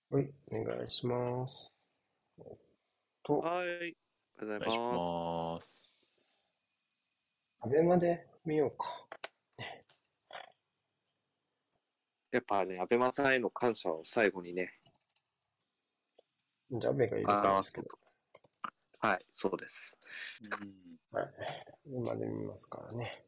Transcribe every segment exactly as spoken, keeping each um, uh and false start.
はい、お願いします。と、 はい。おはようございお願いします。 ます。 アベマで見ようか。 やっぱね、アベマさんへの感謝を最後にね、 じゃあ、アベがいるからですけど。 表そうと。はい、そうです。 うん。 はい。アベマで見ますからね。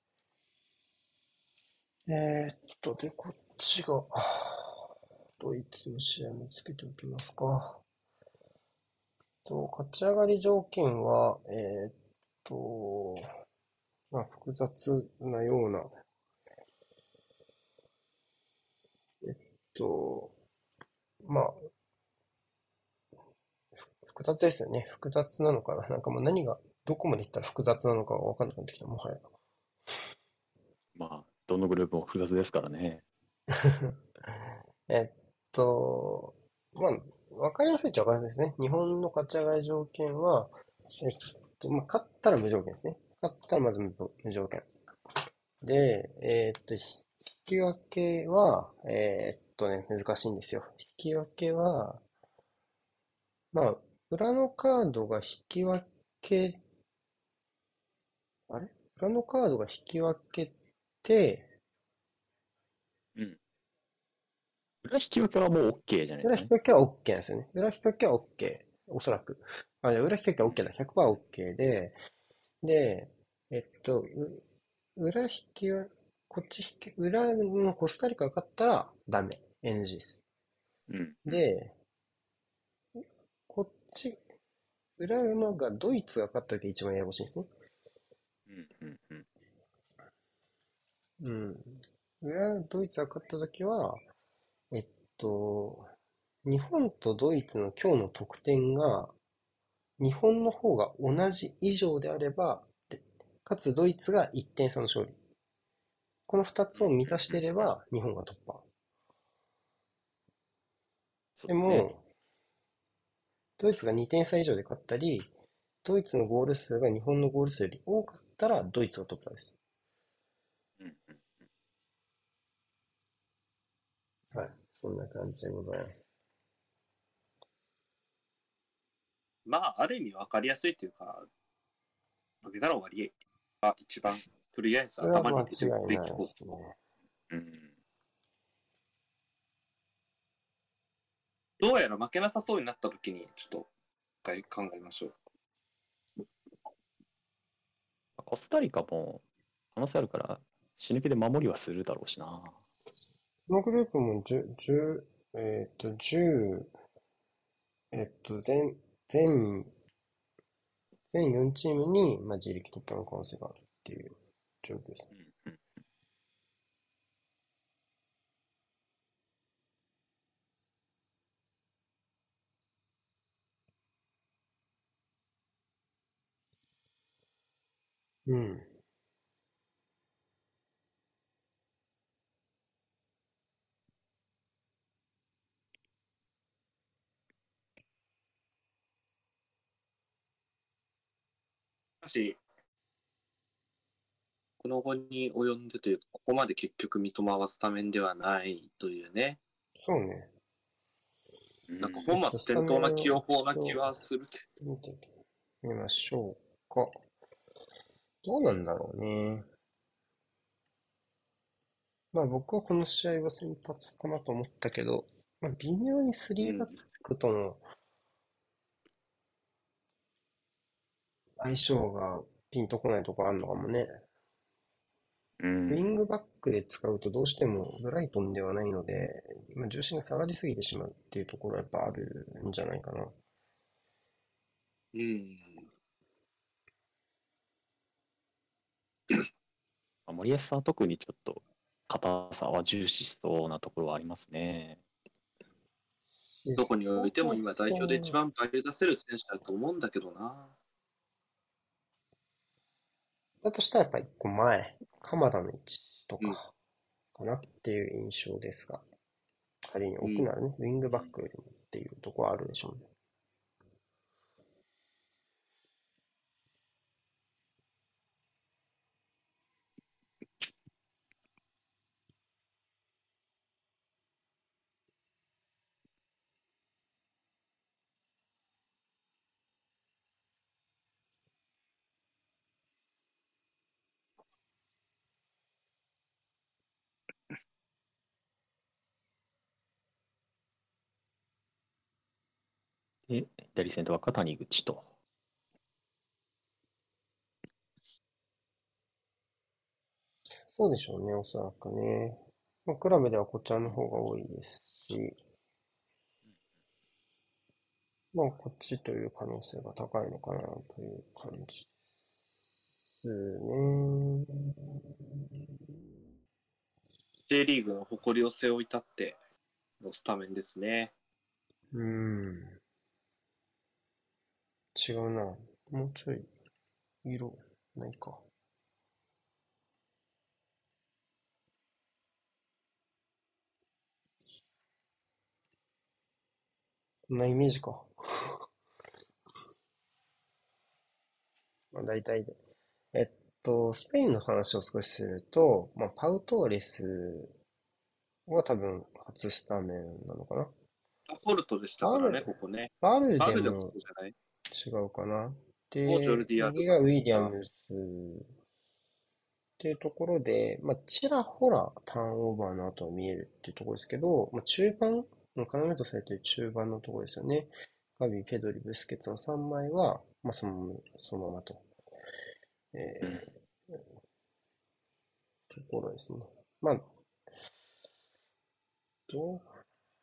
えーっと、で、こっちが、ドイツの試合もつけておきますか。と、勝ち上がり条件は、えーっと、まあ、複雑なような、えっと、まあ、複雑ですよね。複雑なのかな。なんかもう何が、どこまでいったら複雑なのかがわかんなくなってきた、もはや。 まあ、どのグループも複雑ですからね。 えっと、まあ、わかりやすいっちゃわかりやすいですね。日本の勝ち上がり条件は、えっと、まあ、勝ったら無条件ですね。勝ったらまず無無条件。で、えっと、引き分けは、えっとね、難しいんですよ。引き分けは、まあ、裏のカードが引き分け、あれ裏のカードが引き分けて、 うん。裏引き分けはもう OK じゃないで裏すかね。 引き分けは OK なんですよね。裏引き分けは OK。おそらく。あ、じゃあ裏引き分けはうん。 OK だ。ひゃくパーセントOK で、で、えっと、う裏引きは、こっち引き、裏のコスタリカが勝ったらダメ。エヌジー です。 うん。うん。 で、こっち、裏のがドイツが勝った時が一番ややこしいんですね。 うん。うん。うん。 うん。裏、ドイツが勝った時は、えっと、日本とドイツの今日の得点が、日本の方が同じ以上であれば、でかつドイツがいってん差の勝利。このふたつを満たしていうん。うん。 れば、日本が突破。 そうですね。 でも、ドイツがにてん差以上で勝ったり、ドイツのゴール数が日本のゴール数より多かったら、ドイツが突破です。 うん。うん。 はい。そんな感じでございます。 まあ、ある意味分かりやすいというか、負けたら終わりが一番、とりあえずそれは頭に入れておく間違いべきこないですね。 うん。 と。どうやら負けなさそうになった時に、ちょっと、一回考えましょう。 コスタリカも可能性あるから、死ぬ気で守りはするだろうしな。 このグループもじゅう、えっと、じゅう、えっと、全、全、全よんチームに、まあ、自力突破の可能性があるっていう状況ですね。 うん。うん。 うん。 しかし、この後に及んでというか、ここまで結局三笘はスタメンではないというね、 そうね。 うん。 えっなんか本末と、スタ転倒なメンを起用法な気一度はするけ見てみましょうか。どうなんだろうね。まあ僕はこの試合は先発かなと思ったけど、まあ微妙にスど。うリーバッん。 クとの相性がピンとこないとこあるのかもね。 うん。 ウィングバックで使うとどうしてもブライトンではないので、まあ、重心が下がりすぎてしまうっていうところはやっぱあるんじゃないかな。 うん。 まあ森保さんは特にちょっと硬さは重視しそうなところはありますね。 しどこにおいてもそも今代表で一そも、 番バリ出せる選手だと思うんだけどな。 だとしたらやっぱ一個前、鎌田の位置とうん。 かかなっていう印象ですが、仮にうん。 置くならね、ウィングバッうん。 クよりもっていうところはあるでしょうね。 で、左センターバックは谷口と。 そうでしょうね、おそらくね。まあ、クラブではこちらの方が多いですし、まあ、こっちという可能性が高いのかなという感じですね。 J リーグの誇りを背負い立ってのスタメンですね。 うーん。違うな。もうちょい、色、ないか。こんなイメージか。まあ、大体で。えっと、スペインの話を少しすると、まあ、パウトーレスは多分初スタメンなのかな。 ポルトでしたからね、 バル、 ここね。 バルバルでもそでもうじゃない？ 違うかな。 もうジョルで、 ディ・アルバ右がウィリアだ。 ムスっていうところで、まあ、ちらほらターンオーバーの後は見えるっていうところですけど、まあ、中盤、要とされている中盤のところですよね。ガビ、ペドリ、ブスケツのさんまいは、まあ、その、そのままと、 うん。 えー、ところですね。まあ、どう、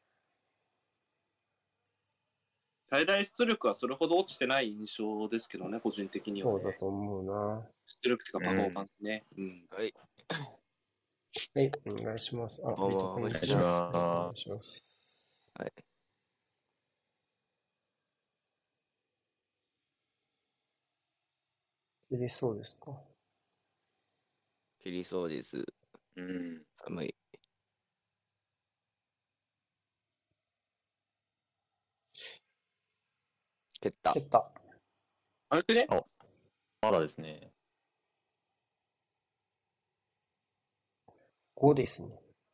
最大出力はそれほど落ちてない印象ですけどね、個人的にはね。 そうだと思うな。 出力っていうかパフォーマうん。 ンスね。うん。 はい。 はい、お願いします。あ、 こんばんビート、 は、 こんにちお願いしは。はい、お願まいします。 はい。 切りそうですか？ 切りそうです。 す。うん。 寒い。蹴った。 蹴った。 あれね、 あ、まだですね。 ごですね。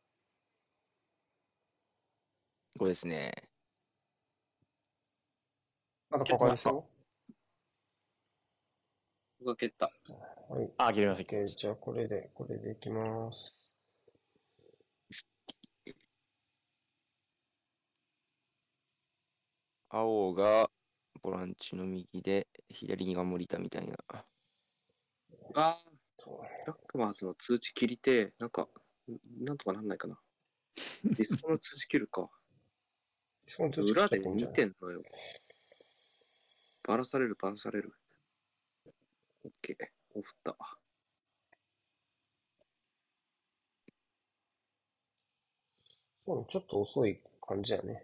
ここですね。 まだ蹴りました。 かかりそ僕が蹴った。 う？はい。 あ、切れました、切れま OK。 しじゃあ、これで、これでいきます。 青がボランチの右で、左にが森田みたいな。 ああ、ラックマーズの通知切りて、なんか、んなんとかなんないかな。ディスコの通知切るか。 その通知切っ裏で見ちゃっていいんじゃない？ てんのよ。バラされる、バラされる。オッケー、オフった。 そう、ちょっと遅い感じやね。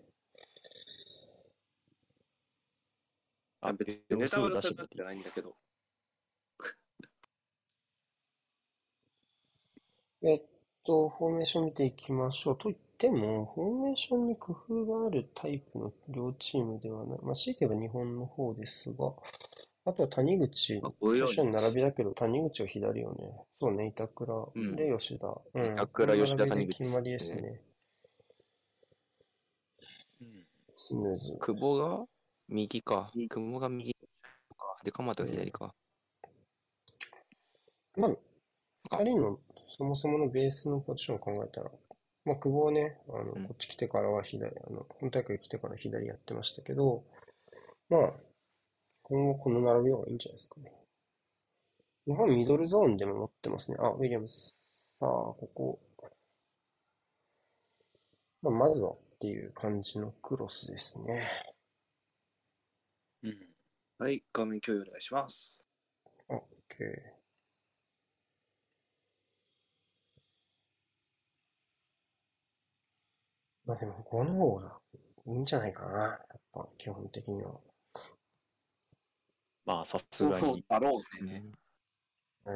た。あ、 別に秒ネタバレ数出しててされたんじゃないんだけど。 えっと、フォーメーション見ていきましょう。と言っても、フォーメーションに工夫があるタイプの両チームではない。まあ、強いて言えば日本の方ですが、あとは谷口、 まあ、こういうように。 最初に並びだけど、谷口は左よね。そうね、板倉うんで吉田。うん、 板この倉、吉田、 並び谷口で決まりでですすね。 ね。 うん。 スムーズ。 久保が右か。 い久保が右か。で、鎌田が左うか。 ん。まあ、 あ、 二人のそもそものベースのポジションを考えたら、まあ、久保はね、あの、 うん。 こっち来てからは左、あの、本大会来てから左やってましたけど、まあ、今後この並びの方がいいんじゃないですかね。日本ミドルゾーンでも持ってますね。あ、ウィリアムス。さあ、ここ。まあ、まずはっていう感じのクロスですね。 うん。 はい、画面共有お願いします。 オッケー。まあでも、ごの方がいいんじゃないかな。やっぱ、基本的には。 まあ、さすそうがに。 だろうね。 うん。 うん。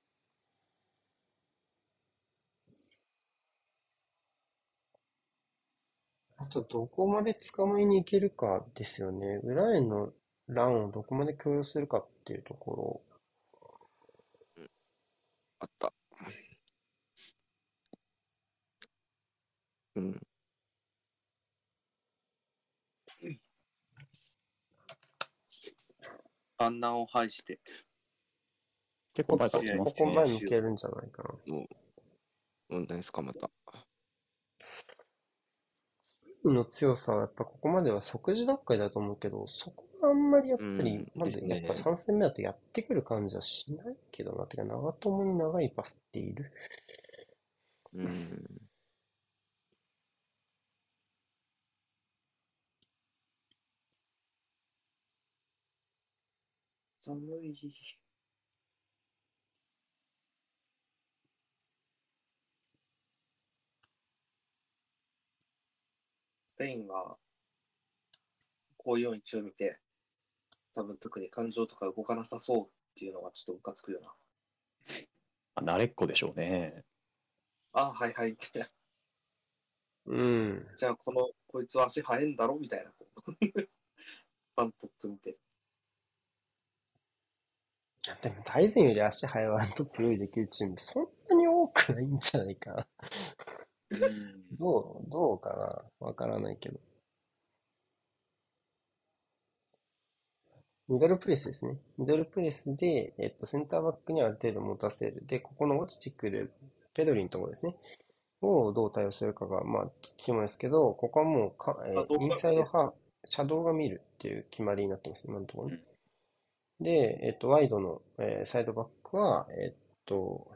あと、どこまで捕まえに行けるかですよね。裏へのランをどこまで許容するかっていうとこあった。うん。 反乱を排して、 結構ろ。 前からちょっと、 来ますね。 ここ前向けるんじゃないかな。 もう、問題ですか、また。 インの強さはやっぱここまでは即時奪回だと思うけど、そこはあんまりやっうぱり、 ん、 まですね。 だやっぱさん戦目だとやってくる感じはしないけどな。てか、長友に長いパスっている。 うん。 寒い。スペインがこういうようにを見て、多分特に感情とか動かなさそうっていうのがちょっとムカつくよな。 あ慣れっこでしょうね。 ああ、はいはいみたいな。 うん。 じゃあこの、こいつは足速いんだろみたいな。ワントップ見て。 でも大前より足速いワントップ用意できるチームそんなに多くないんじゃないかな。 うん。 どう、どうかなわからないけど。ミドルプレスですね。ミドルプレスで、えっと、センターバックにある程度持たせる。で、ここの落ちてくるペドリのところですね。をどう対応するかが、まあ、肝ですけど、ここはもうか、 あ、動えーイン画見て。 サイドハーフ、シャドウが見るっていう決まりになってます、今のところね。 うん。 で、えっと、ワイドの、えーサイドバックは、えっと、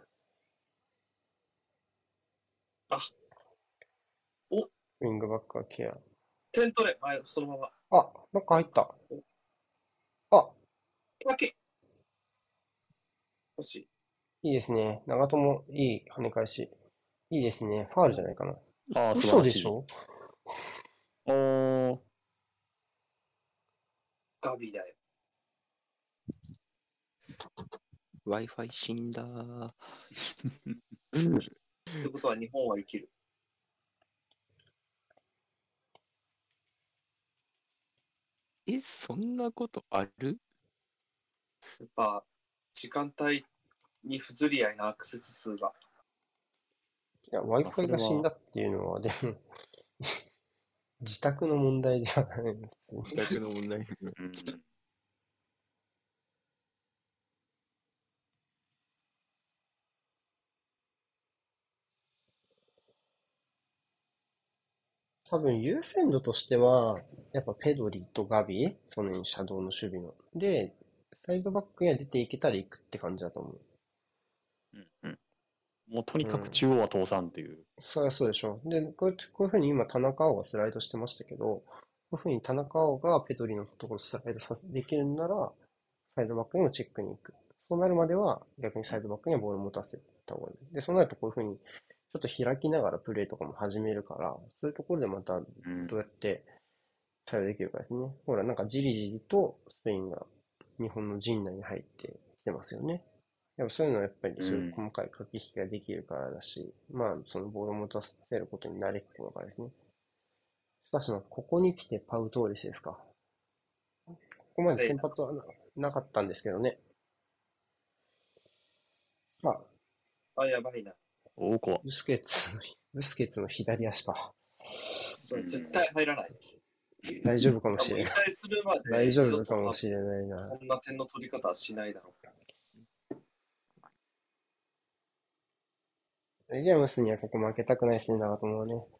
あ、お、 ウィングバックはケア。 点取れ。はい、そのまま。 あ、なんか入った。 お、 あ、 だけ。欲しい。 いいですね。長友、いい跳ね返し。いいですね。ファールじゃないかな。 ああ、素晴らしい。 嘘でしょ？ おー、 ガビだよ。 Wi-Fi 死んだー。 ってことは日本は生きる。 え、そんなことある？ やっぱ、時間帯に不釣り合いなアクセス数が。 いや、 あ、そ Wi-Fi れは、 が死んだっていうのは、でも、自宅の問題ではないです。 自宅の問題。 うん。 多分優先度としては、やっぱペドリとガビ、その辺シャドウの守備の。で、サイドバックには出ていけたら行くって感じだと思うんうん。もうとにう。うかくん。 中央は通さんっていう。 そりゃそうでしょう。で、こういう、こういうふうに今田中碧がスライドしてましたけど、こういうふうに田中碧がペドリのところスライドさせ、できるんなら、サイドバックにもチェックに行く。そうなるまでは、逆にサイドバックにはボールを持たせた方がいい。で、そうなるとこういうふうに、ちょっと開きながらプレーとかも始めるから、そういうところでまたうん。 どうやって対応できるかですね。ほら、なんかじりじりとスペインが日本の陣内に入ってきてますよね。でもそういうのはやっぱりそういううん。 細かい駆け引きができるからだし、まあそのボールを持たせることに慣れっこだからですね。しかしまあここに来てパウトーレスですか。ここまではい。 先発はな、なかったんですけどね。さあ、 あ、やばいな。 おお、こブスケツの、ブスケツの左足か。 それ絶対入らない。 大丈夫かもあ、もう引しれない。 退するまで大丈二度と多分夫かもしれないな。 こんな点の取り方はしないだろウィリアムスにはここ負けたくないですね、長友はね。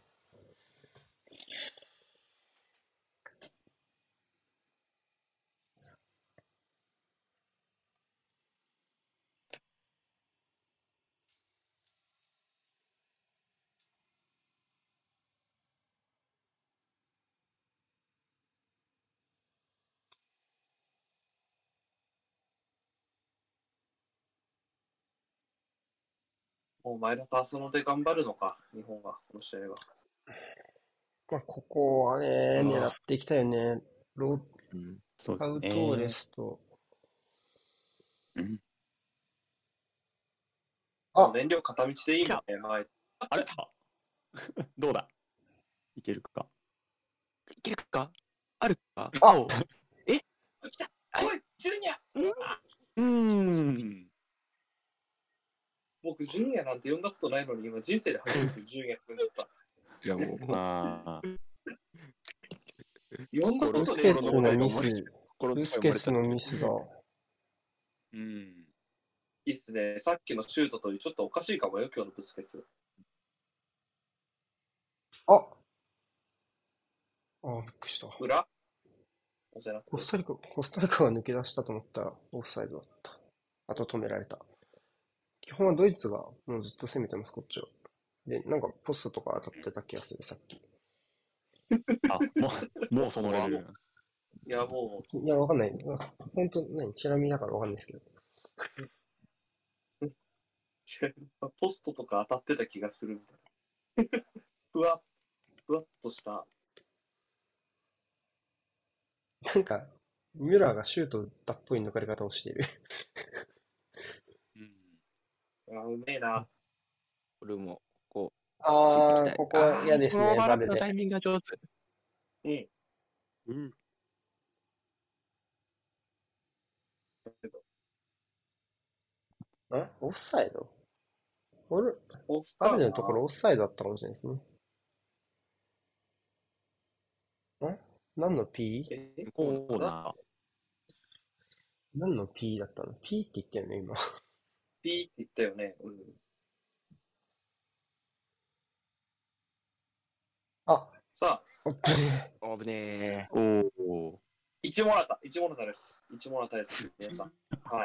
う。もう前田と浅野で頑張るのか、日本が、この試合は。 まあ、ここはね、狙あっていきたいよね。ロー、うん。 そうでパすウトーレね。 スと、 うん。 あ、 もう燃料片道でいいもんね、前。 あれあどうだいけるか。 いけるか？あるか？ あ青。え来たおい、ジュニアうーん。 僕、ジュニアなんて呼んだことないのに、今人生で初めてジュニアって呼んじゃった。 いやもう、 まあ、 呼んだこブとねえのスケツのに、 ミス、ブスケツのミスだ。 うん。 いいっすね。さっきのシュートというちょっとおかしいかもよ、今日のブスケツ。 あ、 ああ、びっくりした。 裏じゃなくて。 コスタリカ、コスタリカが抜け出したと思ったらオフサイドだった。あと止められた。基本はドイツがもうずっと攻めてます、こっちは。で、なんかポストとか当たってた気がする、さっき。 あ、もう、もうそのレベル。 いや、もいや、わかんない。ほんと、何チラ見だからわかんないですけど。 う、違うポストとか当たってた気がするみたいな。ふわっ、ふわっとした。 なんか、ミュラーがシュート打ったっぽい抜かれ方をしている。 うん。 あ、うめえな。 これも、こう、ついてきあー、 たい。 ここは嫌ですね、 あー、オーバーラザルで。 ップのタイミングが上手。 うん。 うん。 んオフサイド俺、 オフバかな。 ルデのところオフサイドだったかもしれないですね。ん何の P？ えコーナ何の P だったの？ P って言ってるね、今。 ピーって言ったよね。うん。 あ、 さあ、 おっぶね危ねー。おお。 一モラタ、一モラタです。一モラタです。皆さん。はい。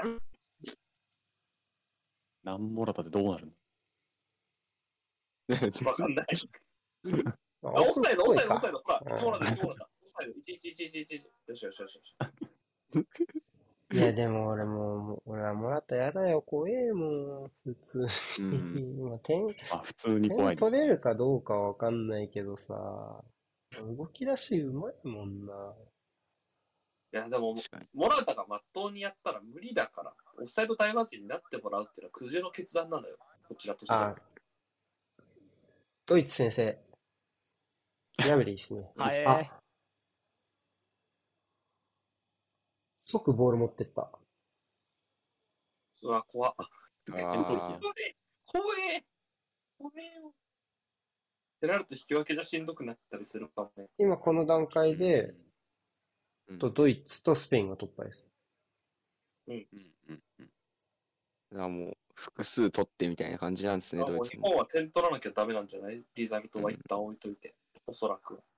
何モラタでどうなるの？ ー。 わかんない。 あ、 あ、オフサイド、オフサイド、オオフっぽいか。 フサイド。ほら、 うん一モラタ、一モラタ。オフサイド、いちいちいちいちいちいち。よしよしよしよし。 いや、でも俺もう、もう俺はもらったらやだよ、怖えもん、普通うに。 ん。 今、点、 あ、普通に怖いね。 点取れるかどうかはわかんないけどさ、動き出しうまいもんな。 いや、でも、 確かに。 モラタがまっとうにやったら無理だから、オフサイド対話陣になってもらうっていうのは苦渋の決断なのよ。こちらとしては。 あ、ドイツ先生、ギャブリーですね。 はいあ、即ボール持ってった。 うわ、怖っ。 あ怖え、怖え、怖えよ。ってなると引き分けじゃしんどくなったりするかもね。 今この段階で、 ー、うん。 とドイツとスペインが突破です。 うんうんうん。 だからもう、複数取ってみたいな感じなんですね、 あ、もうドイツも。 日本は点取らなきゃダメなんじゃない？リザルトは一旦置いといて、おそらく。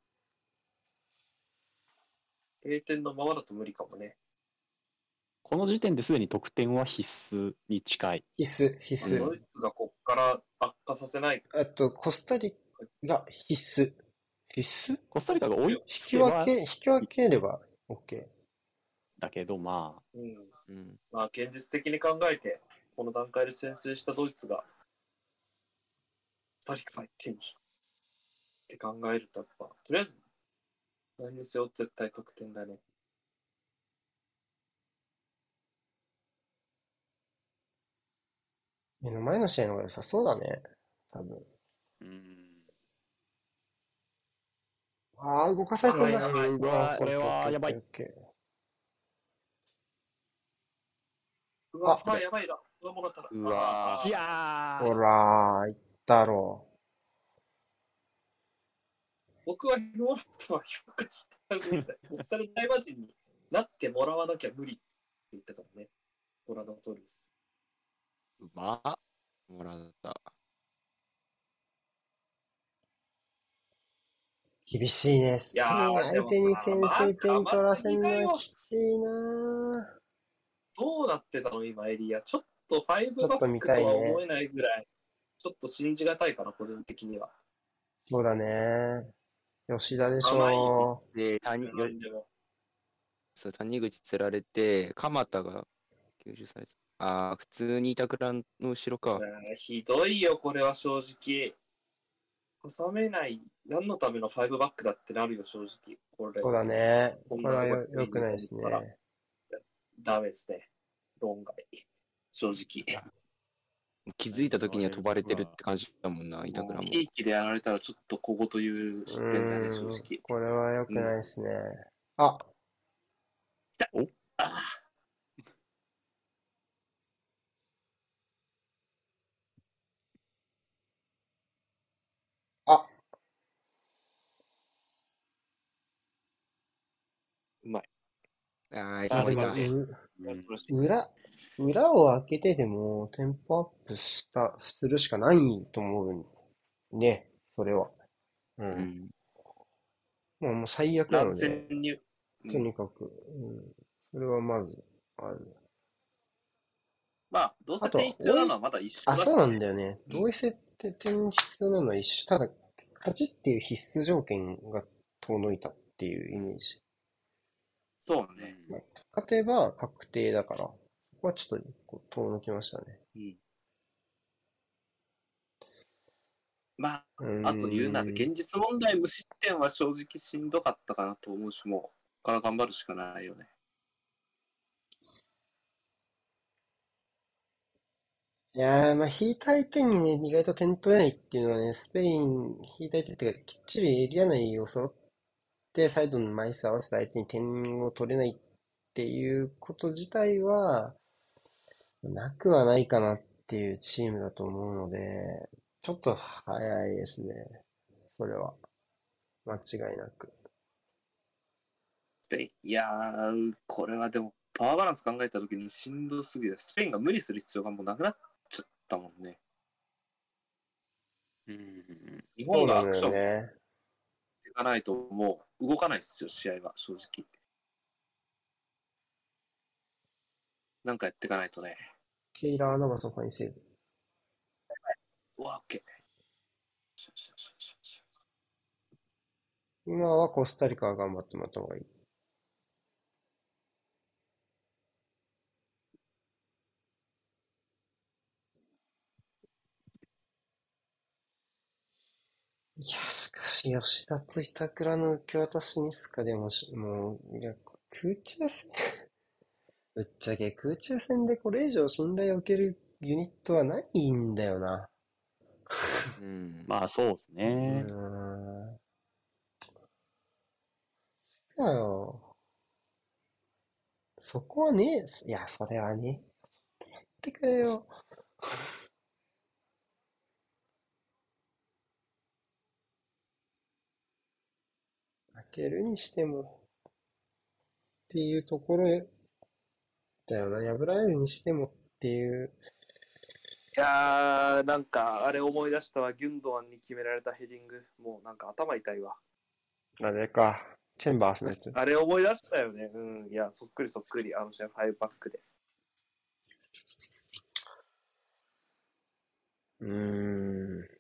れいてんのままだと無理かもね。 この時点ですでに得点は必須に近い。 必須、必須。 ドイツがこっから悪化させない。 あと、コスタリカ、必須。必須コスタリカが追い引きつけば分け、引き分ければ OK。 だけど、まあ、 うん。 うん。 まあ、現実的に考えて、この段階で先制したドイツが、ふたりかいってんじゃん。って考えると、やっぱ、とりあえず、何にせよ絶対得点だね。 目の前の試合の方が良さそうだね。多分。 うーん。 ああ、動かされてるな。 あーやばいうわあーこれは OK やばい OK OK うわ、 あファーやばいな。うわ、もらったら。 うわいあーやほらー、いったろ僕はモラタは評価した上で、オフサイド対話陣になってもらわなきゃ無理って言ったからね。ご覧の通りです。 うまっ。もらった。 う。厳しいね。スいやペインー、でも相手に先さ、 制点取らせるのまあまあはきついなー。 どうなってたの今、エリア。ちょっとファイブバちょっとックと見たいねは思えないぐらい、ちょっと信じがたいかな、個人的には。 そうだね。吉田でし甘いょで、谷、よでもそう、谷口釣られて、鎌田が吸収されて、ああ、普通に板倉の後ろか。 うんひどいよ、これは正直。挟めない。何のためのファイブバックだってなるよ、正直。これそうだね。これはこんなとこよ良くないですね。 ダメですね。論外。正直。 気づいた時には飛ばれてるって感じだもんな、板倉も。 ひいきでやられたらちょっと小言というう失点だね、正ーん、 直。 これは良くないですね。あ、 ああ、 うまい。 ああ、 あ、でも、 そういた。 うー、 裏、裏を開けてでも、テンポアップした、するしかないと思うね。それは。う。 うんん。 まあもう最悪な乱ので、 戦に、うとん、 にかく、うん、それはまずある。 まあ、どうせあとは、 点必要追い、 なのはまだ一緒あ、そうなだしね。 んだよね。 うん、 同意性って点必要なのは一緒。ただ、勝ちっていう必須条件が遠のいたっていうイメージ。 うそうね。 まあ、 ん。 勝てば確定だから、そこはちょっとこう遠のきましたね。 うん。まあ、 うーあと言うなら、 ん。 現実問題無失点は正直しんどかったかなと思うし、もう、ここから頑張るしかないよね。 いやー、まあ、引いた相手にね、意外と点取れないっていうのはね、スペイン、引いた相手っていうか、きっちりエリア内を揃って、サイドの枚数合わせた相手に点を取れないっていうこと自体は、なくはないかなっていうチームだと思うので、ちょっと早いですね。それは。間違いなく。 スペイン。いやー、これはでも、パワーバランス考えたときにしんどすぎる。スペインが無理する必要がもうなくなっちゃったもんね。 うん。 日本そうなのよがアクションね。 いかないともう動かないっすよ、試合は、正直。なんかやっていかないとね。 ケイラー・ナバスのファインセーブ。 うわ、オッケー。ししししし今はコスタリカが頑張ってもらった方がいい。いや、しかし、吉田と板倉の受け渡しミスか、でもし、もう、いや、空中戦、ぶっちゃけ空中戦でこれ以上信頼を受けるユニットはないんだよな。 うん。 まあ、そうですうーね。 ん。だよ。そこはねえ、いや、それはね、やってくれよ。負けるにしても、っていうところだよな。破られるにしてもっていう。 いやー、なんか、あれ思い出したわ。ギュンドアンに決められたヘディング。もうなんか頭痛いわ。 あれか。チェンバースのやつ。 あれ思い出したよね。うん。いや、そっくりそっくり。あの試合、ファイブバックで。 うーん。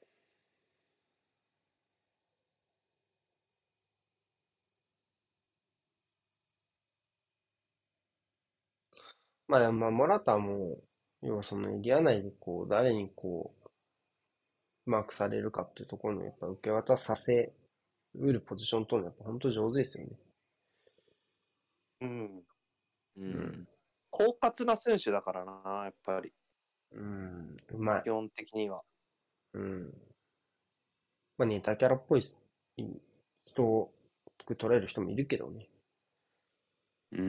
まあ、まあ、モラタも、要はそのエリア内でこう、誰にこう、マークされるかっていうところの、やっぱ受け渡させうるポジション取るのやっぱ本当上手ですよね。 うん。 うん。 うん。 狡猾な選手だからな、やっぱり。 うん。うまい。 基本的には。 うん。まあ、ネタキャラっぽい人を取れる人もいるけどね。 うん。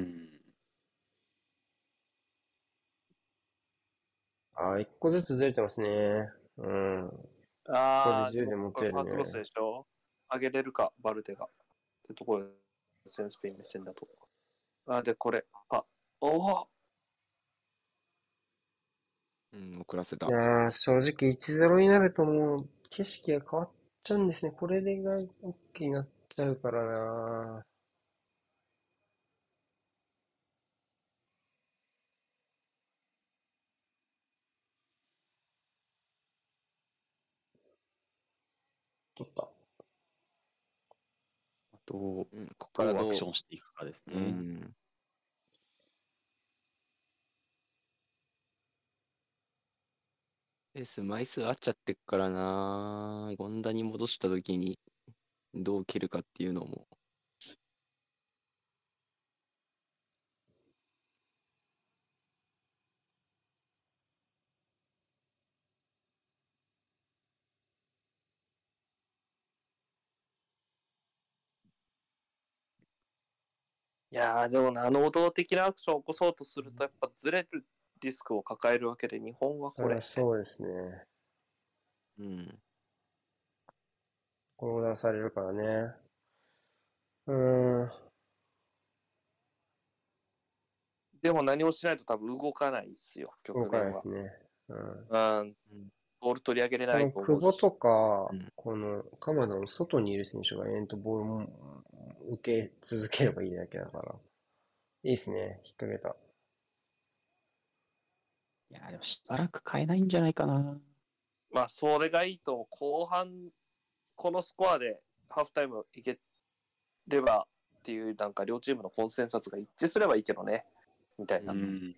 ああ、一個ずつずれてますね。うん。ここであー、でじゅうでもここから持てるファークロスでね。 しょ。上げれるか、バルデが。ってところですね、スペイン目線だと。あ、で、これ。あ、おおうん、遅らせた。 いやー、正直いちゼロになるともう景色が変わっちゃうんですね。これでが OK になっちゃうからな。取った。 あと、 うん、ここからどうアクどう、 ションしていくかですうね。 ん。ペース、枚数合っちゃってっからな。権田に戻したときにどう蹴るかっていうのも。 いやー、でもな、能動的なアクションを起こそうとすると、やっぱずれるリスクを抱えるわけで、日本はこあ、 れ。 そうですね。 うん。 こう出されるからね。うーん。 でも何もしないと多分動かないっすよ、 動局面は。 かないですね。うん。 うん。 うんボール取り上げれないこのと思うし。 久保とかう、ん。 この鎌田の外にいる選手が延々とボールも受け続ければいいだけだから。いいですね。引っ掛けた。 いや、でもしばらく変えないんじゃないかな。 まあ、それがいいと思う。後半、このスコアでハーフタイムいければっていう、なんか両チームのコンセンサスが一致すればいいけどね。みたいうな。 ん。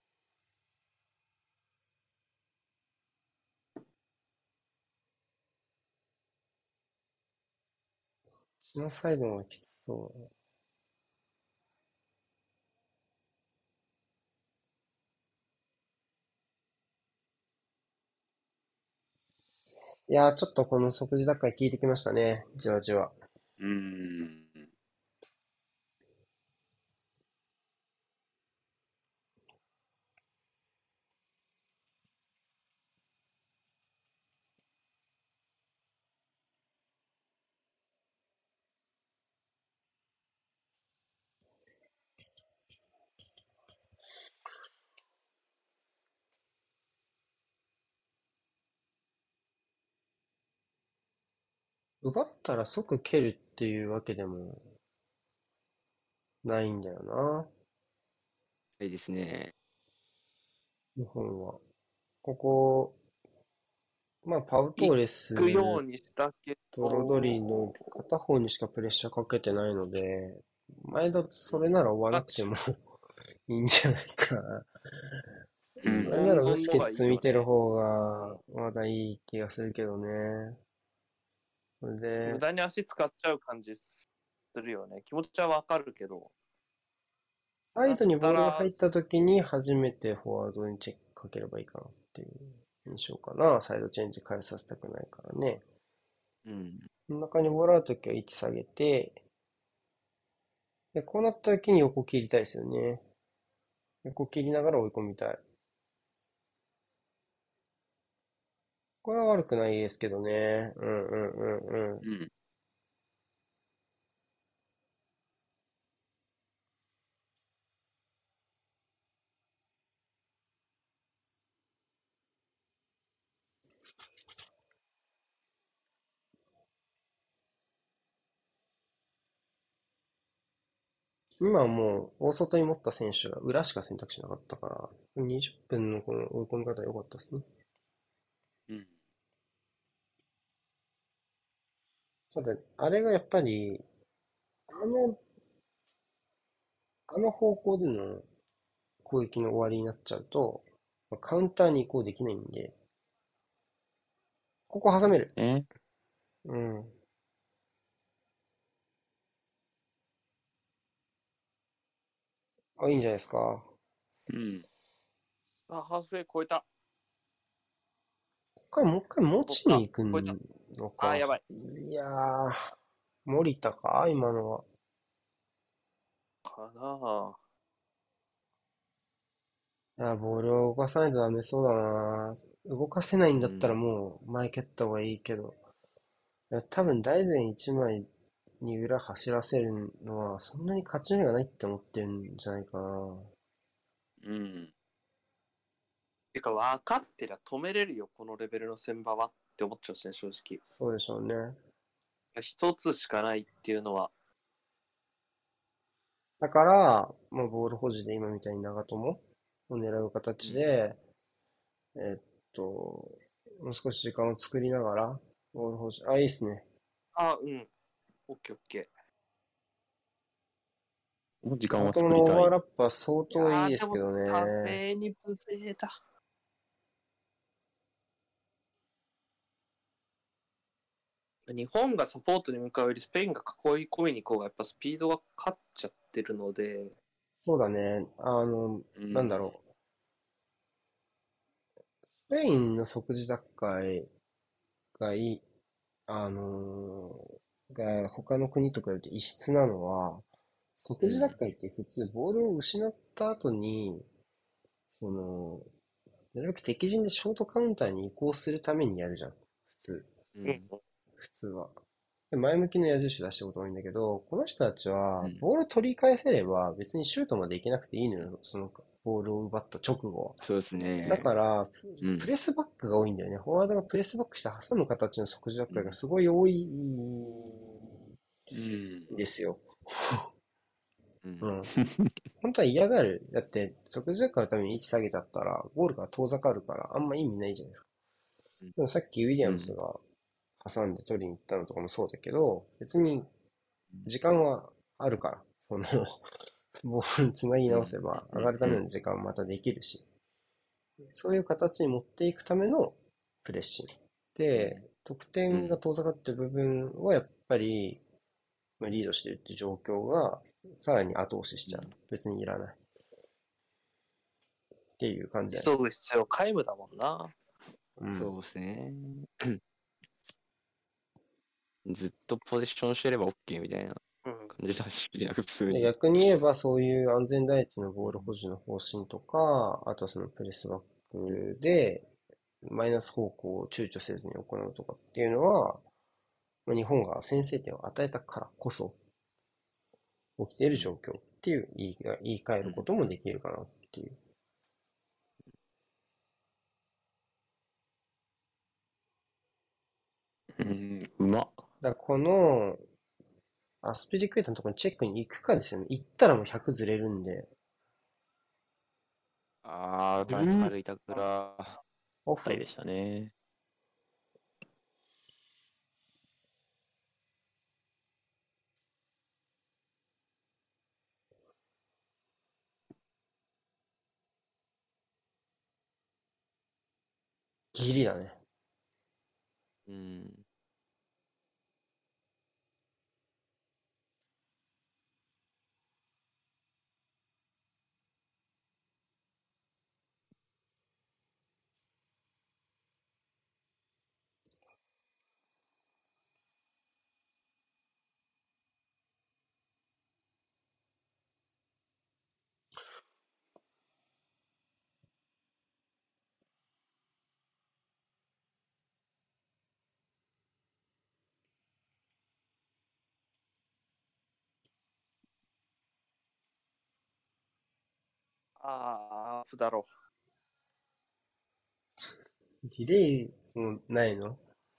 このサイドもきつそうだね。いやー、ちょっとこの即時奪回効いてきましたね。じわじわ。 うん。 奪ったら即蹴るっていうわけでもないんだよな。 いいですね。 日本は。ここ、まあ、パウトーレス行くようにしたけとロドリのど、 片方にしかプレッシャーかけてないので、前田それなら追わなくてもいいんじゃないかな。 うんそれならブスケ温存のがいいよね。 ッツ見てる方がまだいい気がするけどね。それで、 無駄に足使っちゃう感じするよね。気持ちはわかるけど。 サイドにボールがだったら、 入った時に初めてフォワードにチェックかければいいかなっていう印象かな。サイドチェンジ返させたくないからね。 うん。 真ん中にボールある時は位置下げて、で、こうなった時に横切りたいですよね。横切りながら追い込みたい。これは悪くないですけどね。うんうんうんうん。 うん。 今はもう大外に持った選手が裏しか選択肢なかったから、にじゅっぷんのこの追い込み方良かったですね。 うん。 ただ、あれがやっぱり、あの、あの方向での攻撃の終わりになっちゃうと、カウンターに移行できないんで、ここ挟める。 ね。 うん。あ、いいんじゃないですか。 うん。 あ、ハーフウェイ超えた。 ここからもう一回持ちに行く超えた。 のあ、やか。 ばい。 いやー、森田か今のは。 かなぁ。 いや、ボールを動かさないとダメそうだな。動かせないんだったらうん。 もう前蹴った方がいいけど。いや多分大前一枚に裏走らせるのはそんなに勝ち目がないって思ってるんじゃないかな。 うん。 てか、分かってりゃ止めれるよ、このレベルの千場はって思っちゃうしね、正直。 そうでしょうね。 一つしかないっていうのは。 だから、もうボール保持で今みたいに長友を狙ううん。 形で、えっと、もう少し時間を作りながら、ボール保持、あ、いいっすね。 あ、うん。オッケーオッケもう時間は長友のオー作りたい。 バーラップは相ー。い当いいやー、でも、 ですけどね。 風に無勢だ。日本がサポートに向かうよりスペインが囲い込みに行こうがやっぱスピードが勝っちゃってるので、 そうだね。あの、 うん。 なんだろう。スペインの即時奪回がいい、あのーが他の国と比べて異質なのは、即時奪うん。 回って普通ボールを失った後に、その、なるべく敵陣でショートカウンターに移行するためにやるじゃん。普通。 うん、 うん。 普通は。で前向きの矢印出したこと多いんだけど、この人たちは、 うん。 ボール取り返せれば別にシュートまでいけなくていいのよ。そのボールを奪った直後。 そうですね。 だから、 うんプレスバックが多いんだよね。フォワードがプレスバックして挟む形の即時ジャッカルがすごい多いうん。 んですよ。 う。 うんん。本当は嫌がる。だって、即時ジャッカルのために位置下げちゃったら、ゴールが遠ざかるから、あんま意味ないじゃないですか。 うんでもさっきウィリアムスが挟んで取りに行ったのとかもそうだけど、別に時間はあるから、その、ボールにつなぎ直せば上がるための時間もまたできるし、そういう形に持っていくためのプレッシング。で、得点が遠ざかってる部分はやっぱり、まあリードしてるっていう状況がさらに後押ししちゃう。別にいらない。っていう感じだね。 急ぐ必要皆無だもんな。 うん。 そうですね。ずっとポジションしてれば OK みたいなうん。 感じだし、普通でに。 逆に言えばそういう安全第一のボール保持の方針とか、あとはそのプレスバックでマイナス方向を躊躇せずに行うとかっていうのは、まあ日本が先制点を与えたからこそ起きている状況っていう言い言い換えることもできるかなっていう。 うん、うまっ。 だからこのアスピリクエタのところにチェックに行くかですよね。行ったらもうひゃくずれるんで、 ああ、 うん助かる板倉。 オフはいでしたね。 ギリだね。 うん。 ああ、オフだろディレイもないの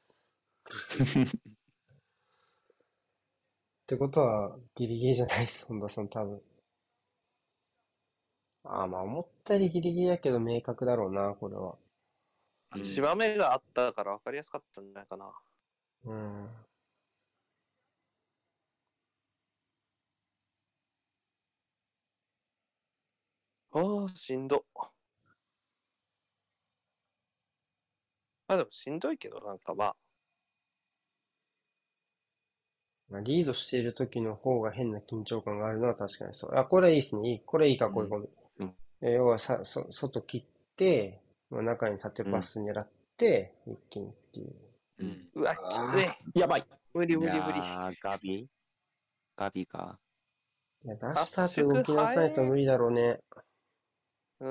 ってことはギリギリじゃないです、本田さん多分。ああ、まあ思ったよりギリギリだけど明確だろうな、これは。 う。芝目があったから分かりやすかったんじゃないかな。 うん。 ああ、しんど。まあでもしんどいけど、なんかまあ、 まあ、リードしている時の方が変な緊張感があるのは確かにそう。あ、これいいですね。いい。これいいか、こういうこと。 うんえ要はさ、そ、外切って、まあ、中に縦パス狙って、一気にっていう。 うん。 うわ、きつい。 やばい。 無理い無理無理。 やー、ガビガビか。 いや、出した後動きなさいと無理だろうね。 うん。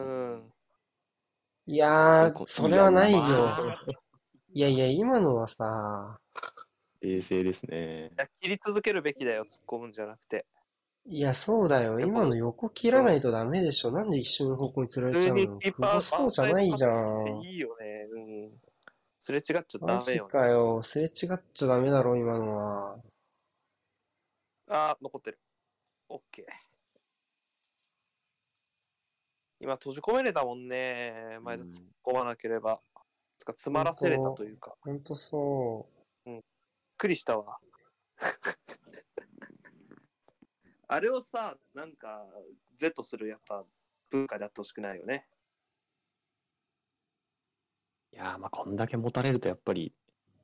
いやー、 こそれはないいやよ。 うまいやいや、今のはさ、 冷静ですね。 いや切り続けるべきだよ、突っ込むんじゃなくて。 いや、そうだよ。 でも今の横切らないとダメでしょ。なんで一緒の方向に釣られ普通にちゃうの？ キーパー、 久保そうじゃないじゃん。 いいよね。うん。すれ違っちゃマジダメよね。 かよ。すれ違っちゃダメだろ、今のは。 あー、残ってる。オッケー。今閉じ込めれたもんね。前で突っ込まなければ。つか、詰まらせれたというか。 ほんとそびっくりしたわ。あれをさ、なんか、Z するやっぱ文化であってほしくないよね。 いやー、まあこんだけ持たれるとやっぱり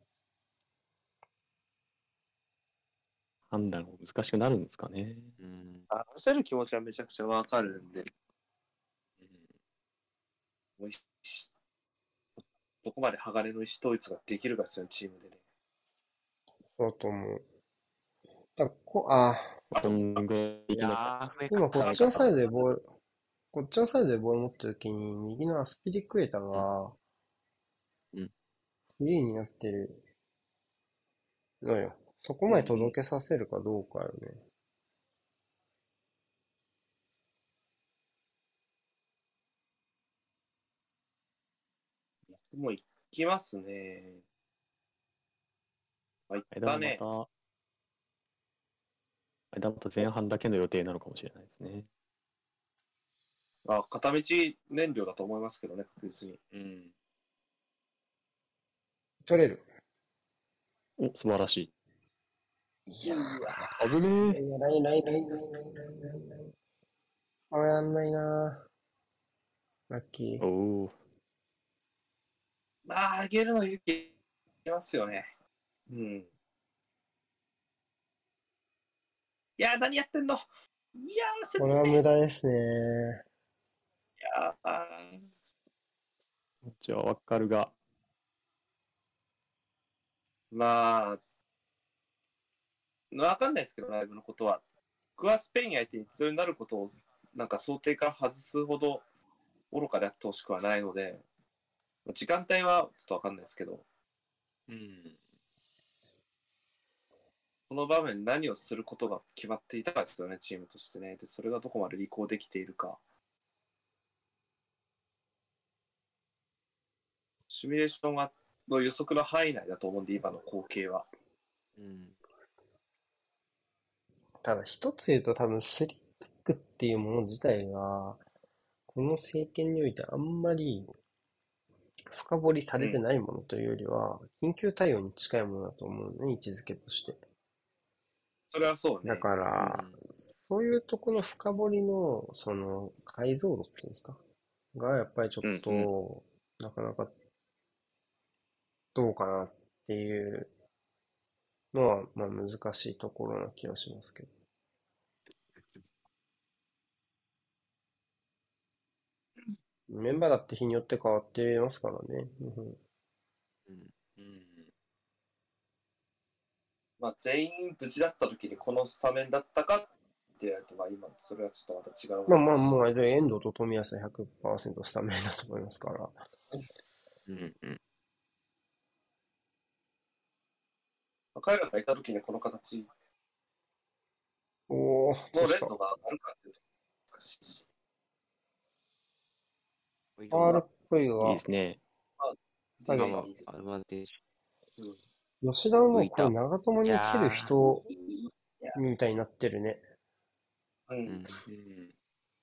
判断が難しくなるんですかね。 うん。 あ焦る気持ちはめちゃくちゃわかるんで。もうしどこまで鋼の意思統一ができるかですよね、チームでね。 う。そうと思う。だからこ、あ、 こんぐらいいいきなやー、 今こっちのサイドでボール、こっちのサイドでボール持った時に、右のアスピリクエタが、 うんフリーになってるのよ。そこまで届けさせるかどうかよね。 もう行きますね。あ、行っ間もまたね。 た、間また前半だけの予定なのかもしれないですね。 あ、片道燃料だと思いますけどね、確実に。 うん。 取れる。 お、素晴らしい。 いや危ー、いねえ。 やいや、ないないないないないないないない。あめらんないなー。ラッキー。 おお。 まあ、あげるの勇気いりますよね。うん。いやー、何やってんの。いやー、 これは説明。い無駄ですね。 やー、 じゃあ、わかるが。 まあ、わかんないですけど、ライブのことは。僕はスペイン相手にそれになることを、なんか想定から外すほど愚かであってほしくはないので、時間帯はちょっとわかんないですけど、 うん。 この場面何をすることが決まっていたかですよね、チームとしてね。で、それがどこまで履行できているか。シミュレーションはの予測の範囲内だと思うんで、今の光景は。 うん。 ただ一つ言うと多分スリーバックっていうもの自体が、この政権においてあんまり深掘りされてうん。 ないものというよりは、緊急対応に近いものだと思うのね、位置づけとして。 それはそうだね。 から、 うん。 そういうとこの深掘りの、その、解像度っていうんですかが、やっぱりちょっうん。 と、なかなかどうかなっていうのは、まあ難しいところな気がしますけど。メンバーだって日によって変わってますからね。日本。 うん。 うん。 まあ、全員無事だった時にこのスタメンだったかって言われると、まあ今、それはちょっとまた違うまあまあ、 話ですし。 もうあれで遠藤と冨安ひゃくパーセントスタメンだと思いますから。 うん。うん。 まあ彼らがいた時にこの形おー、どうした？ のレッドがあるかっていうと難しいし。 おいどう R っぽいいいが、 ですね。 まあ、 はいディあ、まーいいですあ、アドバンテージ。 うん。 吉田はもうこれ浮いた。 長友いに蹴るや人いや、 みたいになってるね。 うー。うん。 ん。 うん。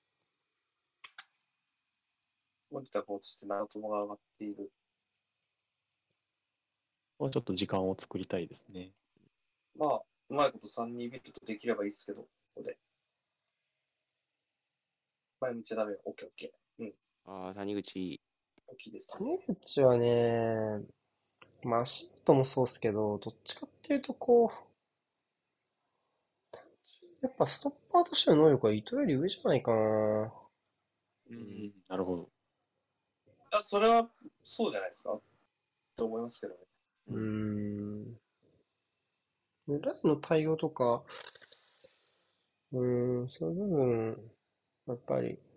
森田コーチって長友が上がっている。 もうちょっと時間を作りたいですね。 まあ、うまいことさんにんビルドできればいいですけど、ここで。前見ちゃダメよ。オッケーオッケー。うん。 ああ、谷口。 大きいです谷ね。 口はね、まあ、アシストもそうっすけど、どっちかっていうとこう、やっぱストッパーとしての能力は伊藤より上じゃないかな。 ううん。 ん。なるほど。 あ、それはそうじゃないですかと思いますけどね。 うーうん。 ん。裏への対応とか、うーん、そういう部分、やっぱり、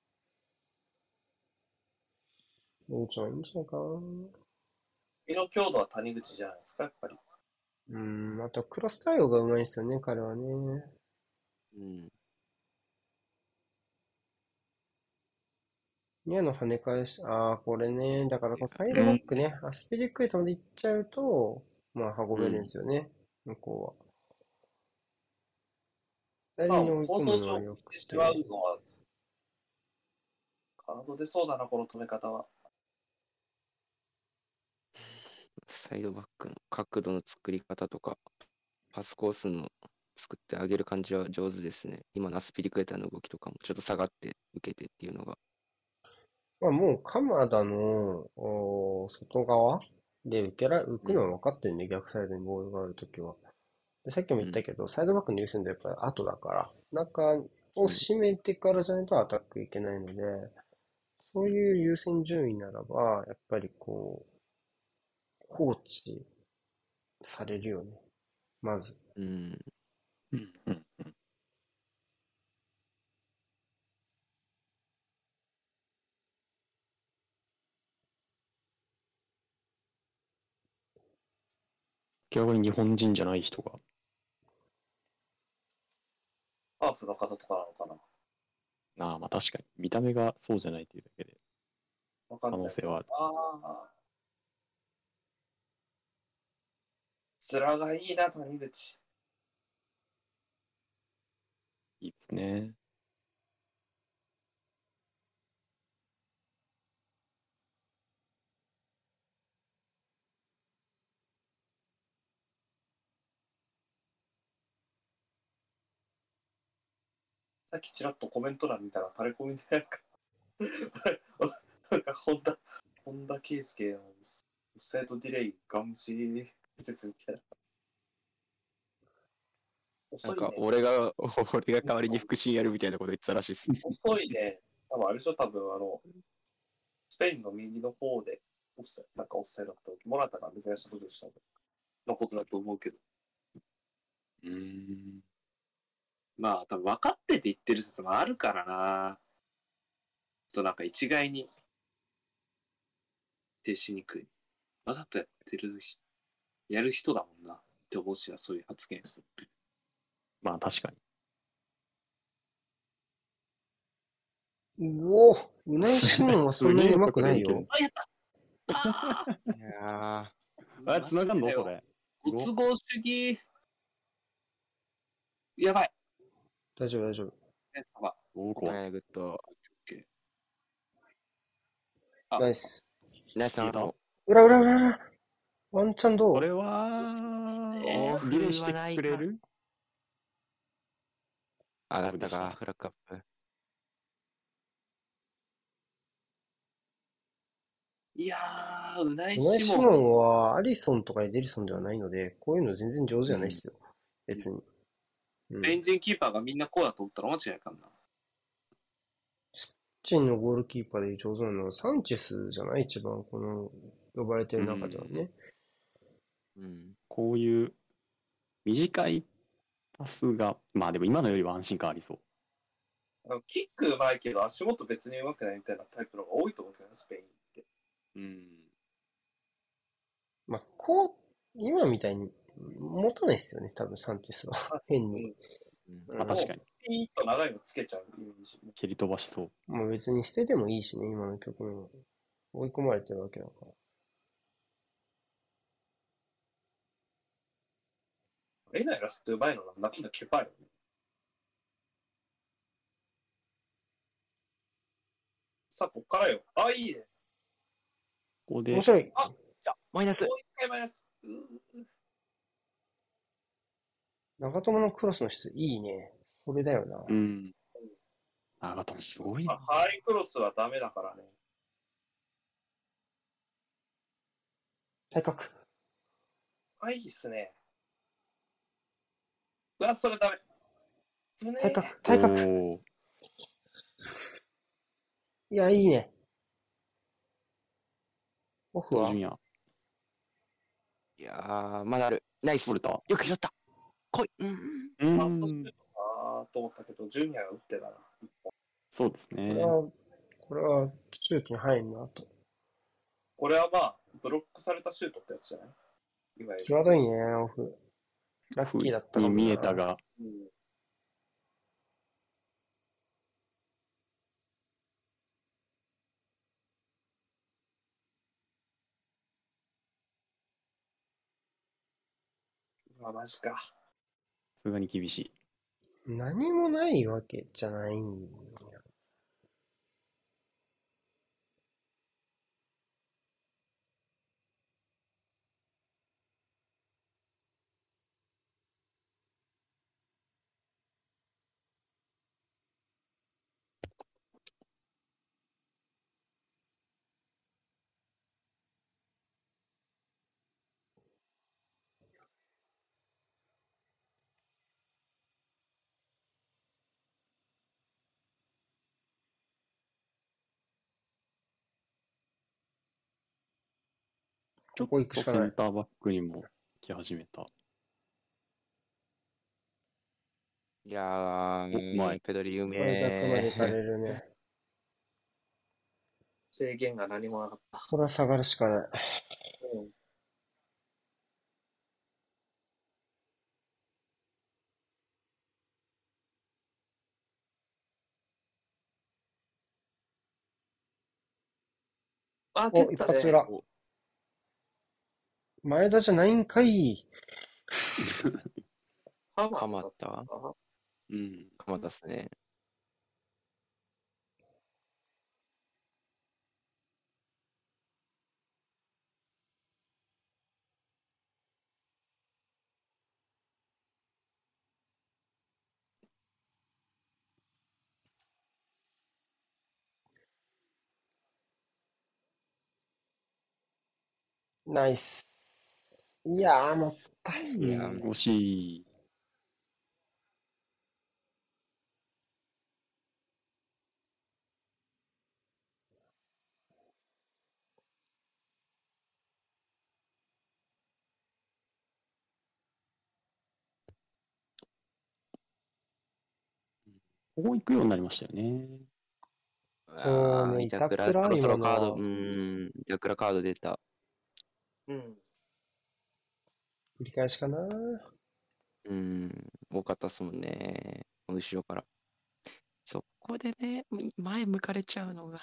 もうちょいいいんじゃないかな。 身の強度は谷口じゃないですか、やっぱり。 うーん、あとクロス対応がうまいですよね、彼はね。 うん。 ニアの跳ね返し、ああ、これね、だからいや、 このサイドバッうん。 クね、アスピリクエイトまで行っちゃうと、まあ運べるんでうん。 すよね、向こうは。左まあ、 に追い込む構想上、 のは良くしてしまうて、 のは、カード出そうだな、この止め方は。 サイドバックの角度の作り方とか、パスコースの作ってあげる感じは上手ですね。今のアスピリクエターの動きとかもちょっと下がって受けてっていうのが。 まあもう鎌田のおー外側で受けら、浮うん。 くのは分かってるんで、逆サイドにボールがあるときは。で、さっきもうん。 言ったけど、サイドバックの優先度はやっぱり後だから、中をうん。 締めてからじゃないとアタックいけないので、そういう優先順位ならば、やっぱりこう、放置されるよね。まず。 うん。 うん。うん。うん。逆に日本人じゃない人が。 ハーフの方とかなのかなああ、まあ確かに。見た目がそうじゃないというだけでわかんないけど。 可能性はある。 ああ、 面がいいな、谷口。 いいですね。 さっきちらっとコメント欄見たら垂れ込みでなんかなんか本田、本田圭佑のオフサイドディレイガン無視説みたいな。 なんか遅いね。 俺が、俺が代わりに腹心やるみたいなこと言ってたらしいですね。 遅いね。多分あれでしょ、多分あの、スペインの右の方でオフサイなんかオフサイドだった時、モラタが抜け出した時でしたのことだと思うけど。 うーん。 まあ、多分分かってて言ってる説もあるからな。そう、なんか一概に否定しにくい。わざとやってるし、やる人だもんな。って思うしな、そういう発言。 まあ確かに。 うおうないシモンはそんなに上手くないよ。 あ、やったあーいやあ、繋がんのマジでよそれ。 ご都合主義。やばい。 大丈夫、大丈夫。 え、サバ。 おお、 ー、 怖い。 ね、グッド。 オッケー。あナイス。 ナイスなの。 裏裏裏裏。ワンチャンどうこれは、 オフリレーしてはないかくれる上がったか、フラッグアップ。 いやー、うないうないシシモン。 モンはアリソンとかエデリソンではないので、こういうの全然上手じゃないっすよ。別に。うん。 エンジンキーパーがみんなこうだと思ったら間違いかんな。 チンのゴールキーパーで上手なのはサンチェスじゃない一番この呼ばれてる中ではね。 うん。 こういう短いパスが、まあでも今のよりは安心感ありそう。 あのキックうまいけど足元別にうまくないみたいなタイプの方が多いと思うけどね、スペインって。 うん。 まあ、こう、今みたいに持たないですよね、多分サンチェスは。変に。 うんまあ確かに。 ピーッと長いのつけちゃうイメージ。 蹴り飛ばしそう。 まあ別に捨ててもいいしね、今の局面は。追い込まれてるわけだから。 エナイラスってうまいのなんだかんだケパよね。さあ、こっからよ。あ、いいね。 ここで面、白い。 あマイナスもう。一回マイナス。うー長友のクロスの質いいね。それだよな。 うん。長友すごいまな。 あ、ハイクロスはダメだからね。 体格。 あ、いいっすね。うわ、それダメ。うね体格。体格。 おー。 いや、いいね。オフは東純也。 いやー、まだある。ナイス。よ取れた。 く拾った。来い。うん。 うファーストシュんー。トかと思ったけど、ジュニアが打ってたな。 そうですね。 これは、これは、シュートに入るなと。 これはまあ、ブロックされたシュートってやつじゃないいわゆる。 際どいね、オフ。ラッキーだったかもな。 に見えたが、 うんうわ、マジか。 さすがに厳しい。 何もないわけじゃないんや。 ちょっここ行くとしかない。 センターバックにも来始めた。 いやおうまー、 いペドリ有これ逆まで行か名。 れるね。 制限が何もなかった。 これは下がるしかない。 うんあ、蹴お、 ったね。 一発裏。 前田じゃないんかい。 鎌鎌田田うん。 鎌田っすね。 ナイス。いやー、もったい。 うんいや、 惜しい。ここ行くようになりましたよね。 ああ、 そうね、板板倉、そ倉、 ろそ今のろカード、うは。 ーん、板倉カード出た。 うん。 繰り返しかな。 うーん、多かったっすもんね。後ろから。そこでね、み前向かれちゃうのが。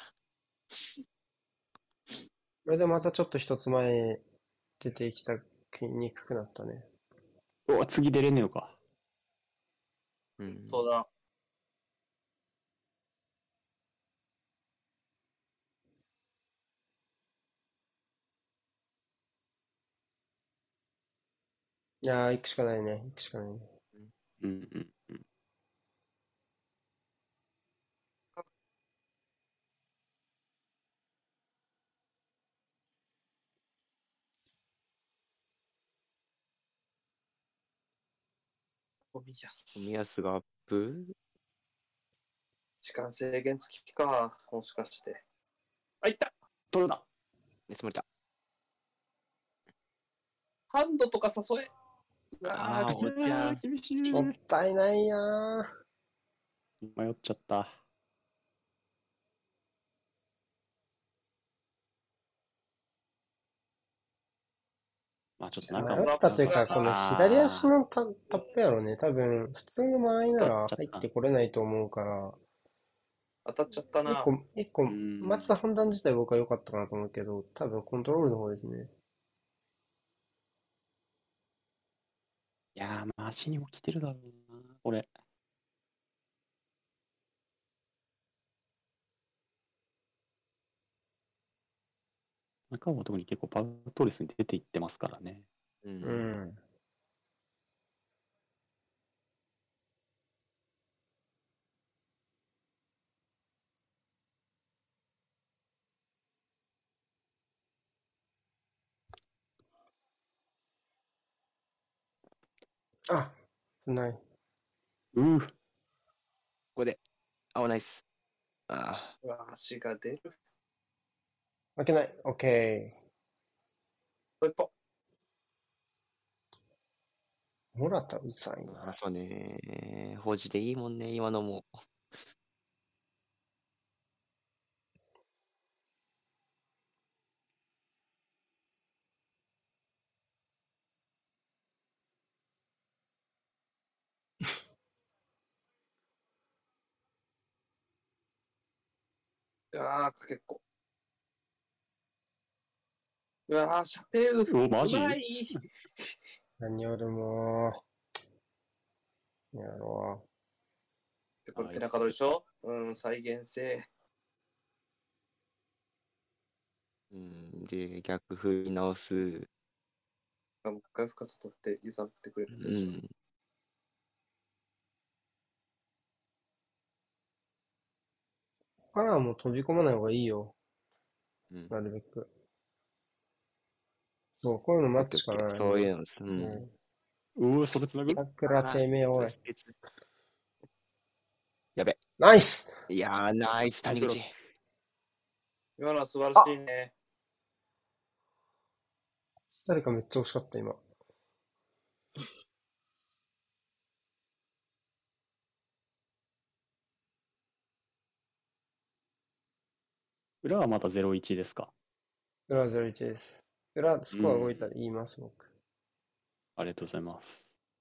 これでまたちょっと一つ前出てきたきにくくなったね。 お、次出れねえのか。 うん。 そうだ。 いやー、行くしかないね。行くしかないね。 うんうんうん。 飛びやす。 冨安がアップ。 時間制限付きか。もしかして。あ、いった。 取るな。 熱盛だ。 ハンドとか誘え。うわああ、 ー、 おっちゃん。 厳しい。 もったいないやー。 迷っちゃった。まあちょっと迷中も。 ったというか、 なんかこの左足あのタタップやろね。多分、普通の間合いな当たらっちゃった入ってこれないと思うから、 当たっちゃったな。 一個、一個ー、う、ん。 待つ判断自体僕は良かったかなと思うけど、多分コントロールの方ですね。 いやー、まあ足にも来てるだろうな、これ。中は特に結構パウトレスに出ていってますからね。 う。 うんん。あ、ない。 うー、 ここで、青ナイス。あうわ、足が出る。 負けない。オッケほいっぽ。 ー。もらったうざいあ、 な。 そうね。保持でいいもんね、今のも。 うわー、かけっこ。うわー、シャペウ。 お、マジうまい。 何よりも、やろで、これペナカードでしょ。うん、再現性。 うん、で、逆振り直す。うもう一回深さ取って揺さぶってくれるやつでしょ。 ん。 う。からはもう飛び込まない方がいいよ。 うん。 なるべく。そう、こういうのオッケーオッケー。 待つしかないよ。 そういうのです。う。 うんん。 うー、それつなぐ桜てめえ、おい。 やべ。 ナイス。 いやー、ナイス、谷口。 今のは素晴らしいね。 誰かめっちゃ惜しかった、今。 裏はまたゼロいちですか。 裏ゼロいちです。裏、スコア動いたら言います、僕。 ありがとうございます。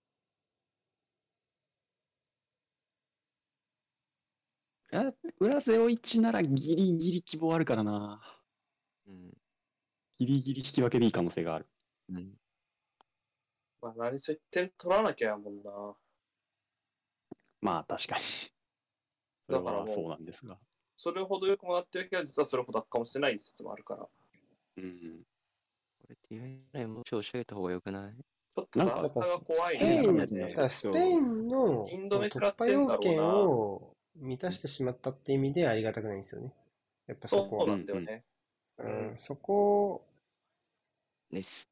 裏裏ゼロいちならギリギリ希望あるからな。 うん。 ギリギリ引き分けでいい可能性がある。 うん。 まあ、何せ点取らなきゃやもんな。 まあ確かに。それだからもうはそうなんですが。 それほど良くもなってるけど、実はそれほど悪化もしてない説もあるから、 うん。 これ ティーアイ ラインもうちょい押し上げた方がよくない？ ちょっとなんか段差が怖いスペイン、 ね。 ねだからスペインのインその突ド目食らっ破要てんだろうな件を満たしてしまったって意味でありがたくないんですよね。やっぱそこそうは。 なんだよね。 うんうんそこ、 です。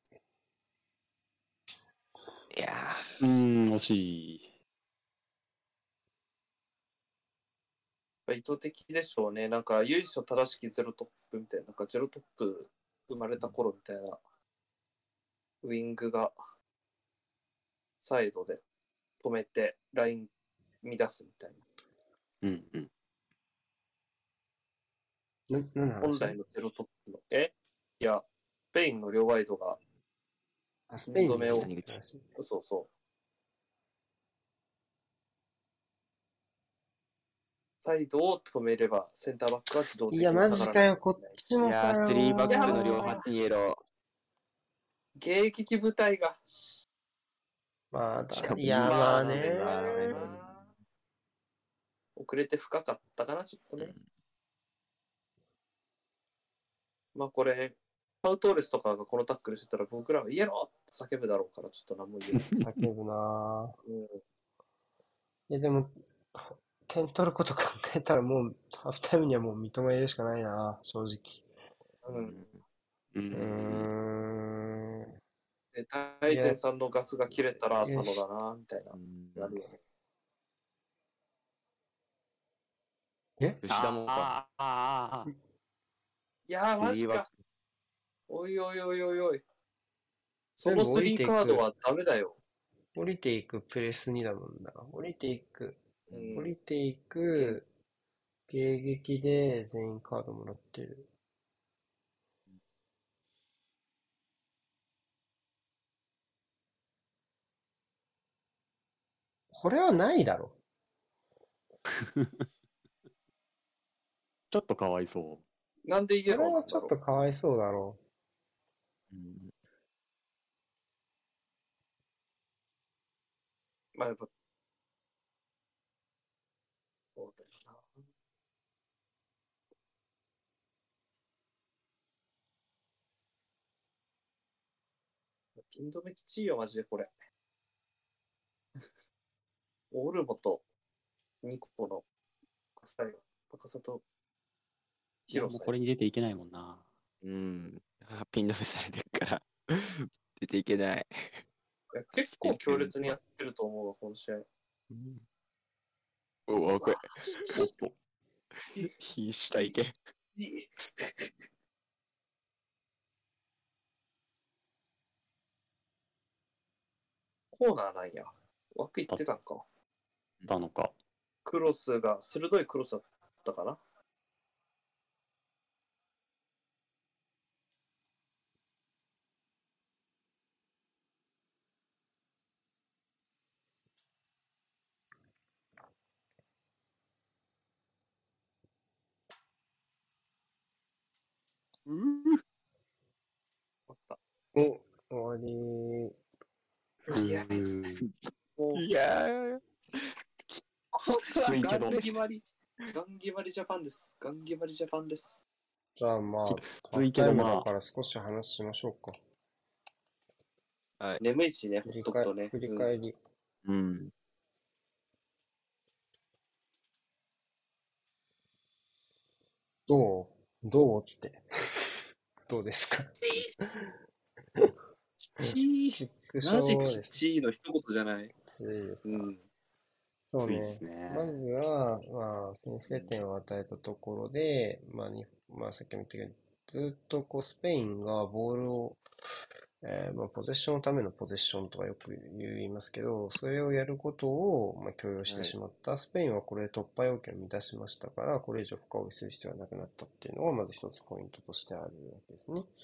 いやうーん、惜しい。 意図的でしょうね。なんか、由緒正しきゼロトップみたいな、なんかゼロトップ生まれた頃みたいな、ウィングがサイドで止めて、ライン乱すみたいな。 うんうん。 な、なんの話本来のゼロトップの、えいや、スペインの両ワイドが、 あ、スペインの二度目を話。 そうそう。サイドを止めれば、センターバックは自動的にいや、マ下がらないジかよ、こっちー、いもかやー、スリーバックの両よ。 端にイエロ迎撃部隊が、 まあ、だ、 しかもいや、 インまあバーなんでね。 な。 遅れて深かったかな、ちょっとね。 うんまあこれ、パウトーレスとかがこのタックルしてたら僕らはイエローって叫ぶだろうから、ちょっと何も言えない。 叫ぶなぁ。 うん、 いや、でも、点取ること考えたらもう、ハーフタイムにはもう認めるしかないなぁ、正直。 うん。 ううーん。 ん。 で、大前さんのガスが切れたらよ浅野しだな、みたいなう。んなるよね。 え吉田もか。 ああ、ああ、ああ。 いやー、マジかスリーバック。。 おいおいおいおいおい。そ全部降のスリーりていくカードはダメだよ。 降りていくプレスにだもんな。降りていく。 うん降りていく。迎撃で全員カードもらってる。これはないだろ。 ちょっとかわいそなんでイエこれローなんだろはちょっとかわいそうだろうんう。まあやっぱ、そうだよな。ピン止めきちいよ、マジでこれ。オルモとニコの高さよ。高さとう。いや、も広さよ。 うこれに出ていけないもんな。 うん。あピン止めされてるから出ていけない。 いや結構強烈にやってると思うわ、この試合。 うんお、若い。 おっと。 ひ下行け。 コーナーなんや。枠いってたんか。 たのか。 クロスが、鋭いクロスだったかな。 うーあった。 う。お、終わり。 いや、 うーもう、 いやー、 これはきついけどガン決まり。ガン決まりジャパンです。ガン決まりジャパンです。 じゃあまあ、ハついーフタイムけどまあだから少し話しましょうか。 はい。 眠いしね、ほっ振り返とくとね。 振り返り。 うん。 どうどうって。どうですかきチックシマジョーです。 きちいの一言じゃない。 チーですか。 うん。 そうねついです。ね。 まずは、まあ、先制点を与えたところで、まあ、にまあ、さっきも言ったけど、ずっとこう、スペインがボールを、えーまあ、ポゼッションのためのポゼッションとかよく言いますけど、それをやることを、まあ、許容してしまった。スペインはこれで突破要件を満たしましたから、これ以上深追いする必要はなくなったっていうのが、まず一つポイントとしてあるわけですね。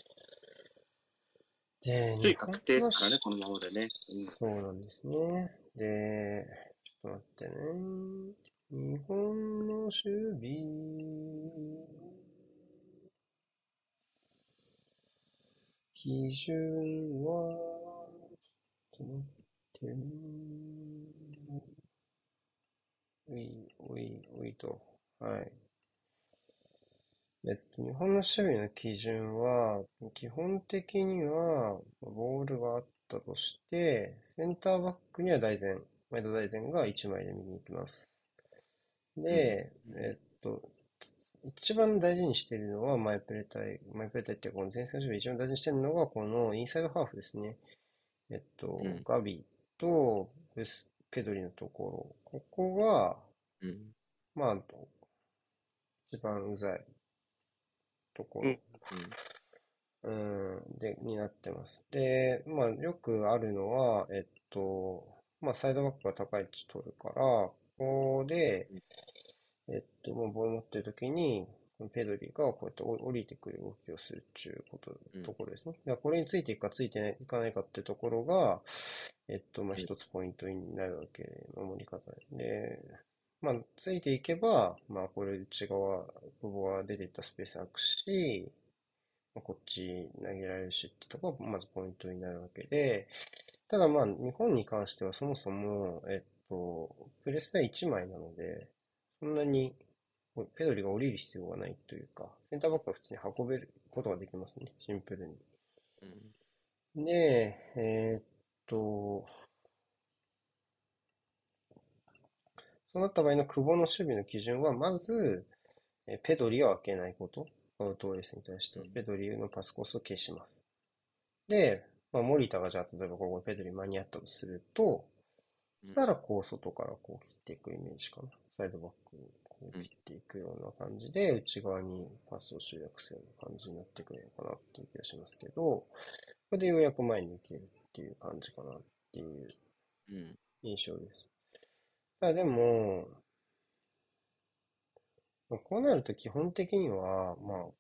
で、 首位確定ですからね、 日このままでね。うん。 そうなんですね。で、ちょっと待ってね。日本の守備。 基準は、ちょっと待ってね。おい、おい、おいと。はい。えっと、日本の守備の基準は、基本的には、ボールがあったとして、センターバックには大前、前田大然がいちまいで見に行きます。 うん。 で、えっと、一番大事にしているのは、マイプレ対、マイプレ対っていうか、この前線守備で一番大事にしているのが、このインサイドハーフですね。えっと、 うん。 ガビとブス、ペドリのところ。ここが、 うん。 まあ、一番うざいところ。 うん。 うん。 うん、で、になってます。で、まあ、よくあるのは、えっと、まあ、サイドバックが高い位置取るから、ここで、えっと、もうボール持ってる時に、このペドリがこうやって降りてくる動きをするっていうこと、 うん。 ところですね。だからこれについていくかついてないいかないかってところが、えっと、まあ、 うん。 一つポイントになるわけで、守り方で。まあ、ついていけば、まあ、これ内側、久保が出ていったスペース空くし、まあこっち投げられるしってとこがまずポイントになるわけで、ただまあ日本に関してはそもそも、えっと、プレス台いちまいなので、そんなにペドリが降りる必要がないというか、センターバックは普通に運べることができますね、シンプルうん。 に。で、えーっと、そうなった場合の久保の守備の基準は、まず、えペドリを開けないこと。パウトーレスに対しては、 うん。 ペドリのパスコースを消します。で、まあ、森田がじゃあ、例えばここペドリ間に合ったとすると、 うん。 そしたらこう外からこう切っていくイメージかな。サイドバックをこううん。 切っていくような感じで、内側にパスを集約するような感じになってくるのかなっていう気がしますけど、これでようやく前に行けるっていう感じかなっていううん。 印象です。ただでも、こうなると基本的には、まあ、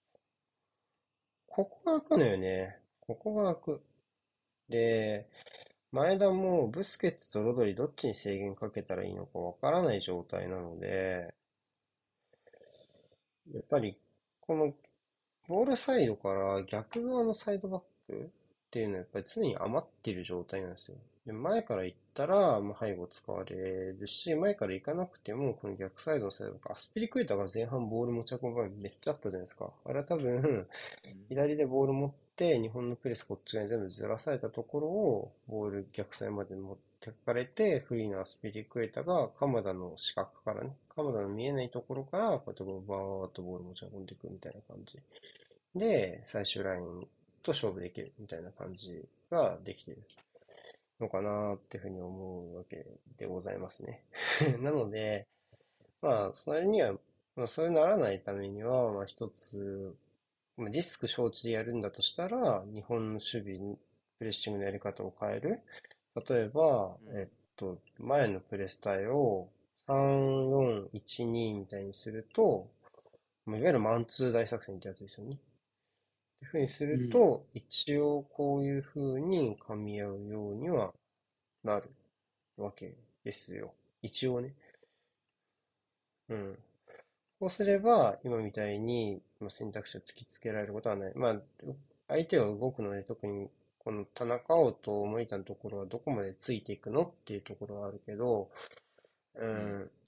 ここが開くのよね。ここが開く。で、前田もブスケッツとロドリどっちに制限かけたらいいのかわからない状態なので、やっぱりこのボールサイドから逆側のサイドバックっていうのはやっぱり常に余っている状態なんですよ。で、前から行ったら、まあ、背後使われるし、前から行かなくても、この逆サイドのサイドバック、アスピリクエタが前半ボール持ち運ぶ場面めっちゃあったじゃないですか。あれは多分、左でボール持って、日本のプレスこっち側に全部ずらされたところを、ボール逆サイドまで持ってかれて、フリーのアスピリクエタが鎌田の死角からね、鎌田の見えないところから、こうやってバーっとボール持ち運んでいくみたいな感じ。で、最終ラインと勝負できるみたいな感じができているのかなっていうふうに思うわけでございますね。なので、まあ、それには、まあ、そうならないためには、まあ、一つ、まあリスク承知でやるんだとしたら、日本の守備、プレッシングのやり方を変える。例えば、 うん。 えっと、前のプレスタイをさんよんいちにみたいにすると、まあいわゆるマンツー大作戦ってやつですよね。っていうふうにすうん。 ると、一応こういうふうに噛み合うようにはなるわけですよ。一応ね。うん。こうすれば、今みたいにまあ選択肢を突きつけられることはない。まあ、相手は動くので、特にこの田中碧と森田のところはどこまでついていくのっていうところはあるけど、ううん。 ん、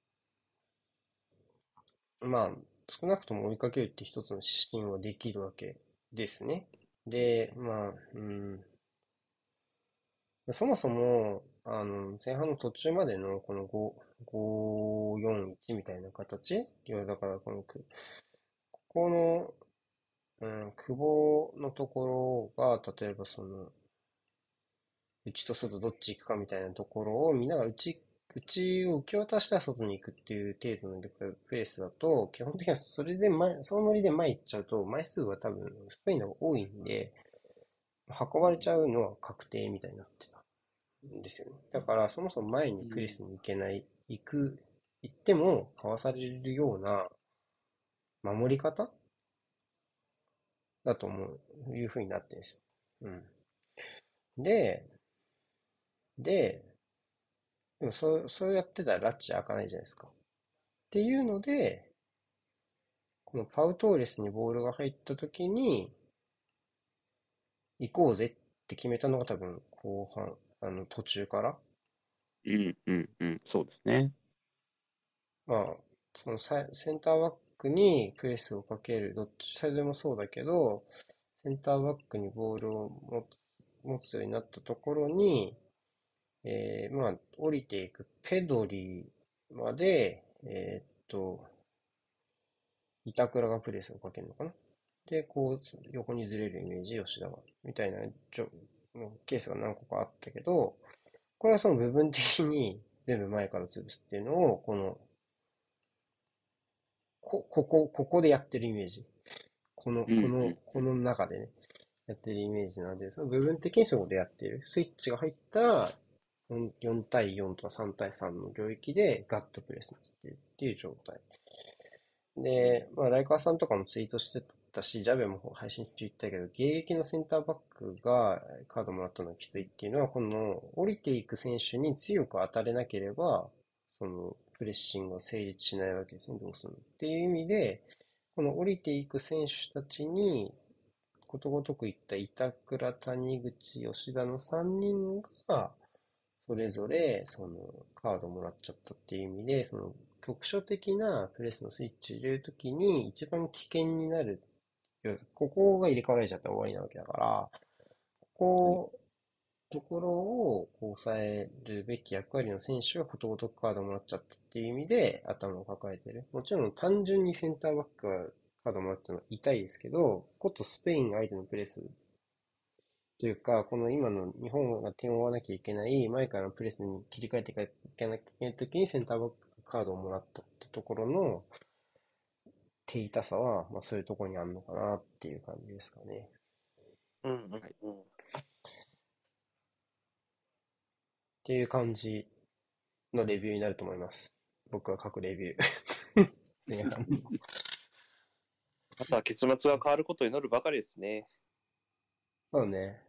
まあ、少なくとも追いかけるって一つの指針はできるわけですね。で、まあ、うん、そもそも、あの、前半の途中までのこのご、ご、よん、いちみたいな形要はだからこのく、ここの、うん、久保のところが、例えばその、内と外どっち行くかみたいなところを見ながら内、内を受け渡したら外に行くっていう程度のペースだと、基本的にはそれで前、そのノリで前行っちゃうと、枚数は多分スペインの方が多いんで、運ばれちゃうのは確定みたいになってたんですよね。だからそもそも前にクリスに行けない、行く、行ってもかわされるような守り方だと思う、いう風になってるんですよ。うん。で、で、でもそう、そうやってたらラッチ開かないじゃないですか。っていうので、このパウトーレスにボールが入った時に、 行こうぜって決めたのが多分後半、あの途中から、 うんうんうん、そうですね。 まあ、そのサイセンターバックにプレスをかける、どっちサイドでもそうだけど、センターバックにボールを持つ持つようになったところに、えーまあ、降りていくペドリまで、えーっと、板倉がプレスをかけるのかな。で、こう、横にずれるイメージ、吉田が、みたいなちょケースが何個かあったけど、これはその部分的に全部前から潰すっていうのを、この、こ、ここ、ここでやってるイメージ。この、 うんうこの、 んこの中でね、やってるイメージなんで、その部分的にそこでやってる。スイッチが入ったら、よん よん対よんとかさん対さんの領域でガッとプレスにしてるっていう状態。で、まあ、ライカーさんとかもツイートしてたし、ジャベも配信中言ったけど、現役のセンターバックがカードもらったのがきついっていうのは、この降りていく選手に強く当たれなければ、そのプレッシングが成立しないわけですね、どうするのっていう意味で、この降りていく選手たちに、ことごとく言った板倉、谷口、吉田のさんにんが、それぞれ、その、カードもらっちゃったっていう意味で、その、局所的なプレスのスイッチを入れるときに、一番危険になる、ここが入れ替わられちゃったら終わりなわけだから、ここ、ところを抑えるべき役割の選手がことごとくカードもらっちゃったっていう意味で頭を抱えてる。もちろん単純にセンターバックがカードもらったのは痛いですけど、ことスペイン相手のプレスというか、この今の日本が点を追わなきゃいけない前からのプレスに切り替えていかなきゃいけないときにセンターバックカードをもらったってところの手痛さは、まあそういうところにあるのかなっていう感じですかね。 うんうんはいうん。 っていう感じのレビューになると思います。僕が書くレビュー。前半の。 あとは結末が変わることを祈るばかりですね。 そうね。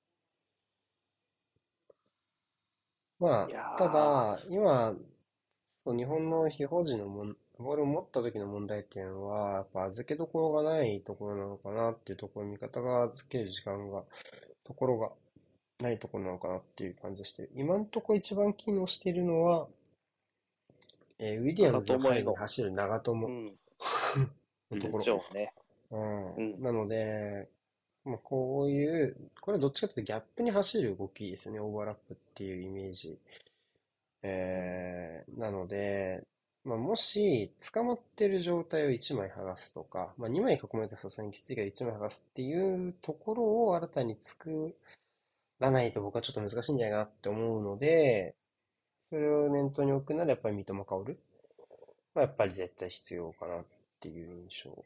まいやあ、たー、 だ、今、そう日本の非保持のもんボールを持った時の問題点は、やっぱ預けどころがないところなのかなっていうところ、味方が預ける時間が、ところがないところなのかなっていう感じがして、今のところ一番機能しているのは、えーウィリアム長ズの背友への、 後に走る長う友ん、でのところ。 しょうね。 ううん。 ん。なので、まあ、こういう、これどっちかというとギャップに走る動きですよね、オーバーラップっていうイメージ。えー、なので、まあ、もし、捕まってる状態をいちまい剥がすとか、まあ、にまい囲まれたらさすがにきついからいちまい剥がすっていうところを新たに作らないと僕はちょっと難しいんじゃないかなって思うので、それを念頭に置くならやっぱり三笘薫はやっぱり絶対必要かなっていう印象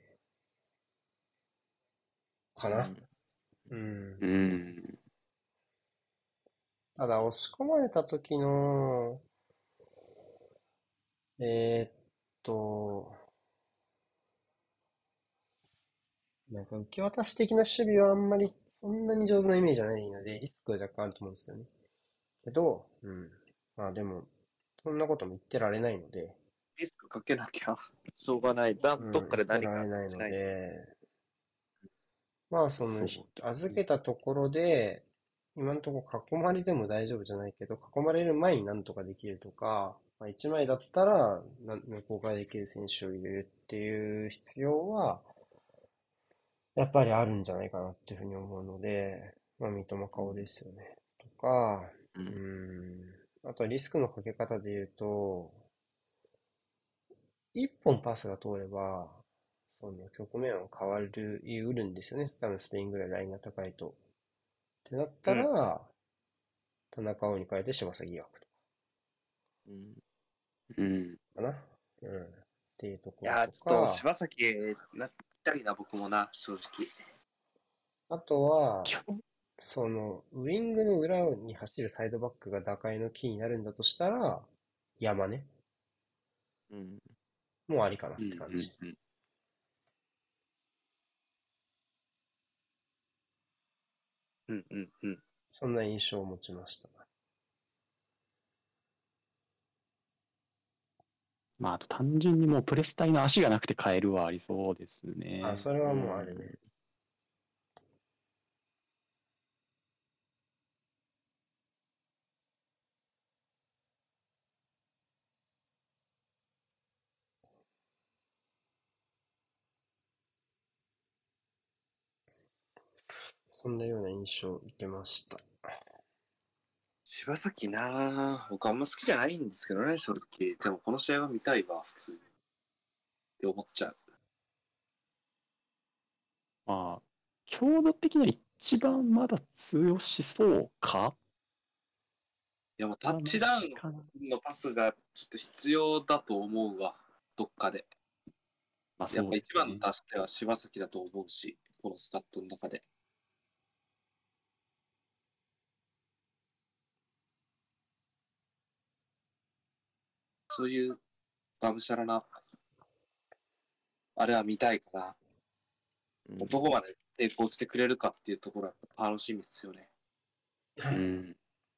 かな。 うん。 うん。 うん。 ただ、押し込まれた時の、えーっと、なんか受け渡し的な守備はあんまりそんなに上手なイメージじゃないので、リスクは若干あると思うんですよね。けど、うん。まあでも、そんなことも言ってられないので、 リスクかけなきゃしょうがない。なうん、 どっか言ってで何かられないのしないと。 で、まあその、 そうひですね。 預けたところで、今のところ囲まれても大丈夫じゃないけど、囲まれる前になんとかできるとか、まあ、いちまいだったら、な無効化できる選手を入れるっていう必要は、やっぱりあるんじゃないかなっていうふうに思うので、まあ、三笘薫ですよね。とか、うーうん。 ん、あとはリスクのかけ方で言うと、一本パスが通れば、その局面は変わる、言うるんですよね。多分スペインぐらいラインが高いと。ってなったうん。 ら、田中碧に変えて柴崎枠とうん。 うん。 かな。うん。っていうところいやー、 とちょっとか、 柴崎なりたいな、僕もな、正直。 あとは、 基本、 その、ウィングの裏に走るサイドバックが打開のキーになるんだとしたら、山根うん。 もうありかなっうんて感じ。 うんうん。 うんうんうん。 そんな印象を持ちました。 まあ、あと単純にもうプレス隊の足がなくて変えるはありそうですあ、 ね。 それはもうあうん。 るね。 そんなような印象を受けました。 柴崎なぁ。僕あんま好きじゃないんですけどね、正直。でもこの試合は見たいわ、普通に。って思っちゃう。 まあ、強度的には一番まだ通用しそうかいやもうタッチダウンのパスがちょっと必要だと思うわ、どっかで。 まあ、 やっぱそうですね。 一番の出し手は柴崎だと思うし、このスカットの中で。そういうがむしゃらな、あれは見たいかな。 うんどこまで抵抗してくれるかっていうところはやっぱ楽しみですよね。 うん。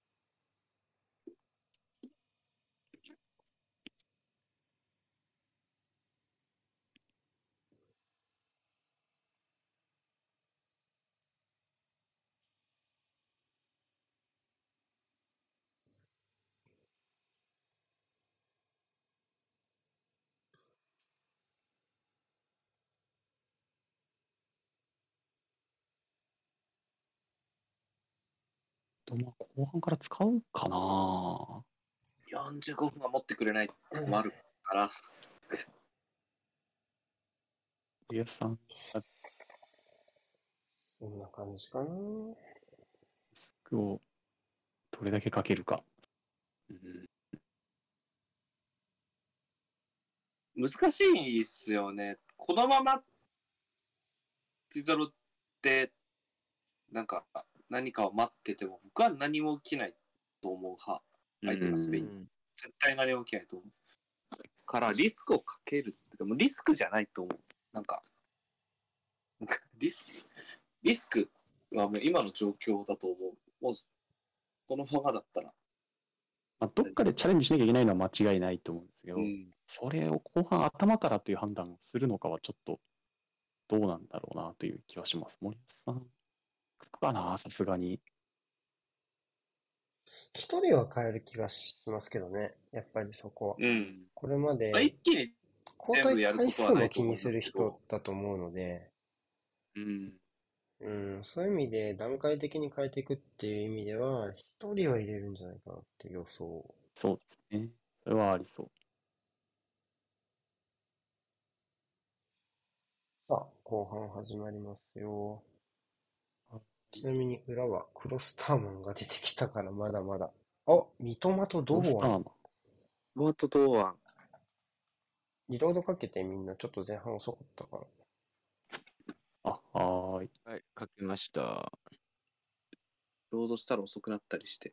とまあ、後半から使うかな。 よんじゅうごふんは持ってくれないと困るかな。 リアさんがそんな感じかな。 服をどれだけかけるか。うん、 難しいっすよね。このままティザロってなんか何かを待ってても僕は何も起きないと思う派。相手がスペイン。 うん絶対何も起きないと思う。からリスクをかけるっていうかもうリスクじゃないと思う。なんかなんかリスクリスクはもう今の状況だと思う。もうこのままだったら。 まあ、どっかでチャレンジしなきゃいけないのは間違いないと思うんですけど、 うん。 それを後半頭からという判断をするのかはちょっとどうなんだろうなという気はします。森保さん、かな、さすがに。 一人は変える気がしますけどね。やっぱりそこは。 うん。 これままあ、 で一気に交代全部やることはな回数もいと思いま気にするすけど。 人だと思うので、 うん。 うん、そういう意味で段階的に変えていくっていう意味では、一人は入れるんじゃないかなっていう予想。 そうですね。それはありそう。 さあ、後半始まりますよ。ちなみに裏はクロスターマンが出てきたからまだまだ。あ、三笘と堂安。 ロスターマン。 モアト堂安。 リロードかけてみんなちょっと前半遅かったから。 あ、はーい。 はい、かけました。 ロードしたら遅くなったりして。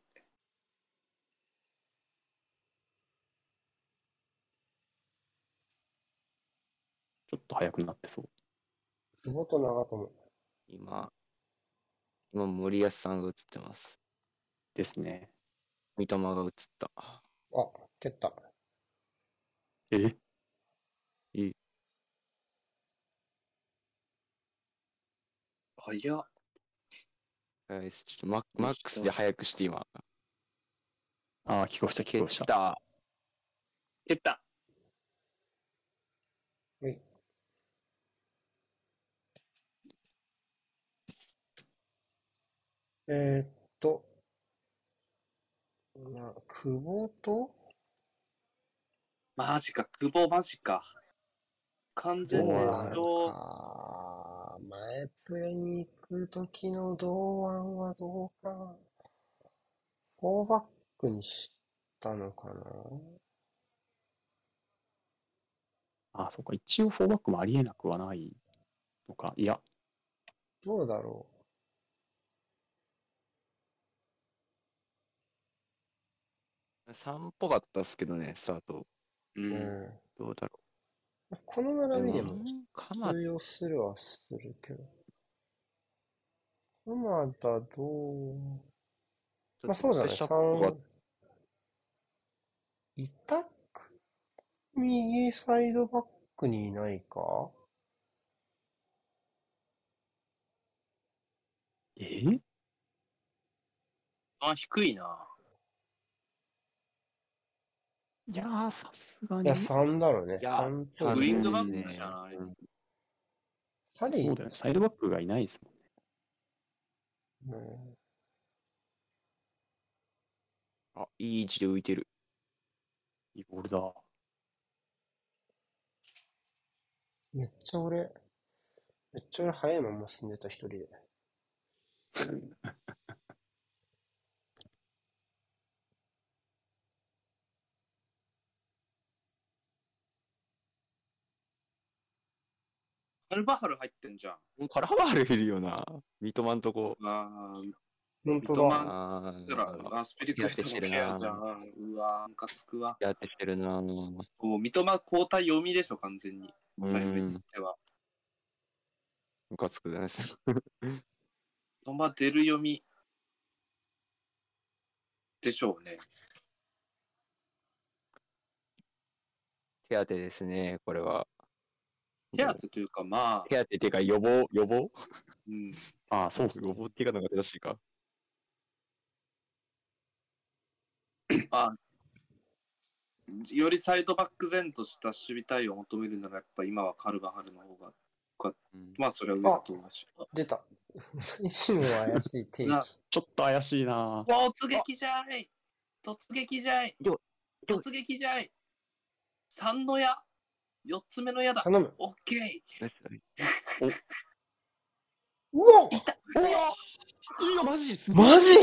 ちょっと早くなってそう。 久保と長友。 今、今森保さんが映ってます。 ですね。 三笘が映った。 あ、蹴った。 ええ、 早っ。 はい、ちょっとママックスで早くして今。 ああ、聞こえした、聞蹴っこえした。 た。 蹴った。 はい。えーっと、な、久保とマジか、久保マジか。完堂全燃安焼。 か。前プレに行く時の堂安はどうかな。フォーバックにしたのかな。 あ、そうか。一応フォーバックもありえなくはないのか。いや、 どうだろさんっぽかったっすけどね、スタート。 う。 う。うんん。 ん。 どうだろこのう。でも、 並びでもかま、 通用するはするけど。鎌田どうちょっとまあそうじゃない。 プレッシャーっぽかっさん、いたく右サイドバックにいないか。 えあ、低いな。 いやー、さすがいや、 に。 さんだろうね。 いや、 さんっぽいウと思う。 ィングバッさんですね。 クじゃない。 うんサリー、 そうだよね。サイドバックがいないですもんね。 うんあ、いい位置で浮いてる。 いいボールだ。 めっちゃ俺、めっちゃ俺早いまま進んでた一人で。 アルバハル入ってんじゃん。 カラーバールいるよな。三笘んとこ。 あー、 本当だ。 三笘あだから、 ー、 アスピリクエットのケアじゃん。うわー、ムカつくわ。 やってしてるな。 もう三笘交代読みでしょ、完全に。 う最後にん言っては。 ムカつくです。 三笘出る読みでしょうね。 手当てですね、これは。 手当てというか、まあ、 手当てっていうか予防予防うん。 ああ、そうっす予防っていうかのが正しいか。 あよりサイドバック前とした守備対応を求めるなら、やっぱ今はカルバハルの方が、 うんまあそれは上だと思うし。 出た。一部は怪しい定な期。 ちょっと怪しいな。 突撃じゃい突撃じゃいよ突撃じゃい三の矢四つ目の矢だ頼む。 オッケうわーいたいいよ、マジすげえ。 マジす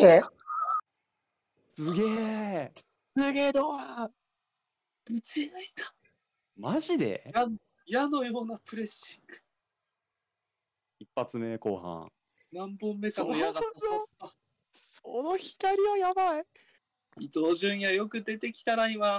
げえ。 すげえドアぶち抜いたマジで矢矢のようなプレッシング一発目後半。 何本目かの矢が刺さったその左はやばい。 伊東純也よく出てきたな今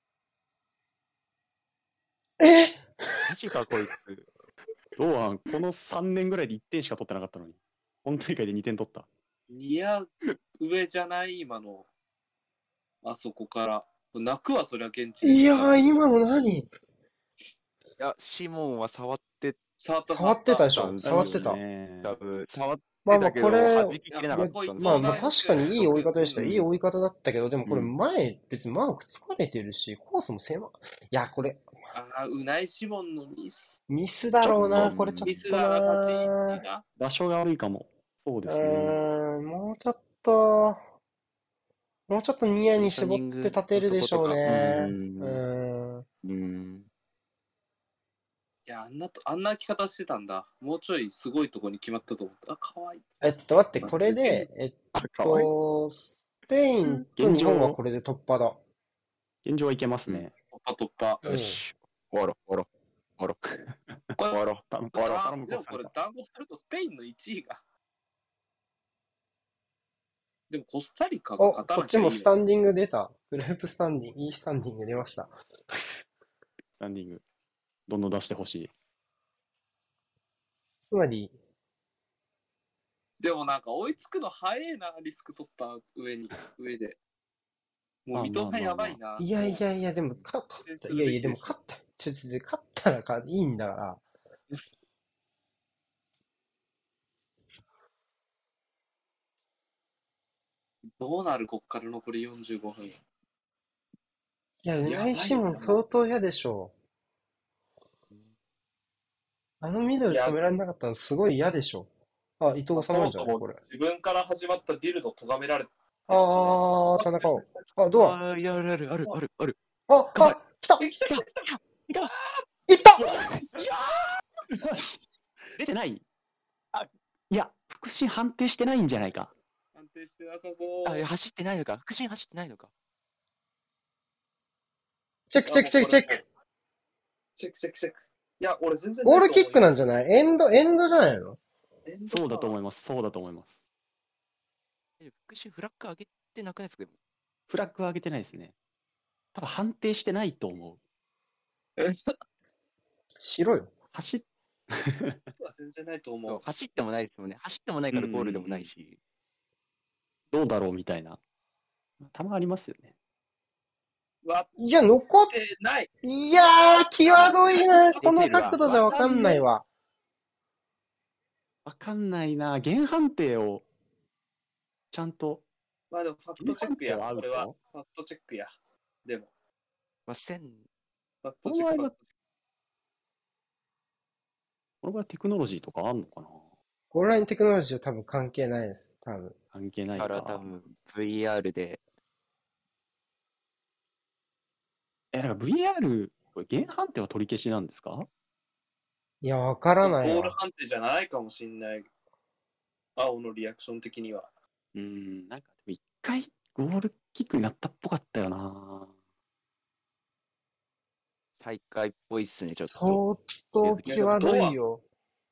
えマジかこいつ。 堂安、このさんねんぐらいでいってんしか取ってなかったのに。本大会でにてん取った。 いや上じゃない今のあそこから泣くはそりゃ現地いやー、今の何いや、シモンは触って触った触ってたでしょうん触ってた。 ねたぶん、触ってまあまあ、 たけど、 これ、 弾ききれなかったんですまあまあ、 うん確かにいい追い方でした。 うんいい追い方だったけど、でもこれうん前、別にマーク疲れてるし、コースも狭い。いや、これ、 ああ、うないシモンのミス。 ミスだろうな、 ちょっとこれちょっミスとだな、立ち位な置。が。 場所が悪いかも。そううですね。 ーん、もうちょっと、もうちょっとニアに絞って立てるでしょうね。 うんうーん。 うん。 いや、あんなと、あんな着方してたんだ。もうちょいすごいとこに決まったと思った。あ、かわいい。 えっと、待って、これで、えっあ、かわいい。 と、スペインと日本はこれで突破だ。 現状はいけますね。 突破突破。 うんよし。終わろう、終わろう、終わろう。 これ終わろう。 頼む、 だ頼む、 でもこれ団子するとスペインのいちいが。でもコスタリカがお、 勝たこっちなきゃいいよもスタンディング出た。グループスタンディング、いいスタンディング出ました。 スタンディング。どんどん出してほしい。 つまり、 でもなんか追いつくの早いな、リスク取った上に、上で。もう三笘やばいな。 いやいやいや、でも、か、勝った。いやいや、でも勝った。ちょ、ちょ、ちょ勝ったらか、いいんだから。 どうなるこっから残りよんじゅうごふん。 いや、うないやばいよシモン相当嫌でしょう。あのミドル止められなかったのすごい嫌でしょう。あ、伊藤さんなんじゃないこれ。 自分から始まったビルド咎められてあー、田中を。あ、ドア。 あー、いや、あるある、ある、ある、ある。 あ、 頑張あ、来たえ、来た来た来たいった出てないあ、いや、腹心判定してないんじゃないか。 安定してなさそう。 あ、いや走ってないのか。腹心走ってないのか。 チェックチェックチェックチェック。 チェックチェックチェック。いや、俺全然ゴールキックなんじじゃないエンド、エンドじゃないのそうだと思いまます。そうだと思います。 え腹心フラッグ上げてなくないですか、でも。 フラッグは上げてないですね。多分判定してないと思う。 す。 しろよ。 走っ、 全然ないと思う。 走ってもないですもんね。走ってもないからゴールでもないし。 どうだろうみたいな。たまありますよね。 割いや、残っ、 ってない。 いやー、際どいな。この角度じゃわかんないわ。 わかんないな。原判定をちゃんと。 まあでもファクトチェックや。 日本ってはアウトこれはファクトチェックや。でも、 まあ、線、 ファクトチェック。 この場合はこの場合テクノロジーとかあんのかな。 ゴールラインテクノロジーは多分関係ないです。 多分。 関係ないから多か。 分 ブイアール で、 え、なんか ブイアール、これ原判定は取り消しなんですか？ いや、わからゴないわ。 ール判定じゃないかもしんない。青のリアクション的には。 うーん、なんかでも一回ゴールキックになったっぽかったよな。 再開っぽいっすね、ちょっと。 相当いや際どでもいよ。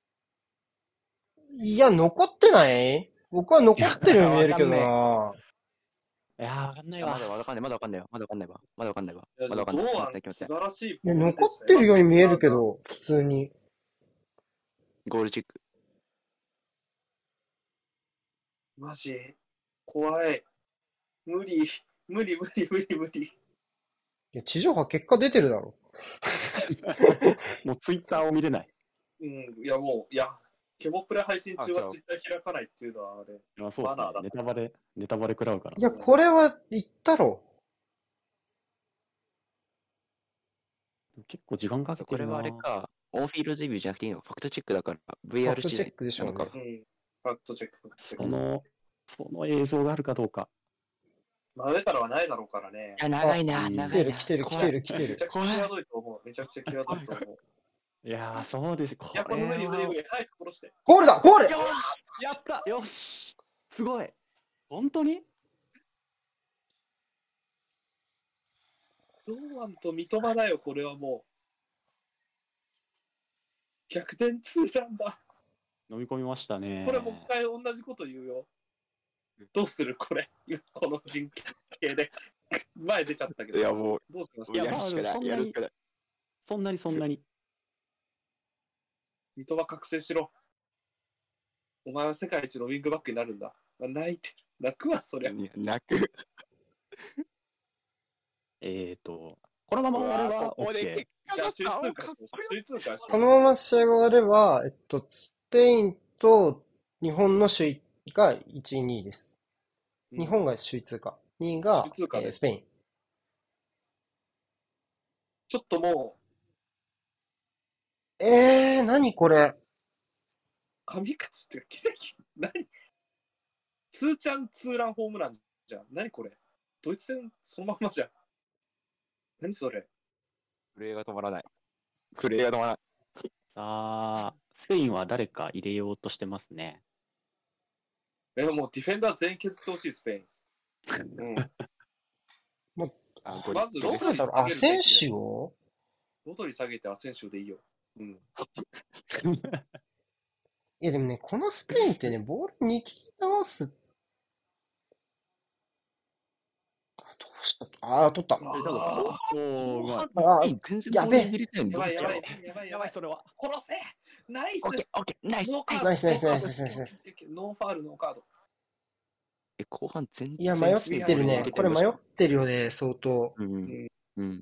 いや、残ってない僕は残ってるように見えるけどいやな。 いやー、わかんないあ、まだわ。 わかんない、まだわかんないわ。まだわかんないわ。まだわかんないわ。 いやまだわかんない。 堂決まってない、 安素決まってない。 晴らしいいや、 ボール残っでしたよてるように見えるけど、普通に。 ゴールチェック。 マジ怖い。無理。無理無理無理無理。 いや、地上波結果出てるだろ。 もうツイッターを見れない。 うん、いやもう、いや、ケモプレ配信中はあ違うツイッター開かないっていうのはあれ。 まあそうバナーだですね。ネタバレ、ネタバレ食らうから。 いや、これは言ったろ。 結構時間かけてるな。 これはあれか、オンフィールドデビューじゃなくていいの？ファクトチェックだから、 ファブイアークトチェッル次第クでしょうねなのか。 うん。ファクトチェック、ファクトチェック。 その、その映像があるかどうか。 真上からはないだろうからね。 いや、長いな、 うん来てる、 長いな。 来てる、来てる、来てるめち。ゃくちゃ際どいと思う。めちゃくちゃ際どいと思う。 いやー、そうです。こいや、この無理無理無れ理。早く殺して。 ゴールだゴールはやったよしすごい本当に堂安と三笘だよ、これはもう。逆転ツーランだ。 飲み込みましたね。 これもう一回同じこと言うよ。どうするこれ。この陣形で。前出ちゃったけど。 いや、もう、 どうしますいややるしかない、 まあそんなにやるしかない。 そんなにそんなに。 三笘覚醒しろ。お前は世界一のウィングバックになるんだ。泣いて。泣くわ、そりゃ。 いや泣く。 えーと、このまま終わればここで OK。 結果いや、 が首位通過かっこしました。首位通過しこのまま試合が終われば、えっと、スペインと日本の首位がいちい、にいです。日本が首位通過。にいが首位通過でえースペイン。 ちょっともう、 えー、何これ。 神勝つっていうか奇跡。何ツーチャンツーランホームランじゃん。何これドイツ戦そのまんまじゃん。何それプレーが止まらない。プレーが止まらない。 さあ、スペインは誰か入れようとしてますね。 え、もうディフェンダー全員削ってほしい、スペイン。うん。 あ、ゴリまずロドリなんだろう、アセンシオロドリ下げてアセンシオでいいよ。うん。 いやでもね、このスペインってね、ボール握り直す。あどうしたあー、取った。 あおー、うまい。 あー全然やべえボール握れてんのやばいやばいやばいやばいややばい、 ばい。 それは。 殺せナイスオッケー、オッケー、ナイス。 ノーカードナイスナイスナイスナイスナイスナイスノーファール、ノーカード。 え、後半全然。 いや、迷ってるね。これ迷ってるよね、相当。 うんうん。うん。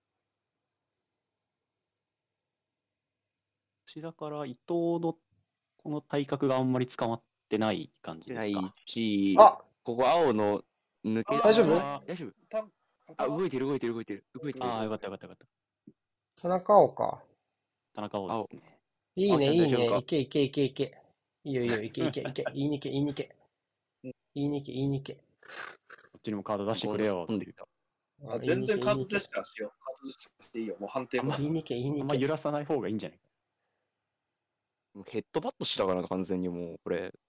私だから伊藤のこの体格があんまり捕まってない感じないですか。 し、 あここ青の抜け、 大丈夫あ大丈夫たあ、動いてる動いてる動いてる。動いてる。 あー、よかったよかったよかった。 田中碧か。 田中碧ですね。 いいね、 あちゃんいいね。 大丈夫かいけいけいけいけ。いいよいいよ、いけいけいけ。いいにけ、いいにけ。いいにけ、いいにけ。 こっちにもカード出してくれよっていう。 あ全然カードジェスチャーしよう。カードジェスチャーしていいよ。もう判定も。 いいにけ、いいあんまにけ。 揺らさない方がいいんじゃないか。 もうヘッドバットしたからな、完全にもう、これ。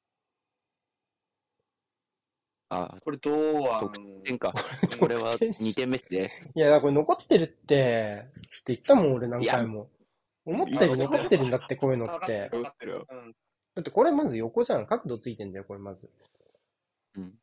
あ、 これ堂安。 得点か。これはにてんめっすね。 いや、だからこれ残ってるって、つって言ったもん、俺何回も。思ったより残ってるんだって、こういうのって。 分かってる。うん。 だってこれまず横じゃん。角度ついてんだよ、これまず。 うん。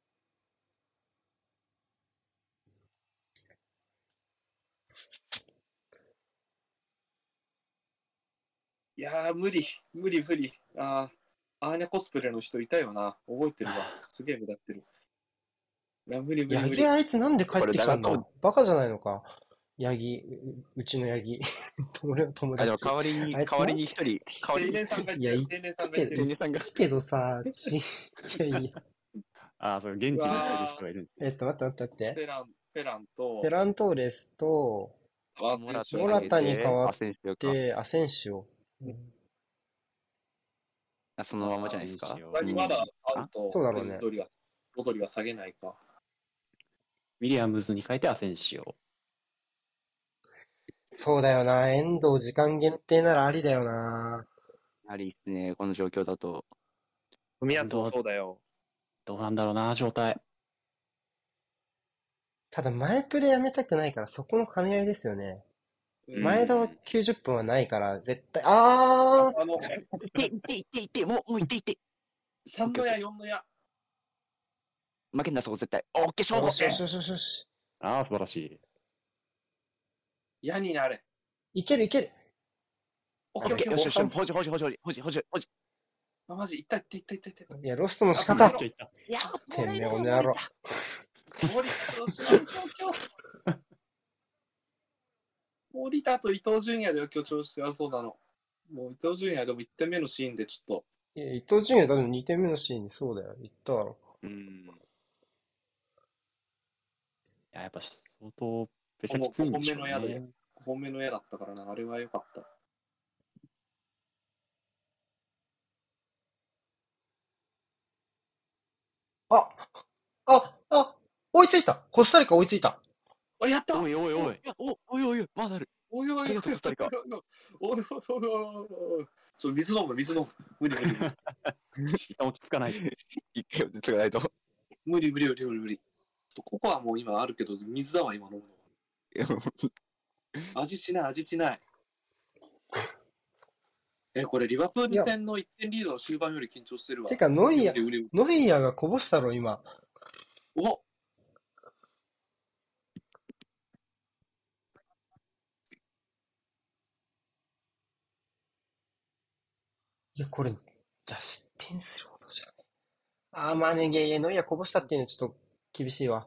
いやー、無理。無理無理。あー、アーニャコスプレの人いたよな。覚えてるわ。すげえ目立ってる。いや、無理無理ヤ無理。 ギあいつなんで帰ってきたんこれだバカじゃないのか。ヤギ、ううちのヤギ。俺の友あ、でも達。 代わりに、 あいつ代わりに一人、代わりに青年さんがいやい言ってる。青年さんが言ってる。 青年さんが。 けどさ、ち、いやいや、 ああ、そう、現地に行ってる人がいるんですね。 えっと、待って待って待って。 フェラン、フェランとフェ、ラントーレスと、 アモラセンシオモラタに変わっアセンシオか。 で、アセンシオ。うんあ、そのままじゃないですか。 アセンシオ他にまだアウト、 そうだろうねペドリが、ロドリが下げないか。 ウィリアムズに変えてアセンシオ。 そうだよな。遠藤時間限定ならありだよな。 ありですね、この状況だと。 冨安もそうだよ。 どうなんだろうな、状態。 ただ前プレやめたくないからそこの兼ね合いですよね。 うん前田はきゅうじゅっぷんはないから絶対、あーあの、 いって、いって、いって、もう、もういって、いって。 さんの矢、よんの矢。 負けんな、そこ絶対。オッケー、勝負よしよしよしよしよし。 ああ、素晴らしい。 矢になれ。 いけるいける。 オッケーオッケー。 よしよし、 後半ほじほじほじほじほじほじほじ。 あ、マジ、いったいったいったいったいった。 いや、ロストの仕あ方。 いったいや、 てめえ、この野郎。 森田と幸せそう今日。森田と伊東純也で今日調子良そうなの。もう伊東純也でもいってんめのシーンでちょっと。 いや、伊東純也だってにてんめのシーンにそうだよ。言っただろ。 うん。いや、やっぱ相当、べちゃきついんでしょうこのごほんめの矢でね。 ごほんめの矢だったからな。あれは良かった。 あああ追いついたコスタリカ追いついたあ、やったおいおいおい。 いや、お、おいおいおい、まだある。 おいおいおいおいありがとうコスタリカおいおいおいおいおい。ちょっと水飲む、水飲む。無理無理無理。 一旦落ち着かない。 一回つがないと。 無理無理無理無理無理。ちょっとココアもう今あるけど、水だわ、今飲むの。味しない、味しない。え、これリバプール戦のいってんリードの終盤より緊張してるわ。 てかノイア無理無理無理ノイアーがこぼしたろ今。 おいや、これ、いや、失点するほどじゃん。あー、まあね、いやいや、ノイアーこぼしたっていうのはちょっと厳しいわ。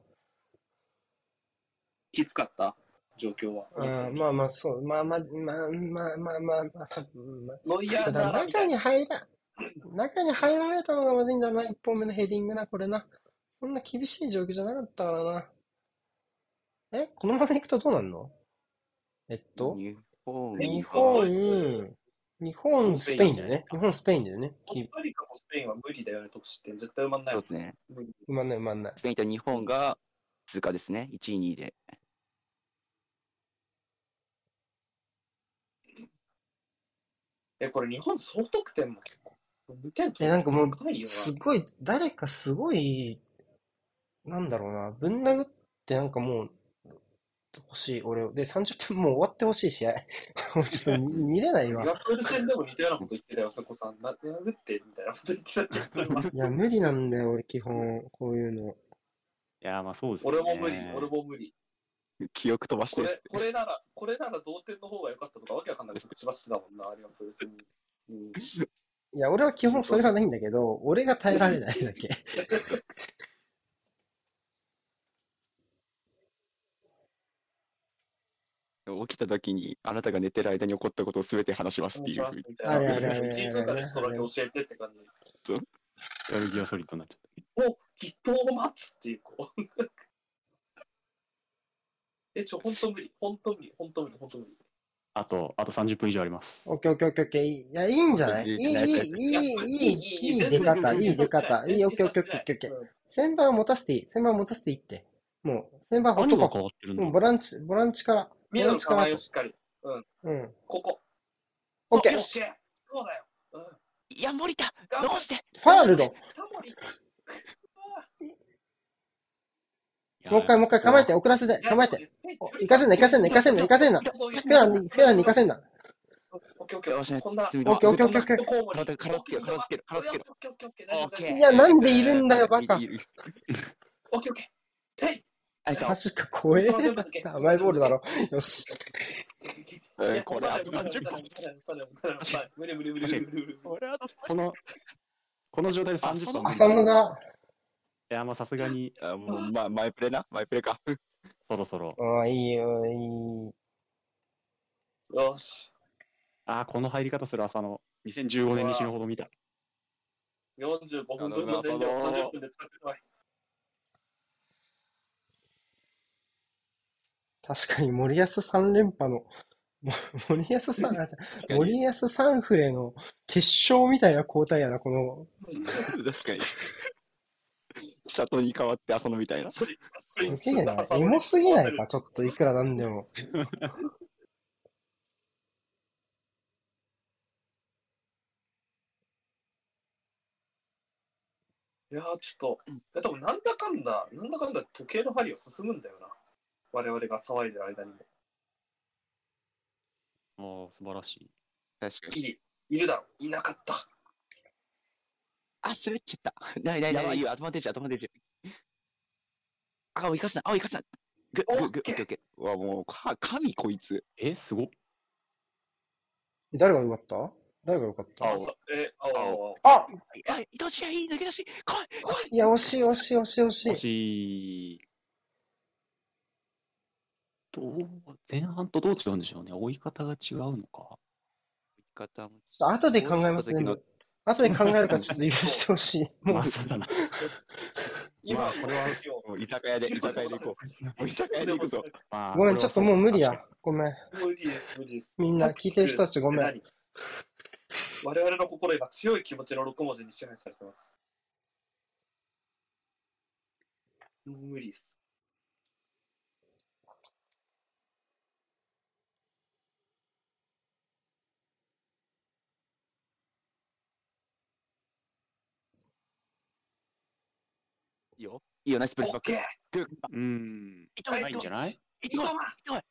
きつかった状況は。 うん、まあまあ、そう、まあまあ、まあまあまあまあ、まあ、まあ、 ノイヤーただ中ならみたいな。 に入ら、中に入られたのがまずいんだろうな、一本目のヘディングな、これな。そんな厳しい状況じゃなかったからな。え、このまま行くとどうなんの？えっと、 日本日か本、日本、スペインだよね。日本、スペインだよね。 コスタリカとスペインは無理だよね、得失点。絶対埋まんないもん。 そうですね。 無理埋まんない埋まんない。 スペインと日本が通過ですね。いちい、にいで。 え、これ日本総得点も結構。にてん取え、なんかもう高いよ、な。 すごい、誰かすごい、なんだろうな、ぶん殴ってなんかもう、欲しい、俺を。で、さんじゅっぷんもう終わってほしい試合。もうちょっと見見れないわ。 リバプール戦でも似たようなこと言ってたよ、そこさん。な殴ってみたいなこと言ってた気がするわ。 いや、無理なんだよ、俺基本、こういうの。 いや、まあそうですね。 俺も無理、俺も無理。 記憶飛ばしてるこれ、これなら、これなら同点の方が良かったとかわけわかんない口走ってたもんな、リバプール戦に。うんいや、俺は基本それはないんだけど、俺が耐えられないだけ。 起きた時にあなたが寝てる間に起こったことを全て話しますっていうふうに。 あれあれあれいちにちかリストだけ教えてって感じ。 ヤルギアソリッドになっちゃった。 お、筆頭を待つっていう、こう。え、ちょ、ほんと無理。ほんと無理。ほんと無理。ほんと無理。 あと、あとさんじゅっぷん以上あります。 オッケーオッケーオッケーオッケー。いや、いいんじゃないいい、いい、いい、いい、いい出方、いい出方。いい、オッケーオッケーオッケーオッケー。先番を持たせていい。先番を持たせていいって。もう、先番ほっと何がこう。 変わってるんだもうボランチ、ボランチから。ボ見るのランチからと構えを。しっかり。うん。 うん。 ここ。 オッケー。 オッケー。そうだよ。うん。 いや、森田どうしてファールド。 タモリ。 もう一回、もう一回構えて、遅らせて、構えて。行かせんな、行かせんな、行かせんな、行かせんな。フェランに、フェランに行かせんな。 オッケーオッケー。 よしねこんな。 罪オッケーオッケーオッケーオッケー。 体体つける体つける体つけるオッケーオッケーオッケー。大丈夫大丈夫いや、なんでいるんだよ、バカ。 いるいるオッケーオッケー。せい。 あいた確か怖え。甘いボールだろ。よし。 えーこれあとさんじゅっぷん無理無理無理無理無理無理。 これあとこの、この状態でさんじゅっぷん。 浅野が、 いや、まあさすがに、 あもう、ま、マイプレなマイプレか。 そろそろ。 ああ、いいよ、いい。 よし。 ああ、この入り方する浅野。にせんじゅうごねんに死ぬほど見た。 よんじゅうごふん分の電量をさんじゅっぷんで使ってください。 確かに森保さん連覇の森保さん、あ、じゃ確かに。 森保サンフレの決勝みたいな交代やな、この。 確かに。里に代わって浅野みたいな。 それ、それすに積んだげえな。 挟まれエモすぎないる。 か、ちょっといくらなんでも。 いやー、ちょっと、いや多分なんだかんだ、なんだかんだ時計の針は進むんだよな。我々が騒いでる間にも。 ああ、素晴らしい。 確かに。 いる、いるだろ。いなかった。 あ、滑っちゃった。ないないないない、いいよ、アドバンテージ、アドバンテージ。あ、生かすな、あ、生かすな。ぐ、ぐ、ぐ、オッケーオッケー。うわ、もう、か、神こいつ。 え、すごっ。 誰が良かった誰が良かったあ、さえ、あ青あ、 あいや、糸地がいい、抜け出し。来い、来い。 いや、惜しい惜しい惜しい惜し惜い。 しい。どう、前半とどう違うんでしょうね。追い方が違うのか。 方も。 ちょっと後で考えますね。もう後で考えるからちょっと許してほしい。もう、 まさかな。 今、 まあ、これは、もう居酒屋で、居酒屋で行こう。もう居酒屋で行くぞ。 まあ、 ごめん、 これはちょっともう無理や確か。 ごめん。 無理です、無理です。 みんな聞いてる人たちごめんタクティクスって何。我々の心が強い気持ちのろく文字に支配されてます。もう無理です。 いいよ。いいよ、ナイスプレスバック。 オッケー。 グうーん。 糸前ないんじゃない糸前三笘糸前よ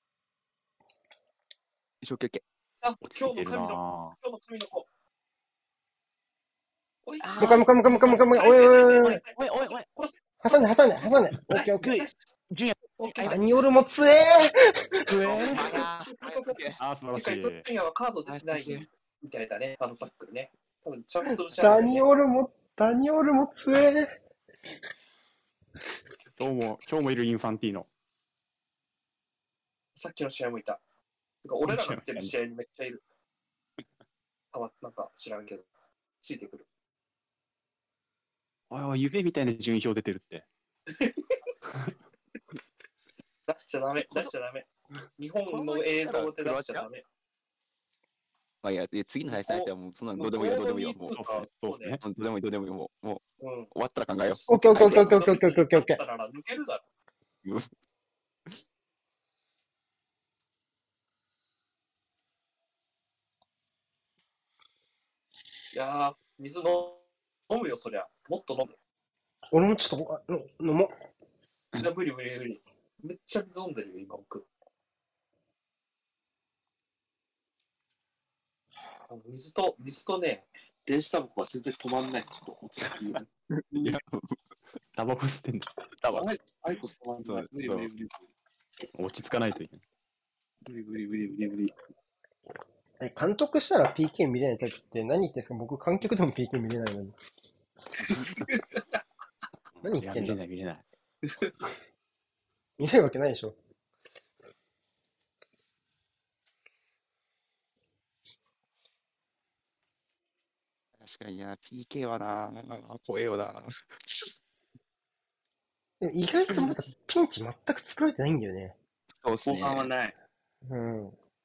し、オッケーオッケさ落ち着いてる今日の神の、 な今日の神の子。おい、 あもかもかもかもかもかもか、おいおいおいおい。 ー。おいおいおいおい。 殺す。 挟んで挟んで挟んで。オッケーオッケー。 グイ、ジュニア。 オッケー。 ダニオルも強えうえあーらー。オッケーあー、素てか、 晴らしい。 ジュニアはカードできないみたいだね、あのタックルね。多分、ちゃんと潰し合ダうんだよねニオルも、ダニオルも強え今日も、今日もいるインファンティーノ。 さっきの試合もいた。てか俺らが見てる試合にめっちゃいる。たま、なんか知らんけど。ついてくる。 おいおい、夢みたいな順位表出てるって。 出しちゃダメ、出しちゃダメ。日本の映像で出しちゃダメ。 まあいや、いや次の対戦相手はもうそんなのどうでもいいよ、どうでもいいよ。もう、 そうそうですね。 うんどうでもいい、どうでもいいよ。もう、もううん。 終わったら考えよオッケーオッケーオッケーオッケーオッケーオッケーオッケーオッケー。 だから抜けるだろ。 う。 いやー、水飲飲むよ、そりゃ。もっと飲む。 俺もちょっと、あの飲もう。 いや、無理無理無理。めっちゃ水飲んでるよ、今僕。あの水と、水とね、電子タバコは全然止まんないです。ちょっと落ち着き。 いや、 タバコ吸ってんだ。 多分アイアイコス止まんない。無理無理無理落ち着かないといけない。 無理無理無理無理無理。 え、監督したら ピーケー 見れないタイプって何言ってんすか？僕観客でも ピーケー 見れないのに。何言ってんだいや、見れない、見れない。 見れるわけないでしょ。 確かにな、ピーケー はな、怖えよな。 でも意外とまだピンチ全く作られてないんだよね。 そうっす後半はね。 ない。 うん。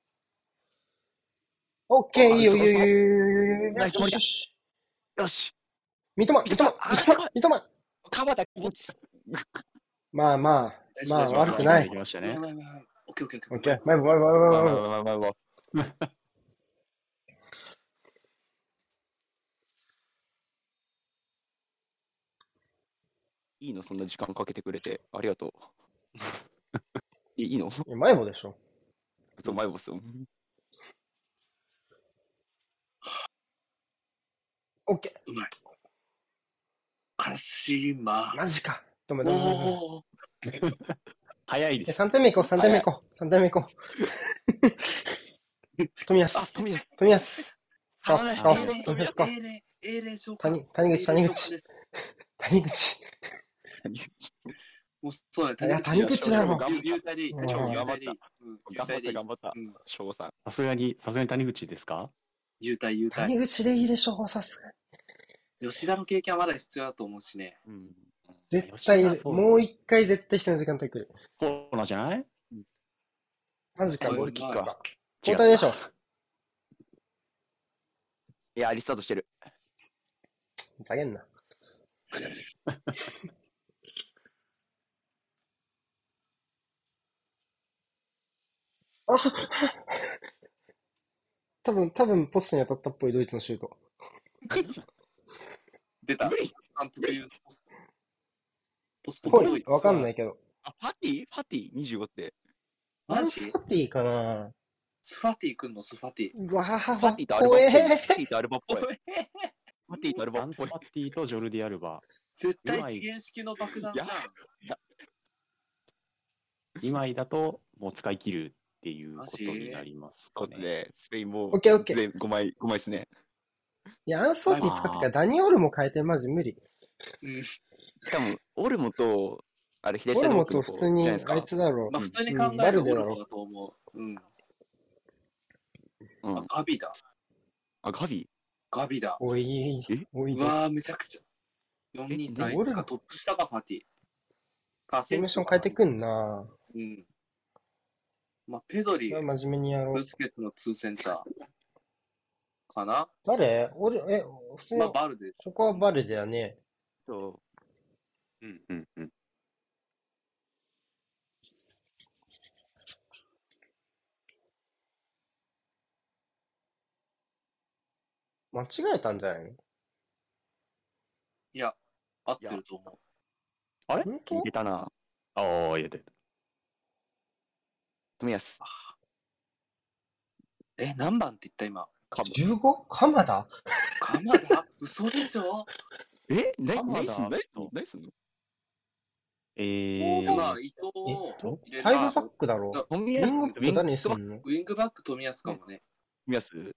オッケー、いいよいいよいいよいいよいいよいいよ。 ナイス森田よし。 よし、 三笘、三笘、 あ三笘、三笘。 鎌田気持ち。 まあまあ、まあ悪くない行き。ましたね。 やばいやばいやばい。オッケーオッケーオッケー、前も前も前も前も前も。 まあまあまあまあ。いいの、そんな時間かけてくれて。ありがとう。いいいのいや前もでしょ。 そう、前ボス。 オッケうまい。鹿島ー。。マジか。止め止め止め。 おー。 え、 早いです。 さんてんめいこう、さんてんめいこう。さんてんめいこう。富安。 あ、富安。 富安。使おう、 あ使おうあ。 富安使おう。 英霊、英霊召喚。 谷、谷口、谷英霊召喚口で。す谷口。 もうそうね、 いや谷口だろゆゆうたり、 うん谷口頑張ったゆうたりうんゆう頑張った、 たり頑張ったう。ん翔さん。 さすがに、さすがに谷口ですか？ ゆうたい、ゆうたい。 谷口でいいでしょう、さすがに。 吉田の経験はまだ必要だと思うしね。 うん。 絶対いる。 吉田そうもう一回絶対必要な時間帯来る。 コーナーじゃない？ マジか、 はいゴールキックはか。 違う交代でしょ。 いや、リスタートしてる。 下げんな。あ多分、多分ポストに当たったっぽいドイツのシュート。 出た。 無理。 監督言うポスト。ポストぽボーイい。わかんないけど。 あ、ファティファティ にじゅうご って。 マジアンスファティかな。 スファティ来んのスファティ。 うわぁ、 ファティとアルバ怖っぽい。フえァティとアルバっぽい。 おいファティとアルバっぽいアンスパ。ッティとジョルディ・アルバ。 絶対次元式の爆弾じゃん。 にまいだともう使い切るっていうことになりますそかね。 うですね。スペインもオッケーオッケー。 全ごまい、ごまいですね。 いや、アンスファティ使ってからダニオルも変えてマジ無理。 うん。 しかも、オルモと、あれ、左オルモとサイドバックの子普通にあじゃないですか。 いつだろまあ普通に考うんえるオバルデだろルモだと思う。うん。 うんあ、ガビだ。 あ、ガビガビだ。 う。おいえ、 おいうわー、めちゃくちゃ。よんにさんえオルモかトップ下がファティ。か、 フォーメーション変えてくんなうん。まあ、ペドリ、 真面目にやろうブ。スケツのツーセンターかな。 誰俺、え、普通にまあ、、バルデ。 そこはバルデだね。 そうんうんうん。 間違えたんじゃないのいや、合ってると思う。 あれ本う。入当れたな。 ああ、入れてる。 冨安。 え、何番って言った今。 カブ。 じゅうご? 鎌田鎌田嘘でしょえな鎌田何すんの何すんそうの何すんのえいや、 ー、 まあ、伊藤をと入れるファイブバックだろあ冨ウィングバック誰にすウィンんのウィングバック冨安かもね。 冨安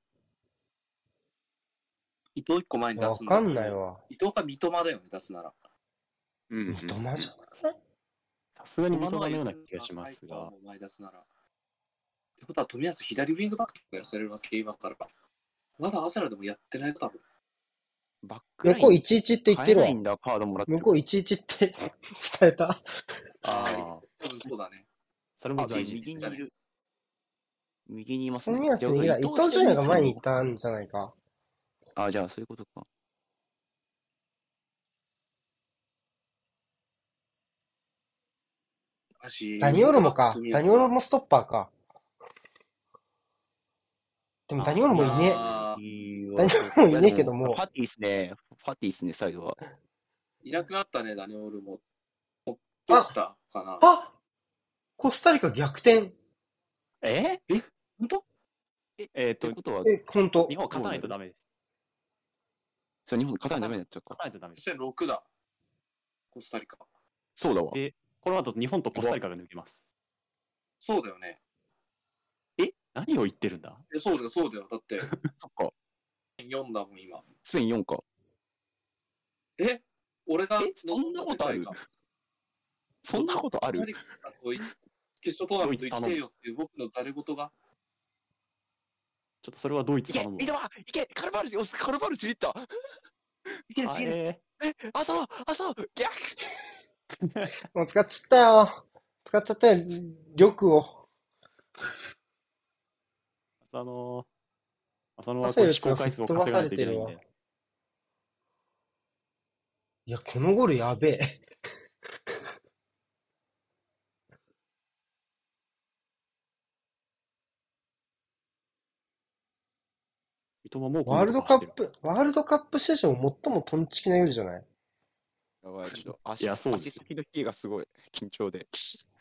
伊藤一個前に出わすんだけどかんない。わ。 伊藤か三笘だよね、出すなら。 うんうん三笘じゃないさすがに三今のは笘のような気がしますが、 お前出すなら。ってことは、冨安左ウィングバックとかやらせるわけ、今から。まだアセラでもやってないと多分。 バックライン向こういちいちって言ってるわ変えない。んだ、カードもらってる。 向こういちいちって伝えた。 ああ、 多分そうだね。 あ、 それも大事。 右にいる。右にいますね。 冨安にいた。伊藤純也が前にいたんじゃないか。 あ、じゃあそういうことか。 マジダニオルモか。ダニオルモ。 モストッパーか。でもダニオルモいねえ。 あーいいダニオルモいねえけどもフ。ァティっすね。ファティっすね、サイドは。 いなくなったね、ダニオルモ。ほっとしたかな。 あコスタリカ逆転。 え本当えっとって、ことは、 え、ほんと日。本勝たないとダメです。 そう日本勝たないとダメになっちゃうか。 勝たないとダメです。 そしてろくだ。コスタリカ。 そうだわ。 で、この後日本とコスタリカが抜けます。 そうだよね。 何を言ってるんだえそうだよ、そうだよ。だって、 そっか。 よんだもん、今。 スペインよんか。 え俺がえそんなことある望んだ世界がそんなことあるコスタリカと決勝トーナメント行きてえよっていう僕のざれ言が。 ちょっとそれはドイいけ、 ツ頼むいけばいけカルバルチ、おカルバルチいったいけるあれえ、朝の朝の逆もう使っちゃったよ。使っちゃったよ。力を。 あのー、そのはアフェルツは試行回数を吹っ飛ばさ稼がないれてるわといけないんで。 いや、このゴールやべえ。 三笘もうこんワールドなことしてるカップ、ワールドカップ史上最もトンチキな夜じゃないやばい、ちょっと足いやそうです足先の冷えがすごい緊張で。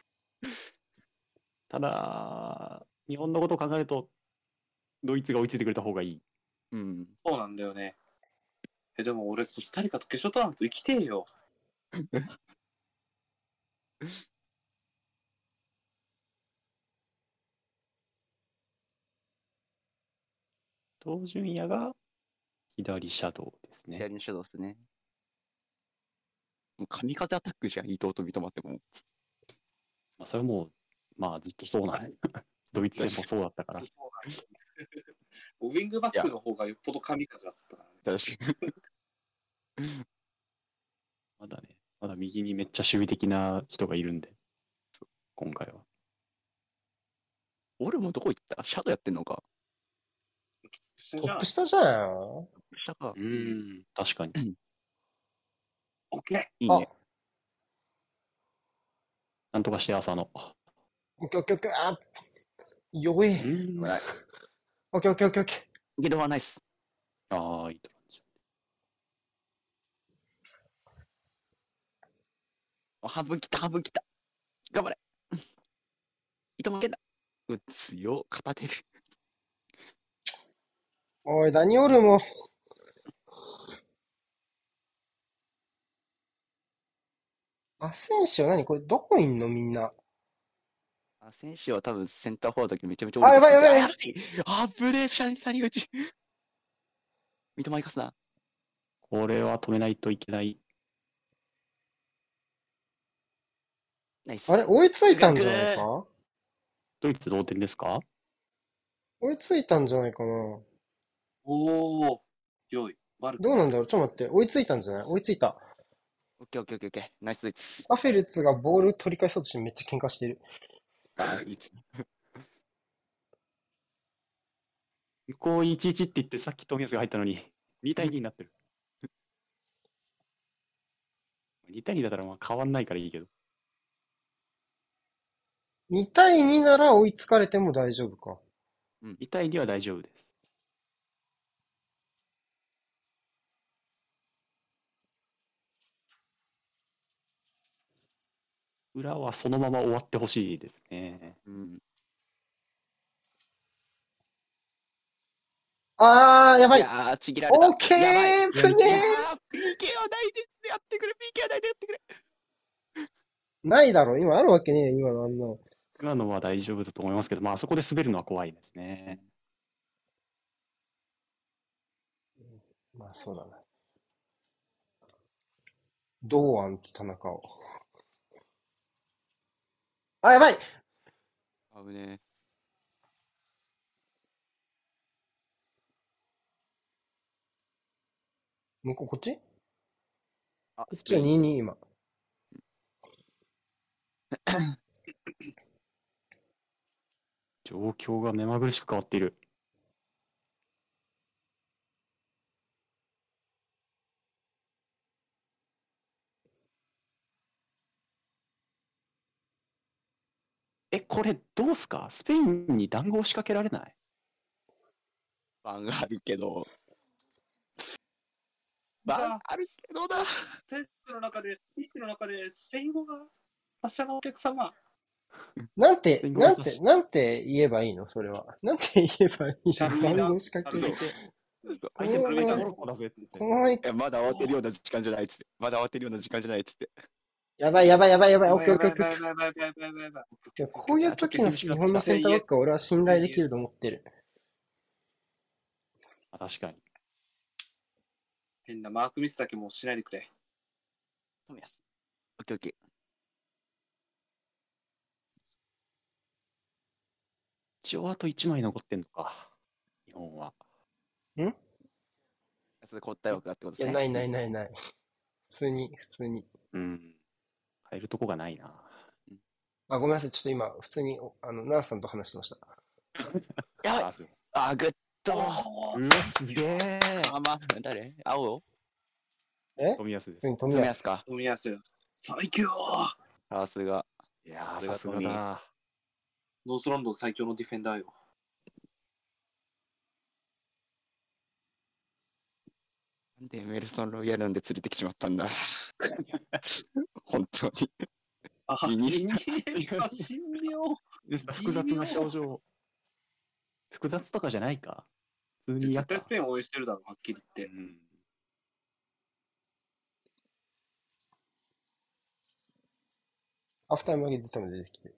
ただ、日本のことを考えると、ドイツが追いついてくれた方がいい。 うん。 そうなんだよね。え、でも俺、コスタリカと決勝トーナメント行きてえよ。 東純也が左シャドウですね。 左のシャドウですね。もう神風アタックじゃん、伊藤と三笘ってもう。 まあ、それはもう、まあずっとそうなんドイツ戦もそうだったから。 そうなんだよねウィングバックの方がよっぽど神風だったからね。 確かに。 まだね、まだ右にめっちゃ守備的な人がいるんで、今回は。 俺もどこ行ったシャドウやってんのか。 下じゃんトップ。下じゃん。 下かう。ーん、確かに。 オッケー。 あ、 いいね。 なんとかして朝の。 オッケーオッケーオッケー。あ、弱うえ。 ーん。 はい。 オッケーオッケーオッケーオッケー。 ゲドはナイス。 ああ、いいと感じ。 あ半分切った、半分切った。頑張れ。糸負けんな。う強っ、片手で。 おい、ダニオルも。アセンシオ何これ、どこいんのみんな。 あ、選手は多分センターフォワードだけめちゃめちゃあ、や降りてきてて。あ、 ばいやばいやばい。 やばい。あぶねえ、シャニ谷口。三笘行かすな。 これは止めないといけない。 ナイス。 あれ、追いついたんじゃぐぐーないかドイツ同点ですか？ 追いついたんじゃないかな。 おお。良い。悪くない。 どうなんだろうちょっと待って。追いついたんじゃない追いついた。 オッケーオッケーオッケーオッケー。ナイスドイツ。 アフェルツがボール取り返そうとしてめっちゃ喧嘩してる。 あ、いいっす。 向こういちいちって言ってさっき冨安が入ったのにに対にになってる。に対にだったらまあ変わんないからいいけど。 に対になら追いつかれても大丈夫か。 に対には大丈夫です。裏はそのまま終わってほしいですね。 うん。 あー、やばい。 いやー、ちぎられた。 オーケやばい。 ープネいやー、ピーケー はないですやってくれ、ピーケー はないでやってくれ。 ーないだろ。今あるわけねえよ、今のあんな。 今のは大丈夫だと思いますけど、まああそこで滑るのは怖いですね。 まあそうだな。堂安と田中を。あ、やばい危ね向こうこっちえ。あ、 こっちはスペイン。 にに今。 状況が目まぐるしく変わっている。え、これどうすか？スペインに談合仕掛けられない？ バンあるけど。バンあるけどな。 テントの中で、ピッチの中で、スペイン語が達者なお客様。 なんて、 スペイン語がなんて、なんて言えばいいのそれは。なんて言えばいいシャルイの談合ダー仕掛ける。 相手プレイこのモロッコだぜって。 このままいいや、まだ慌てるような時間じゃないっつって。まだ慌てるような時間じゃないっつって。 やばいやばいやばいやばい。 やオッケーオッケーオッケー。 ばいやばいやばいやばいやばいやばいやばい。 いやこういう時の日本のセンターバックは俺は信頼できると思ってる。 あ、確かに。 変なマークミスだけもうしないでくれ。 トミヤス。オッケーオッケー。 一応あといちまい残ってんのか。日本は。 んいそれ交代枠がってことですや、 ね。 ないないないない。普通に、普通に。 うん。変えるとこがないな。 あ、ごめんなさい。ちょっと今、普通に、おあの、ナースさんと話してました。 やばい。 あ、すあー、グッド。 うわ、すげえ。 あ、まあ、誰青え冨安です。 普通に富安トミヤスか。 富安。最強。 さすが。 いやー、 それがさすがだ。 ノースロンドン最強のディフェンダーよ。 なんでエメルソン・ロイヤルなんで連れてきちまったんだ。本当に。 あ、 イニイニスタエスタ神妙。 複雑な表情。複雑とかじゃないか。普通にやった絶対スペインを応援してるだろう、はっきり言って。 うん。 アフターマゲ出たの出てきて。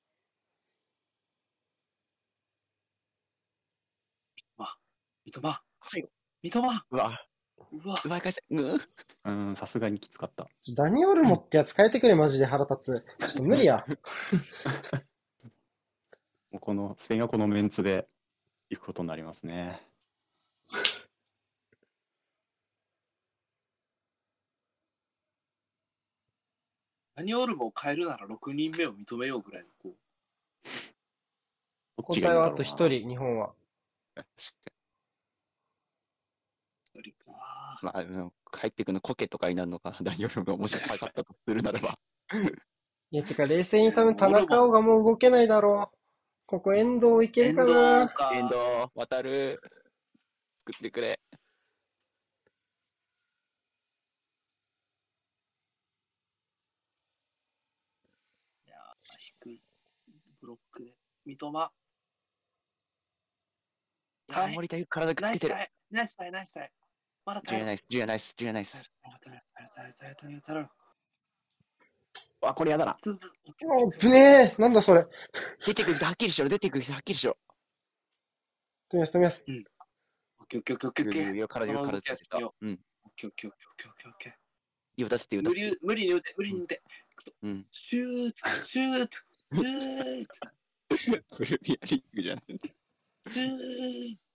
三笘。 はい。 三笘。 うわ、 うわ。 奪い返せ。うん。 うん、さすがにきつかった。 ダニオルモってやつ変えてくれ、マジで腹立つ。ちょっと無理や。 もうこの、スペインはこのメンツで行くことになりますね。 ダニオルモを変えるならろくにんめを認めようぐらいのこう。 どっちがいいんだろうな。 交代はあと一人、日本は。 確か一人か。 まあ、うん入ってくのコケとかになるのかな、ダニエルがもし下がったとするならば。 いや、てか冷静に多分田えー俺も中碧がもう動けないだろう。ここ遠藤いける遠藤かな。 か。 遠藤、渡る、作ってくれ。 いやー、低い。ブロックで。三笘。 いやー、森田優体くっつけてる。 ナイスタイ、ナイスタイ、ナイスタイ。まだ耐える。 ジュニアナイス、ジュニアナイス、ジュニアナイス。 耐える、耐える、耐える、耐える、耐える、耐える、耐える。 あ、これやだな。 おぶねえ、なんだそれ。 出てくる人はっきりしろ、出てくる人はっきりしろ。 とりあえず、とりあえず。 オッケーオッケーオッケーオッケーオッケー。 いや、体、 その動体つけてた。 きはしようん。 う。オッケーオッケーオッケーオッケーオッケー。 いいよ、出せてよ、出せてよ。 無理無理に打て、無理に打て。 うん。 シュート、シュート、シュート、 プレミアリーグじゃん。 シュート。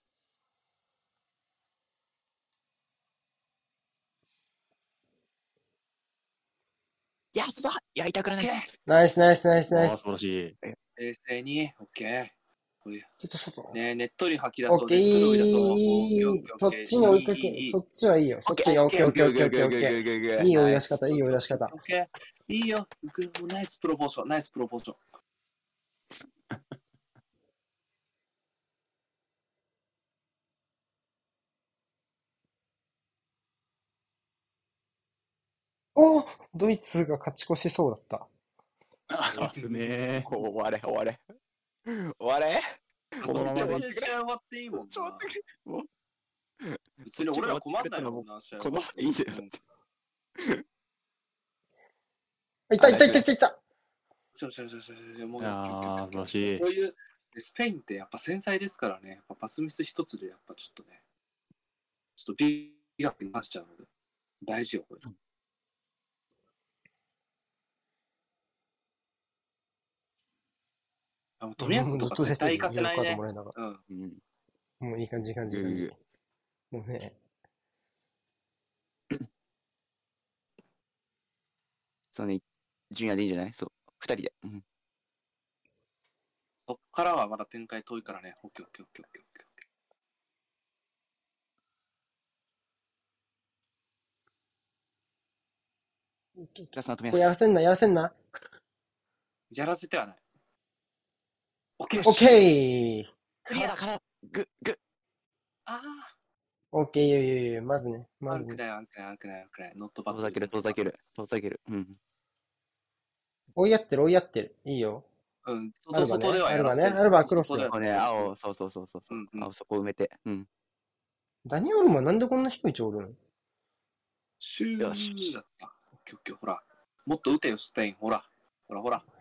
いや、そうだやりたくない。 ナイスナイスナイスナイス。 ああ、素晴らしい。 冷静に、オッケー。ほいちょっと外。 ねえ、ねっとり吐き出そう、 オッケー、 ねっとり追い出そう。 いい、いい、いい。そっちに追いかける。そっちはいいよ。そっち、オッケー、オッケー、オッケー、オッケー、オッケー。いい追い出し方、いい追い出し方。 オッケー。いいよ。グーナイスプロポーション、ナイスプロポーション。 おードイツが勝ち越しそうだった。 あるね。 終われ、終われ。終われ。 このままでい全然試合終わっていいもんなちょっ。と待ってくれ。もう、 別に俺ら困んないもんな、試合このままでいいんだよ。 いたいたいたいたいた。 そうそうそうそう。もう、 ああ、素晴らしいこう。いう、スペインってやっぱ繊細ですからね。やっぱパスミス一つでやっぱちょっとね、ちょっと美学になっちゃうので、大事よ、これ。あの冨安とか絶対行かせないね。うん。 うん。 もういい感じ、いい感じ、いい感じ。もうね。 そうね、ジュニアでいいんじゃないそう。二人で。うん。 そっからはまだ展開遠いからね。オッケーオッケーオッケーオッケーオッケー。 ラスナこれやらせんな、やらせんな。 やらせてはない。オッケー。 オッケー。 クリア。 体、体、グ、グ。 あオッケー、いいよいいよいいよ。まずね、 あ。 まずね。 アンクだよ、アンクだよ、アンクだよ、アンクだよ。ノットバット。 遠ざける、遠ざける、遠ざける。うん。 追いやってる、追いやってる。いいよ。 うん。 アルバね外ではアルバねやらせる。 アルバクロス外ではこれ、青、そうそうそうそう。 うんうん青、そこ埋めて。うん。 ダニオルマなんでこんな低い位置おるの？ シュよしーだった。オッケーオッケー、ほら。もっと打てよ、スペイン。ほら。ほらほら。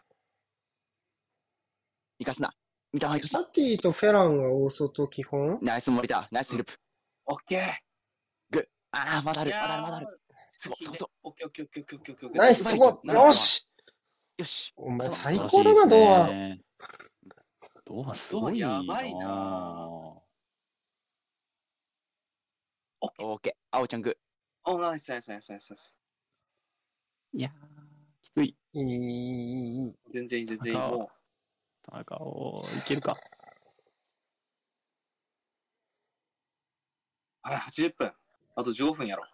行かすな。見たま行かすな。 サティとフェランは大外基本？ ナイス森田、ナイスヘルプ。 オッケー。 グ。ああ、まだある、 いやーまだある、まだある。そうそうそう。 オッケーオッケーオッケーオッケーオッケーオッケー。 ナイス、そこナイスよしよし。 お前そう最高だな、堂安。 安。堂安すごいな。 堂安やばいなオーケー。青ちゃんグ。 お、ナイスナイスナイスナイスナイス。 いやー、きつい。 いい、いい、いい、いい。 全然いい、全然いい。も田中をいけるか。 う、はい、はちじゅっぷん。あとじゅうごふんやろ。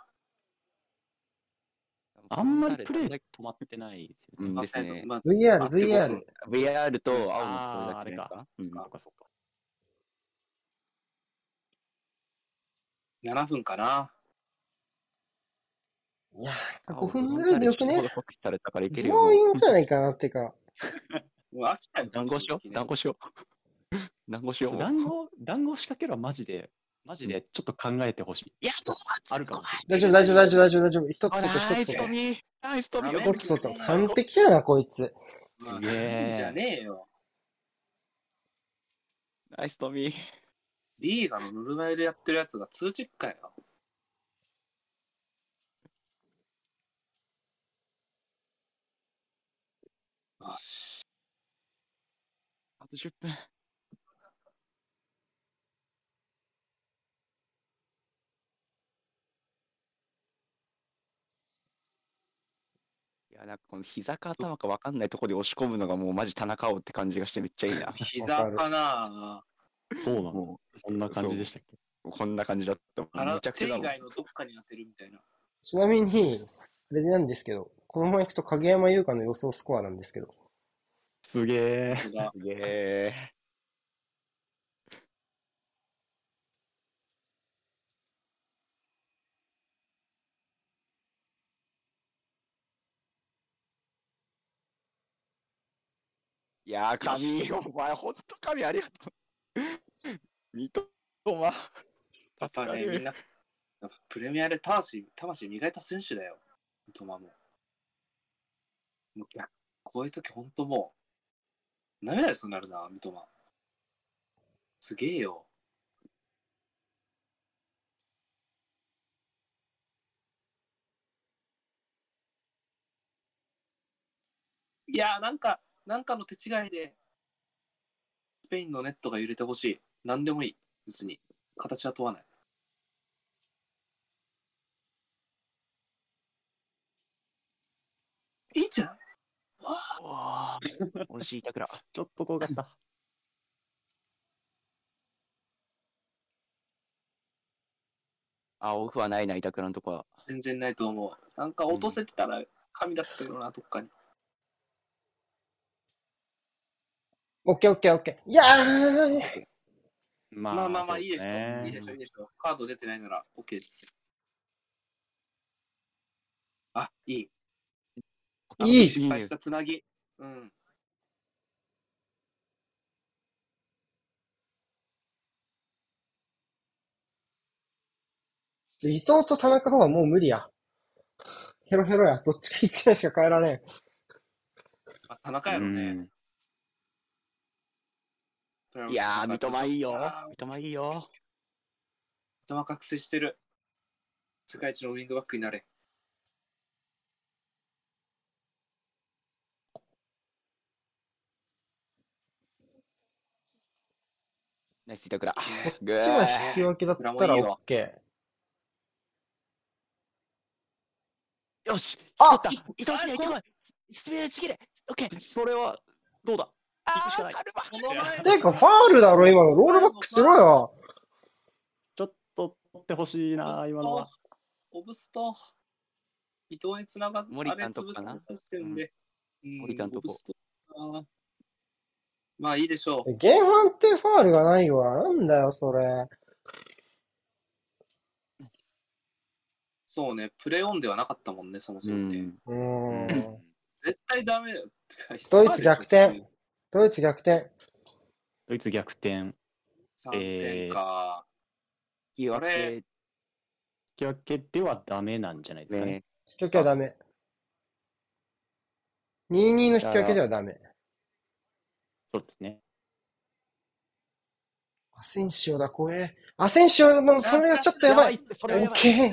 あんまりプレー止まってないですよね。 うんですね。 まあ、 ブイアール、 待ってブイアール。 ブイアール と青のこれああ、 だけあれか。 うん。 そっかそっか。 ななふんかな。 いやー、 青ごふんぐらいでよくねフォローフォークされたからいけるよ。 もういいんじゃいないかなってか。 もう飽きたよ。 団子しよう。団子しよう。団子しよう。 団子、団子仕掛けるはマジで、マジでちょっと考えてほしい。 いや、そうあるかも。 大丈夫、大丈夫、大丈夫、大丈夫、大丈夫。一つ外、 ナイ一つ外。 ストミー。ナイストミー。 一つ外。完璧やな、こいつ。 まあ、 すげえじゃねえよ。 ナイストミー。 リーガのぬるま湯でやってるやつが通知かよ。よし。 あとじゅっぷん。いや、なんかこの膝か頭か分かんないところで押し込むのがもうマジ田中碧って感じがしてめっちゃいいな。 膝かなそうなの。 もこんな感じでしたっけ？ う、こんな感じだった。もう腹めちゃくちゃだもん。 手以外のどっかに当てるみたいな。 ちなみに、あれなんですけど、このまま行くと影山優佳の予想スコアなんですけど、 すげえ。 本当だ。 すげえ。いやー、神、お前、ほんと神ありがとう。三笘、 やっ助かぱね、みんる。 な、やっぱプレミアで魂、魂磨いた選手だよ。三笘も。もういやこういう時ほんともう、涙そうになるな、三笘。すげえよ。いやー、なんか、なんかの手違いで、スペインのネットが揺れてほしい。なんでもいい。別に。形は問わない。いいんじゃないわおー、惜しい、板倉。 ちょっと怖かった。 あ、オフはないな、板倉のとこは。 全然ないと思う。なんか落とせてたら神だったよな、どっかに。 オッケーオッケーオッケー。いやーままあまあまあ、 そういいでしょ。 ねいいでしょ、いいでしょ。カード出てないなら OK です。あ、いい。 いい失敗したつなぎ。うん。 伊藤と田中の方はもう無理や。ヘロヘロや。どっちか一枚しか変えられん。 まあ、田中やろね。 うんいやー、三笘いいよあー。 三笘いいよ。 三笘覚醒してる。世界一のウィングバックになれ。 ナイス、板倉。 こグっちがー。 引き分けだったら裏もいいよ OK。 よし、 あ作った。伊藤に行ってこい。スピードちぎれ。オッケー。 それは、どうだ？行くしかあー、 ない。 カルバ。 この前のてか、ファールだろ、今の。ロールバックしろよ。 ちょっと取ってほしいな、今のは。 オブスト。伊藤につながって、 森あれ監督かな潰された時点で。うん森監督オブストあーまあいいでしょう。 原判定ファールがないわ。なんだよ、それ。 そうね、プレーオンではなかったもんね、そもそもね。 うん。 うーん。 絶対ダメだよ。 ドイツ逆転。ドイツ逆転。 ドイツ逆転。 さんてんか。 引き分け引き分けではダメなんじゃないですかね。 ね。 引き分けはダメ。にたいにの引き分けではダメ。 そうですね。 アセンシオだ、怖え。アセンシオの、それはちょっとやばい。 それはやばい。 オッケー。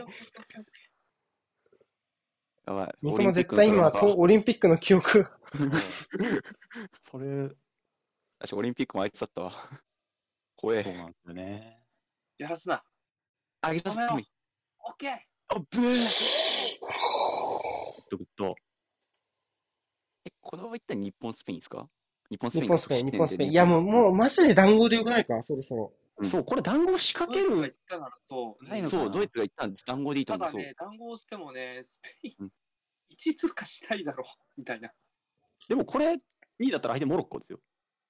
やばい。 三笘絶対今、とオリンピックの記憶。 それ、 私、オリンピックもあいつだったわ。怖え。 そうなんですよね。 やらすな。 あげた止めろ。オッケー。 あぶー。 グッドグッド。 え、このままいったら日本、スペインですか？日本、スペインか。 日本スペイン、日本スペイン。いやもう、もうマジで談合でよくないか、そろそろ。 うんそう、これ団子仕掛けドイツが言るっ。たならそう。 ないのかなそう、ドイツが言ったんです。団子でいいと思う。そう。 ただね、談合してもね、スペインうん、 いちい通過したいだろう、みたいな。 でもこれ、にいだったら相手モロッコですよ。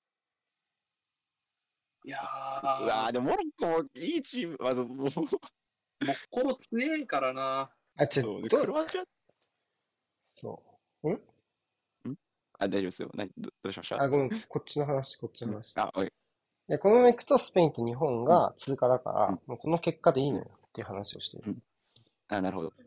いやうわー、 ー、 でもモロッコもいいチーム。あの、もう、 もうこの強いからな。 あ、ちそうね、 ょっとク、ロアチア、 そう。んあ、大丈夫ですよ。何どどうしましたあ、ごめん、こっちの話、こっちのうん話。 あ、おい。 で、このまま行くとスペインと日本が通過だから、 うんもうこの結果でいいのよっていう話をしてる。 あ、なるほど。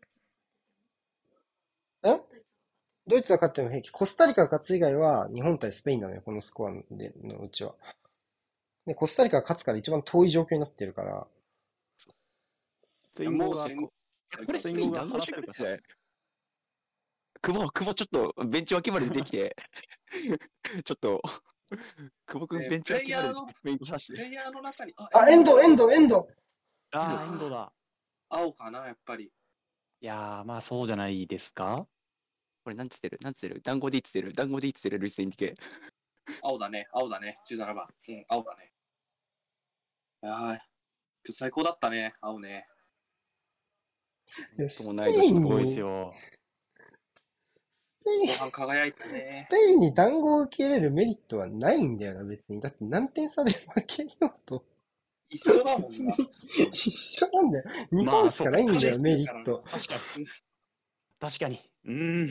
えドイツが勝っても平気。コスタリカが勝つ以外は日本対スペインなのよ、このスコアでのうちは。で、コスタリカが勝つから一番遠い状況になってるから、 スペイン語がもう戦後これスペイン団子してくれじゃない久保、久保ちょっとベンチ脇まで出てきて、ちょっと、久保君ねベンチ脇までプレイヤーのスペイン語話して。 プレイヤーの中に、ああ、エンド、エンド、エンドああ、エンドだ。 青かな、やっぱり。 いやー、まあそうじゃないですか。 これなんつってるなんつってる団子でいつってる団子でいつってるルイス・エンリケ。 青だね、青だね、じゅうななばん。うん、青だね。いやー、今日最高だったね、青ね。 いやともスペインない年のすごいですに、 よ。 スペイン、 後半輝いたスね。 ペインに団子を受け入れるメリットはないんだよな、別に。だって何点差で負けようと。 一緒だもん別な。 に一緒なんだよ。日まあ、 本しそうか。 かないんだよ、 確メリット。 確かに。確かに。うーん。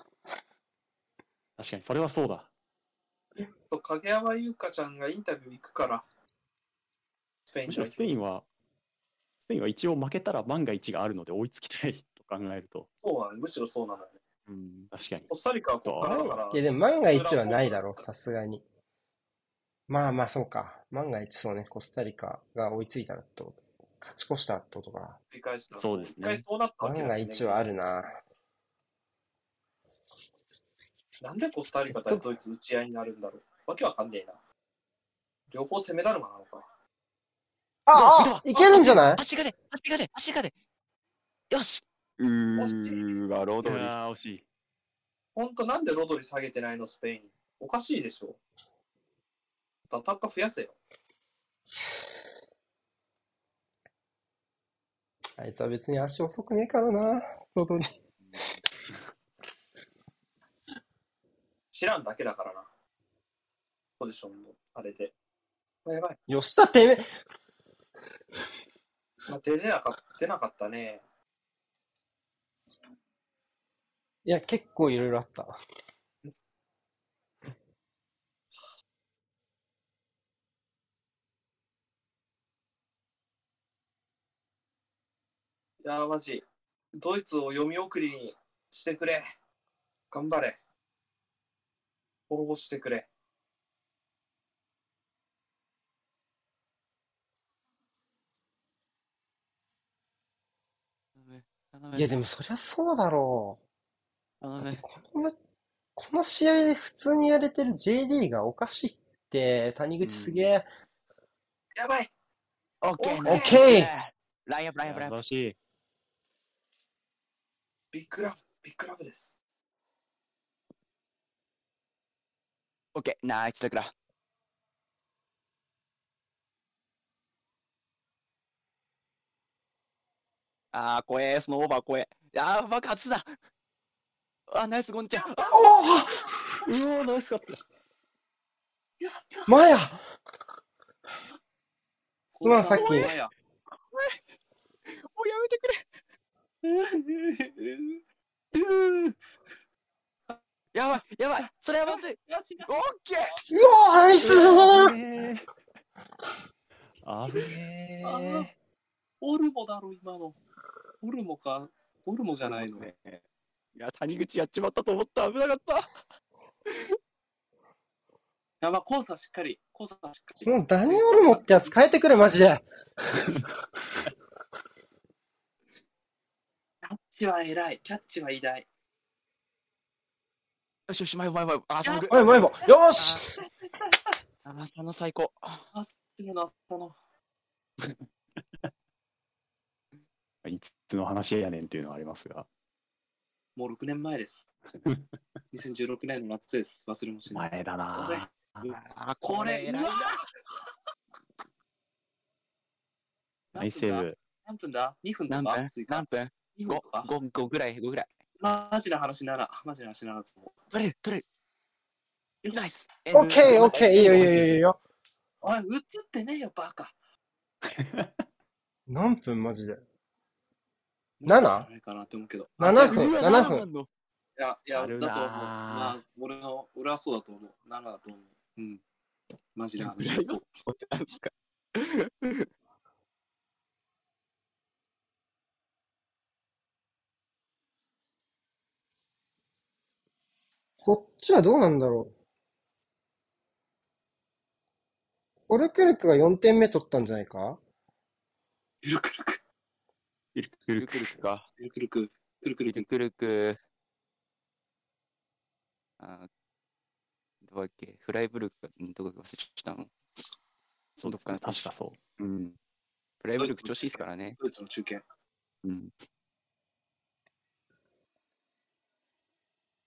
確かに、それはそうだ。 と影山優香ちゃんがインタビュー行くから、スペイン代表むしろスペインは、スペインは一応負けたら万が一があるので追いつきたいと考えると、 そうなの、むしろそうなのよね。 うん。 確かに。 コスタリカはこっからだから。 いや、でも万が一はないだろう、さすがに。まあまあ、そうか。万が一そうね、コスタリカが追いついたらと、勝ち越したってことか。 繰り返したらそうですね一回そうなったわけ万がだし、ね。 一はあるな。 なんでコスタリカ対ドイツ打ち合いになるんだろう。わけわかんねえな。両方攻めだるまなのか。 ああいけるんじゃない？ 足がで足がで足がでよしうーわ、ロいドリ。 やー、惜しい。 ほんとなんでロドリ下げてないのスペイン。おかしいでしょ。アタッカー増やせよ。 あいつは別に足遅くねえからな、ロドリ。 知らんだけだからな。ポジションのあれで。あやばい。 吉田てめえ、 まあ、出れなかった出なかったね。 いや、結構いろいろあった。 いやーマジ。ドイツを読み送りにしてくれ。頑張れ。滅ぼしてくれ。 いや、でもそりゃそうだろ頼むう。だってこの、この試合で普通にやれてる ジェーディー がおかしいって、谷口すげえ。 やばい。 オッケーオッケーラインアップラインアップラインアップ素晴らしい。 ビッグラブ、ビッグラブです。 オッケーナイスだからあー怖えスノーオーバー怖えあー爆発だあーナイスゴンちゃんあおうおー、ナイスカット。 やったおマヤこれはまあさっきマヤもうやめてくれやばいやばいそれはまずいよしオッケーうわーナイスー危ねー。危ねー。 オルモだろ、今の。オルモか。オルモじゃないの。 ねいや谷口やっちまったと思った危なかったやば、コースはしっかり。コースはしっかり。 もうダニオルモってやつ変えてくれ、マジで。 キャッチは偉い。キャッチは偉大。 よしよし前前前あー寒くおい、もういいもん。よーしあー朝の最高あ、すのな朝の。 いつの話やねんっていうのはありますが。 もうろくねんまえです。にせんじゅうろくねんの夏です。忘れもしない。 前だなぁ。 あーこれ、 偉いなうわナイスセーブ。 何分だ ?に 分と何か分追加何分にふんとかご、ごぐらい、ごぐらい。 マジな話なら、マジな話ならと思取れる、取れる。 う。 ナイス。 オッケー、オッケー、いいよ、いいよ、いいよ。 おい、映ってねえよ、バカ。 何分、マジで。 ななな？ じゃないかなって思うけど。 ななふん、 うわななふん。 なななんのいや、いや、 あるだと思う。 なぁまあ、俺の、俺はそうだと思う。ななだと思う。うん。マジな話ぐらいです。 のってなんですかこっちはどうなんだろう。オルクルクがよんてんめ取ったんじゃないか？ ゆるくるく。 くるくくるるくるくか。 ゆるくるく。くるくるく。 くるくるく。あーどうだっけフライブルクか、んどこか忘れちゃったの。 そうですね、確かそう。 うん。フライブルク調子いいですからね。 ドイツの中堅。 うん。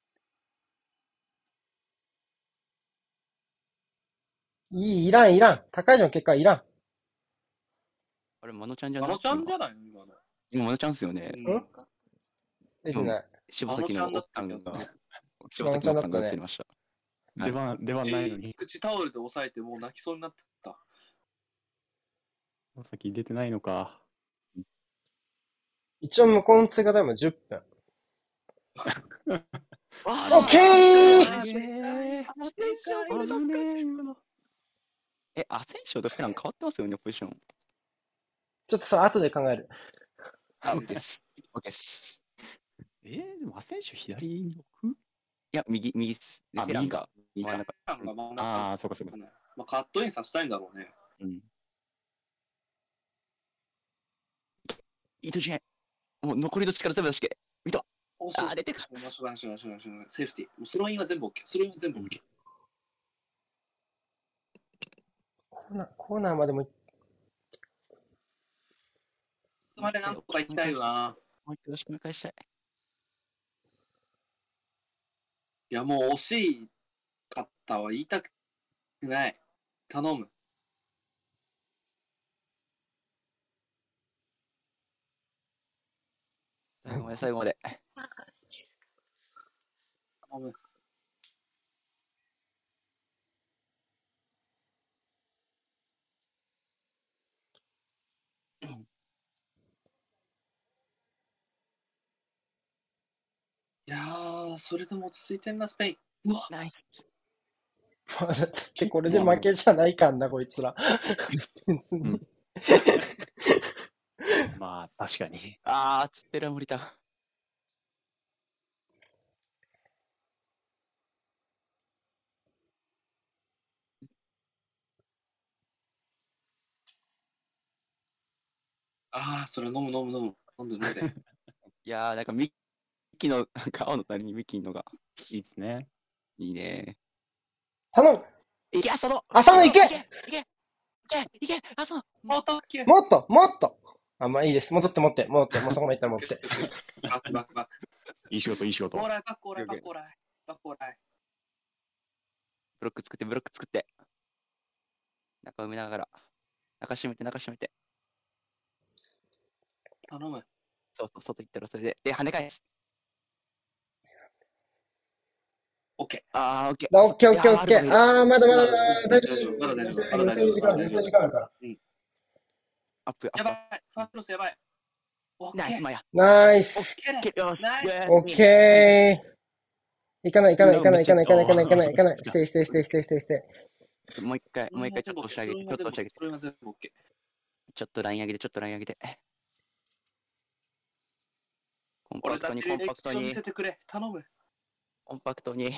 いい、いらん、いらん。高いじゃん、結果いらん。 あれ、マノちゃんじゃないあのちゃんじゃないの今の。 今、マノちゃんっすよね。 うん。 出てない。 柴崎のあのちゃんだ奥さんがった気がする、 柴崎の奥さんが映ってました。はい出番、出番ないのに。 口タオルで押さえてもう泣きそうになってた。 さっき出てないのか。 一応向こうの追加タイムはじゅっぷん。 わオッケーあれーアセンションこれだ危ねえ、今の。 え、アセンションとプラン変わってますよね、ポジション。 ちょっとそれ後で考える。 あ、OK です。OK です。 えー、でもアセンション左に置くいや、右、右っす。であフェランが真ん真ん中。 中が真ん中。 ああ、そうかそうか。 まあ、カットインさせたいんだろうね。 うん。糸じゃもう残りの力全部出して。見た。 おそうあー、出てるか。 よしよしよしよしよしセーフティー。もうスローインは全部 OK。スローインは全部 OK。 コーナー、コーナーまでも、 ここまでなんとか行きたいよな。 もう一回よろしくお願いしたい。 いや、もう惜しいかったは言いたくない。頼む。 最後まで最後まで。 頼む。いやー、それでも落ち着いてんな、スペイン。うわ、 ナイス。 だってこれで負けじゃないかんな、こいつら。別に。 まあ、確かに。 あー、釣ってる無理だ。 あー、それ飲む飲む飲む。飲んで飲んで。 いやー、なんかミッキーの、なんか青の谷にミッキーのがいいですね。 いいね。 頼むいけ、浅野浅野いけいけいけいけいけ浅野もっとっけもっともっとあ、まあいいです。戻って持って、戻って、もうそこまで行ったら持って。 バックバックバック。 いい仕事、いい仕事。 オーライ、バックオーライ、バックオーライ。バックオーライ。 ブロック作って、ブロック作って。中埋めながら。中閉めて、中閉めて。 頼む。 そうそう、外行ったらそれで。で、跳ね返す。 オッケあー、オッケー。 オッケーオッケーオッケー。あー、まだまだまだ大丈夫。 まだ大丈夫まだ大丈夫。時間ある、時間あるから。 アップ、アー。 ップ。 やばい。ファークロスやばい。オッケー。 ナイスマヤ。 ナイス。 オッケー。 よし。 ナイス。 オッケー。行かない、行かない、行かない、行かない、行かない、行かない、行かない、行かない。ステイ、ステイ、ステイ、ステイ、ステイ、ステイ。 もう一回、もう一回ちょっと押し上げて、ちょっと押し上げて。 それは全部 OK。 ちょっとライン上げて、ちょっとライン上げて。コンパ俺たクトに、 ちに歴史を見コンパクトにせ、てくれ。頼む。 コンパクトに。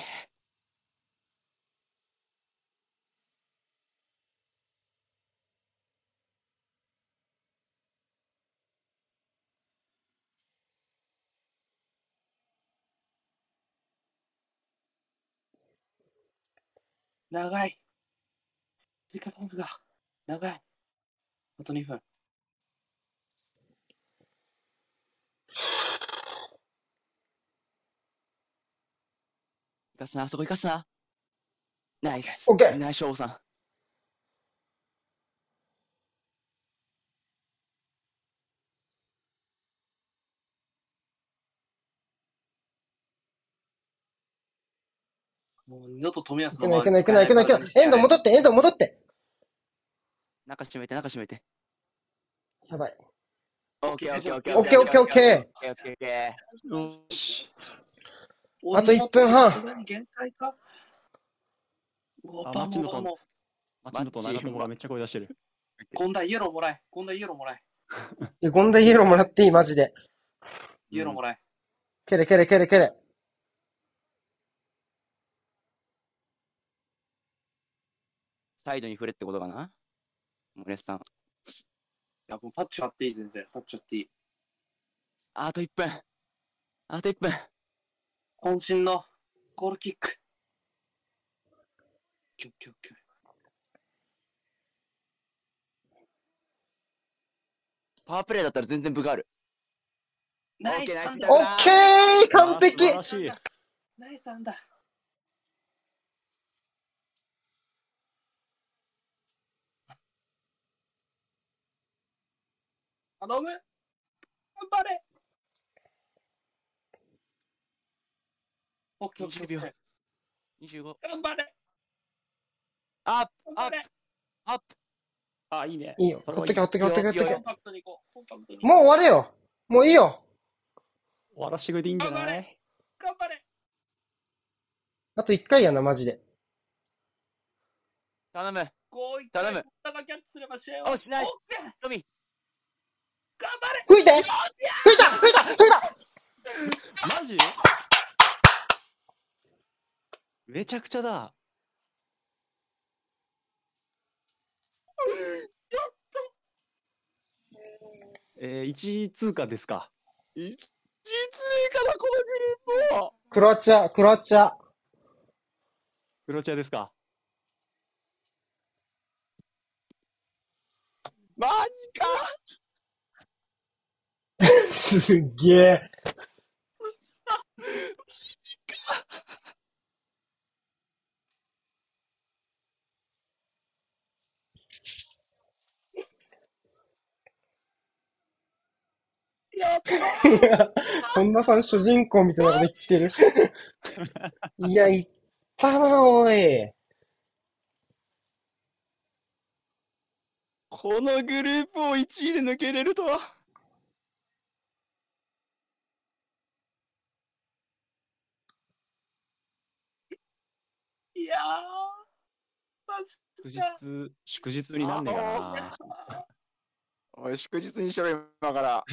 長い。追加タイムが長い。あとにふん。 行かすな、あそこ行かすな。ナイス。 オッケー。 ナイス、勝負さん。 もう二度と富安行くな、行くな、行くな、行くな、行くな。エンド戻って、エンド戻って。 中閉めて、中閉めて。 やばい。 オッケー、オッケー、オッケー。 オッケー、オッケー、オッケー。 オッケー、オッケー、オッケー。 よし。 あといっぷんはん。 限界か。 あ、 バマチンドとモバモ。 マチンドと長友がめっちゃ声出してる。 ゴンダイイエローもらえ。ゴンダイイエローもらえ。 いやゴンダイエローもらっていい、マジで。 イエローもらえ。 蹴れ、蹴れ、蹴れ、蹴れ。 サイドに振れってことかなモレスさん。 いや、もうタッチあっていい、全然。タッチあっていい。 あといっぷん。あといっぷん。 渾身のゴールキック。 ケーオッケーオッケー。 パワープレイだったら全然分がある。 ナイスオッケー、ナイスアンダーオッケー完璧素晴らしい。 ナイスアンダー。頼む。頑張れ。オッケーオッケーオッケー。 にじゅうびょう。にじゅうご。 頑張れ。 アップ、アップ頑張れ。、 アップ。 あ、いいね。 いいよ。 それはいいほっとけほっとけほっとけほっとけいいよ。 コンパクトに行こう。コンパクトに行こもう終われよ。もういいよ。 終わらしてくれていいんじゃない？ う。頑張れ。 あと一回やな、マジで。 頼む。 こういっ頼むたがキャッチすれば試合は。 おしナイスオッケー。 ロビー。 頑張れ。 吹いて吹いた吹いた吹いたマジ？めちゃくちゃだ。えー、いちい通過ですか。 いち通過だ、このグループを。 クロアチア、クロアチア。 クロアチアですか。 マジか。 すっげえ。 やった本田さん主人公みたいなこと言ってる。いや、言ったな、おい。 このグループをいちいで抜けれるとは。 いやー、マジ祝か。 日、祝日になんねえかな。 おい、祝日にしろ、今から。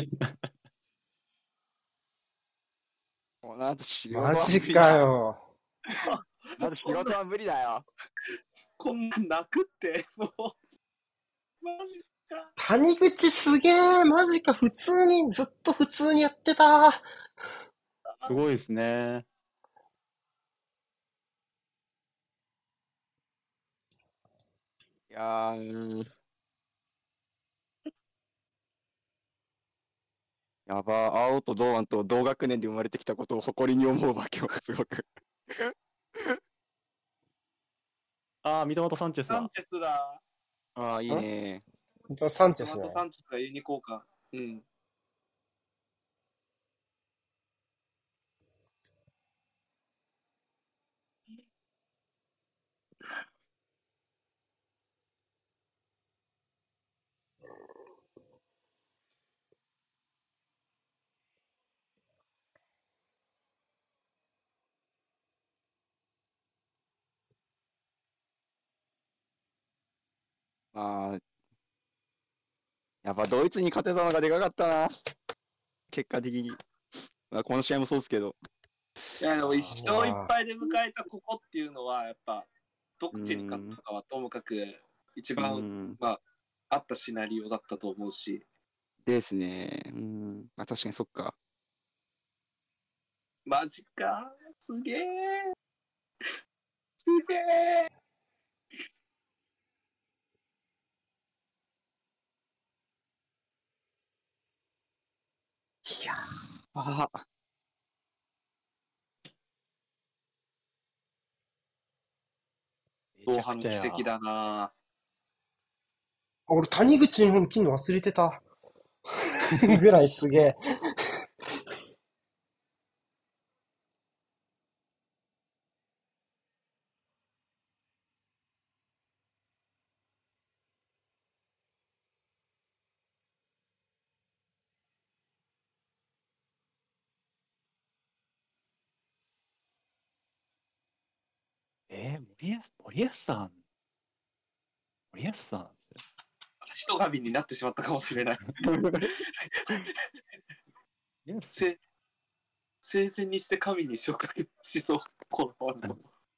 もうなんと仕事はマジ無理だか。よ。 なんと仕事は無理だよ。 こんなん泣くって、もう。マジか。 谷口すげえ。マジか。普通に、ずっと普通にやってた。 すごいですね。 いやー、やば、青と堂安と同学年で生まれてきたことを誇りに思うわ、今日すごく。 ああ、三笘とサンチェスだ。 サンチェスだ。 ああ、いいね。 サンチェストマトね。 サンチェスがユニコーンか。うん。 まあ、やっぱドイツに勝てたのがでかかったな。結果的に。まあ、この試合もそうですけど。 いやでも一勝いっぱいで迎えたここっていうのはやっぱどっちに勝ったかはともかく一う番ん。 まああったシナリオだったと思うし、 ですね。うん。まあ、確かにそっか。 マジかすげえすげえ。 いやー。ああ。 ドーハの奇跡だな。 あ、俺、谷口の方に切るの忘れてた。ぐらいすげえ。 えー、森保、森保さん。森保さん。 人神になってしまったかもしれない。せ聖戦にして神に昇格しそう。このまま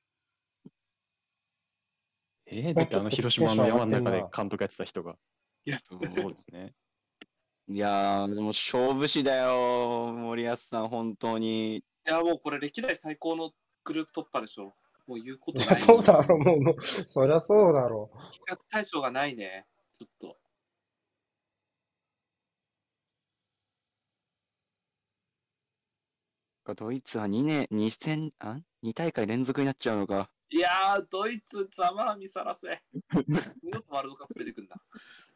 えー、だってあの広島の山の中で監督やってた人が。 いやそうそうですね。 いやー、でも勝負師だよ、森保さん、本当に。 いやもうこれ歴代最高のグループ突破でしょ。 もう言うこいや、 とない。 そうだろう、もう、もうそりゃそうだろ比較対象がないね。ちょっと。 ドイツはにねん、に戦、あ ?に 大会連続になっちゃうのか。 いやー、ドイツ、ざまあみさらせ。二度とワールドカップ出てくんだ。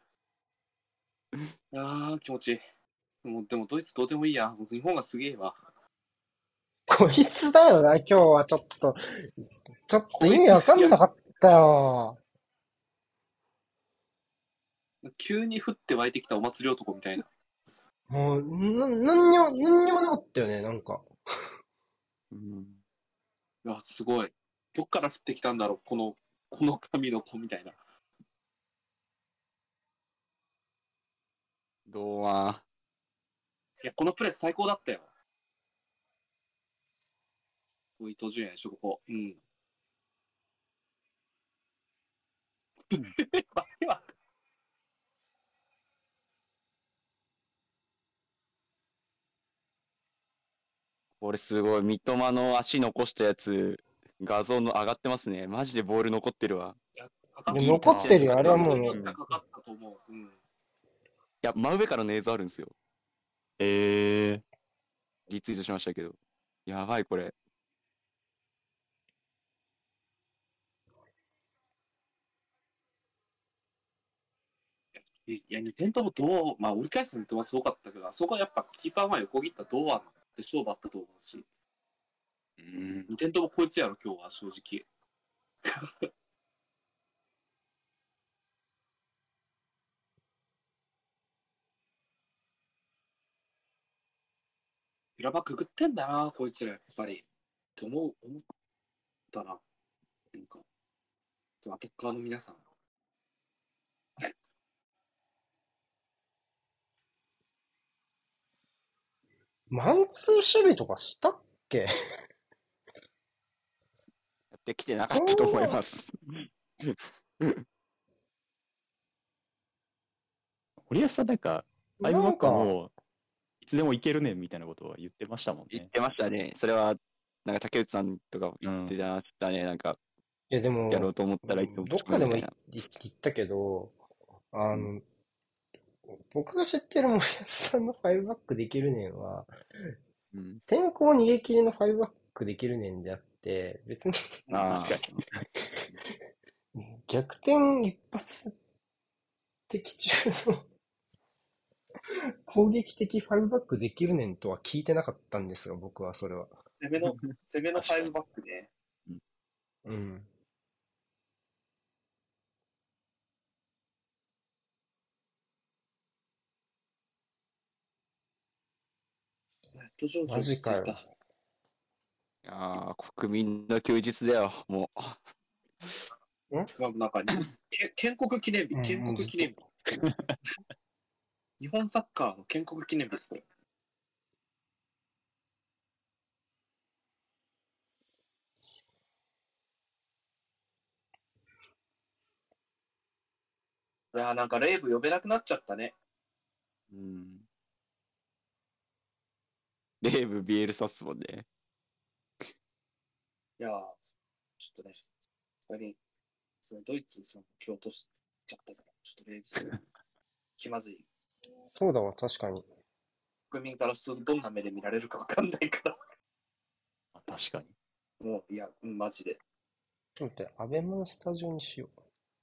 あー、気持ちいい。もうでもドイツどうでもいいや。もう日本がすげえわ。 う。こいつだよな、今日はちょっと。ちょっと意味わかんなかったよ。 急に降って湧いてきたお祭り男みたいな。 もう、な、なんにも、なんにもなかったよね、なんか。 うん。 いや、すごい。どっから降ってきたんだろう、この、この髪の子みたいな。 堂安。 いや、このプレス最高だったよ。伊藤純也でしょ、ここ。うん。わけわかんこれすごい。三笘の足残したやつ、画像の上がってますね。マジでボール残ってるわ。 かかっいや残ってるよ、あれはもうね。 かかったと思う。うん。 いや、真上からの映像あるんですよ。 えー、 リツイートしましたけど。やばい、これ。 いや、にてんともどう、まあ、折り返すのはすごかったけど、そこはやっぱキーパー前横切った堂安で勝負あったと思うし、 うん、 にてんともこいつやろ、今日は正直。平場くぐってんだな、こいつら、やっぱり。と思う、思ったな。なんか、アタッカーの皆さん。 マンツー守備とかしたっけ？ やってきてなかったと思います。 堀江さんなんか、ファイブバックなんか、 もういつでもいけるねんみたいなことは言ってましたもんね。 言ってましたね。それは、なんか竹内さんとか言ってましたね。なんか、 いやでも、 やろうと思ったらいつもどっかでもみたい言な。 ったけど、あの、 うん僕が知ってる森保さんのファイブバックできるねんは、 うん。 先行逃げ切りのファイブバックできるねんであって、別にああ、 確かに。 逆転一発的中の攻撃的ファイブバックできるねんとは聞いてなかったんですが、僕はそれは。 攻めの、攻めのファイブバックね。 うん。 やっと上場マジかよ。 た。 いやー国民の休日だよ、もう。 まあ、なんか、け建国記念日、 うん建国記念日。日本サッカーの建国記念日です、これ。いやー、なんかレイブ呼べなくなっちゃったね。 うん。レーブ、ビエルサっすもんね。 いやー、ちょっとね、さすがに、そのドイツさん今日落としちゃったから、ちょっとレイブさん、気まずい。 そうだわ、確かに。 国民からするとどんな目で見られるかわかんないから。 確かに。 もう、いや、うんマジで。 ちょっと待って、アベマのスタジオにしよう。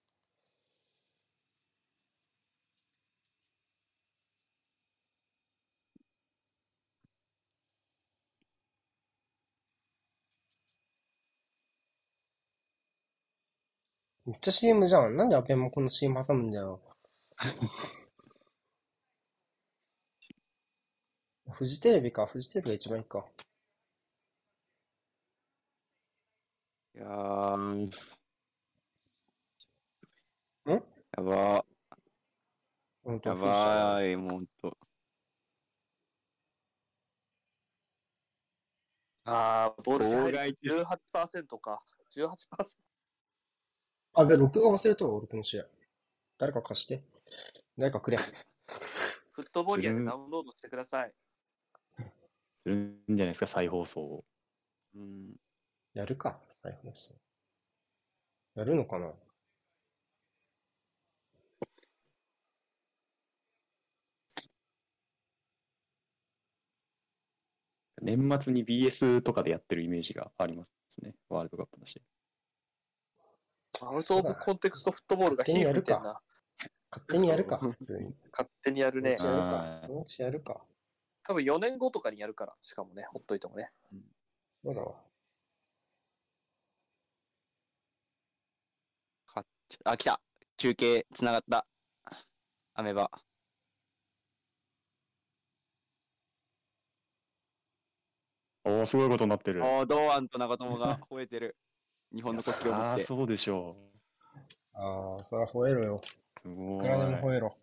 めっちゃ シーエム じゃん。なんでアベマこの シーエム 挟むんだよ。フジテレビか。フジテレビが一番いいか。 いやー、 んやばほんと、 やフジじゃない。 ばい、もうほんと。 あー、ボール支配妨害率じゅうはちパーセントか。じゅうはちパーセンあ、べ、録画忘れたわ、俺この試合。誰か貸して。誰かくれ。 ト。フットボリアでダウンロードしてください。 するんじゃないですか、再放送を。 うん。 やるか。 ライフの人。やるのかな？ 年末に ビーエス とかでやってるイメージがありますね。ワールドカップだし。 アウトオブコンテクストフットボールが火吹いてんな。 勝手にやるか、普通に。 勝手にやるねそのうち。やるかは。いそのうちやるか。 多分よねんごとかにやるから、しかもね、ほっといてもね。 そうだわ。 かあ、来た。中継つながった。アメバ。 おー、すごいことになってる。 おー、堂安と長友が吠えてる。日本の国旗を持ああ、 って。 そうでしょああ、そら吠えろよ。 う。すごい。 いくらでも吠えろ。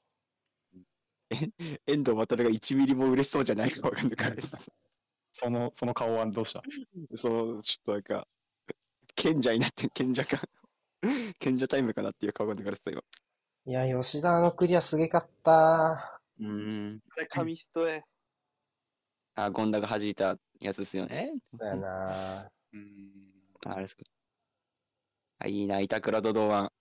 遠藤航がいちミリも嬉しそうじゃないかわかんないからです。 その、その顔はどうした？ その、ちょっとなんか、賢者になって、賢者か。賢者タイムかなっていう顔が抜かれてた今。 いや、吉田のクリアすげかったうーん。 あれ、紙一重。 あ、ゴンダが弾いたやつですよね。 ー。だよなうーん。 あれですか。あ、いいな、板倉と堂安。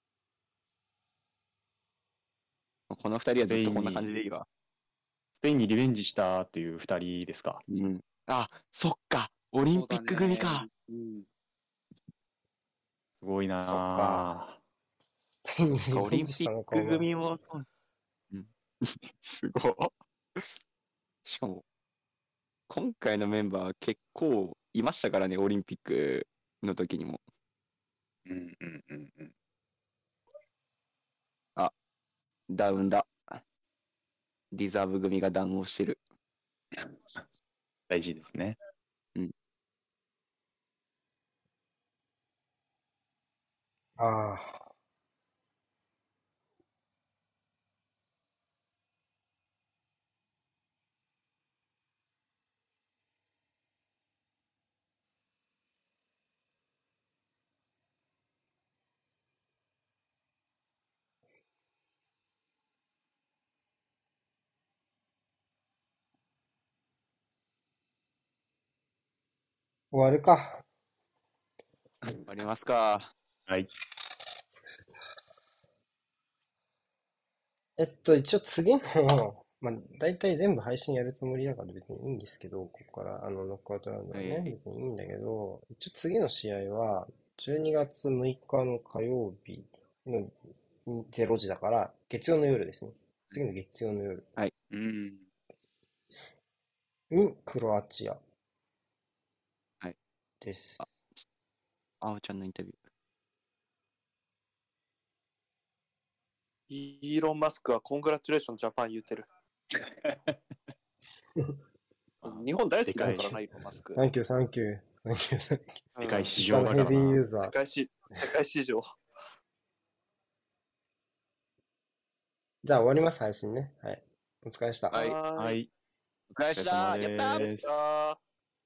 この二人はずっとこんな感じでいいわ。 スペインにリベンジしたっていう二人ですか。 うん。あ、そっか。オリンピック組か。 うん。 すごいなそっかぁ。 ペンにそっか、オリベンリンピッジしたのか、 クお前。 組も、そううん。すごい。しかも、今回のメンバー結構いましたからね、オリンピックの時にも。 うんうんうんうん。 あ、ダウンだ。リザーブ組がダウンをしてる。 大事ですね。 うん。 ああ。終わるか。 終わりますか。 はい。 えっと、一応次の、まあ、大体全部配信やるつもりだから別にいいんですけど、ここから、あの、ノックアウトラウンドはね、 はいはい。 別にいいんだけど、一応次の試合は、じゅうにがつむいかの火曜日のれいじだから、月曜の夜ですね。次の月曜の夜うん。 にクロアチアはい。 です。 あ、あおちゃんのインタビュー。 イーロン・マスクはコングラチュレーションジャパン言うてる。日本大好きだからな、イーロン・マスク。 サンキュー、サンキュー、サンキュー、サンキュー。 世界市他のヘ場だからな。 ビーユーザー。 世界し世界市場。 じゃあ終わります、配信ね。はい。お疲れでした。 はい。 はーい。 はい。 お疲れ様でした。やったーお疲れ様ですあー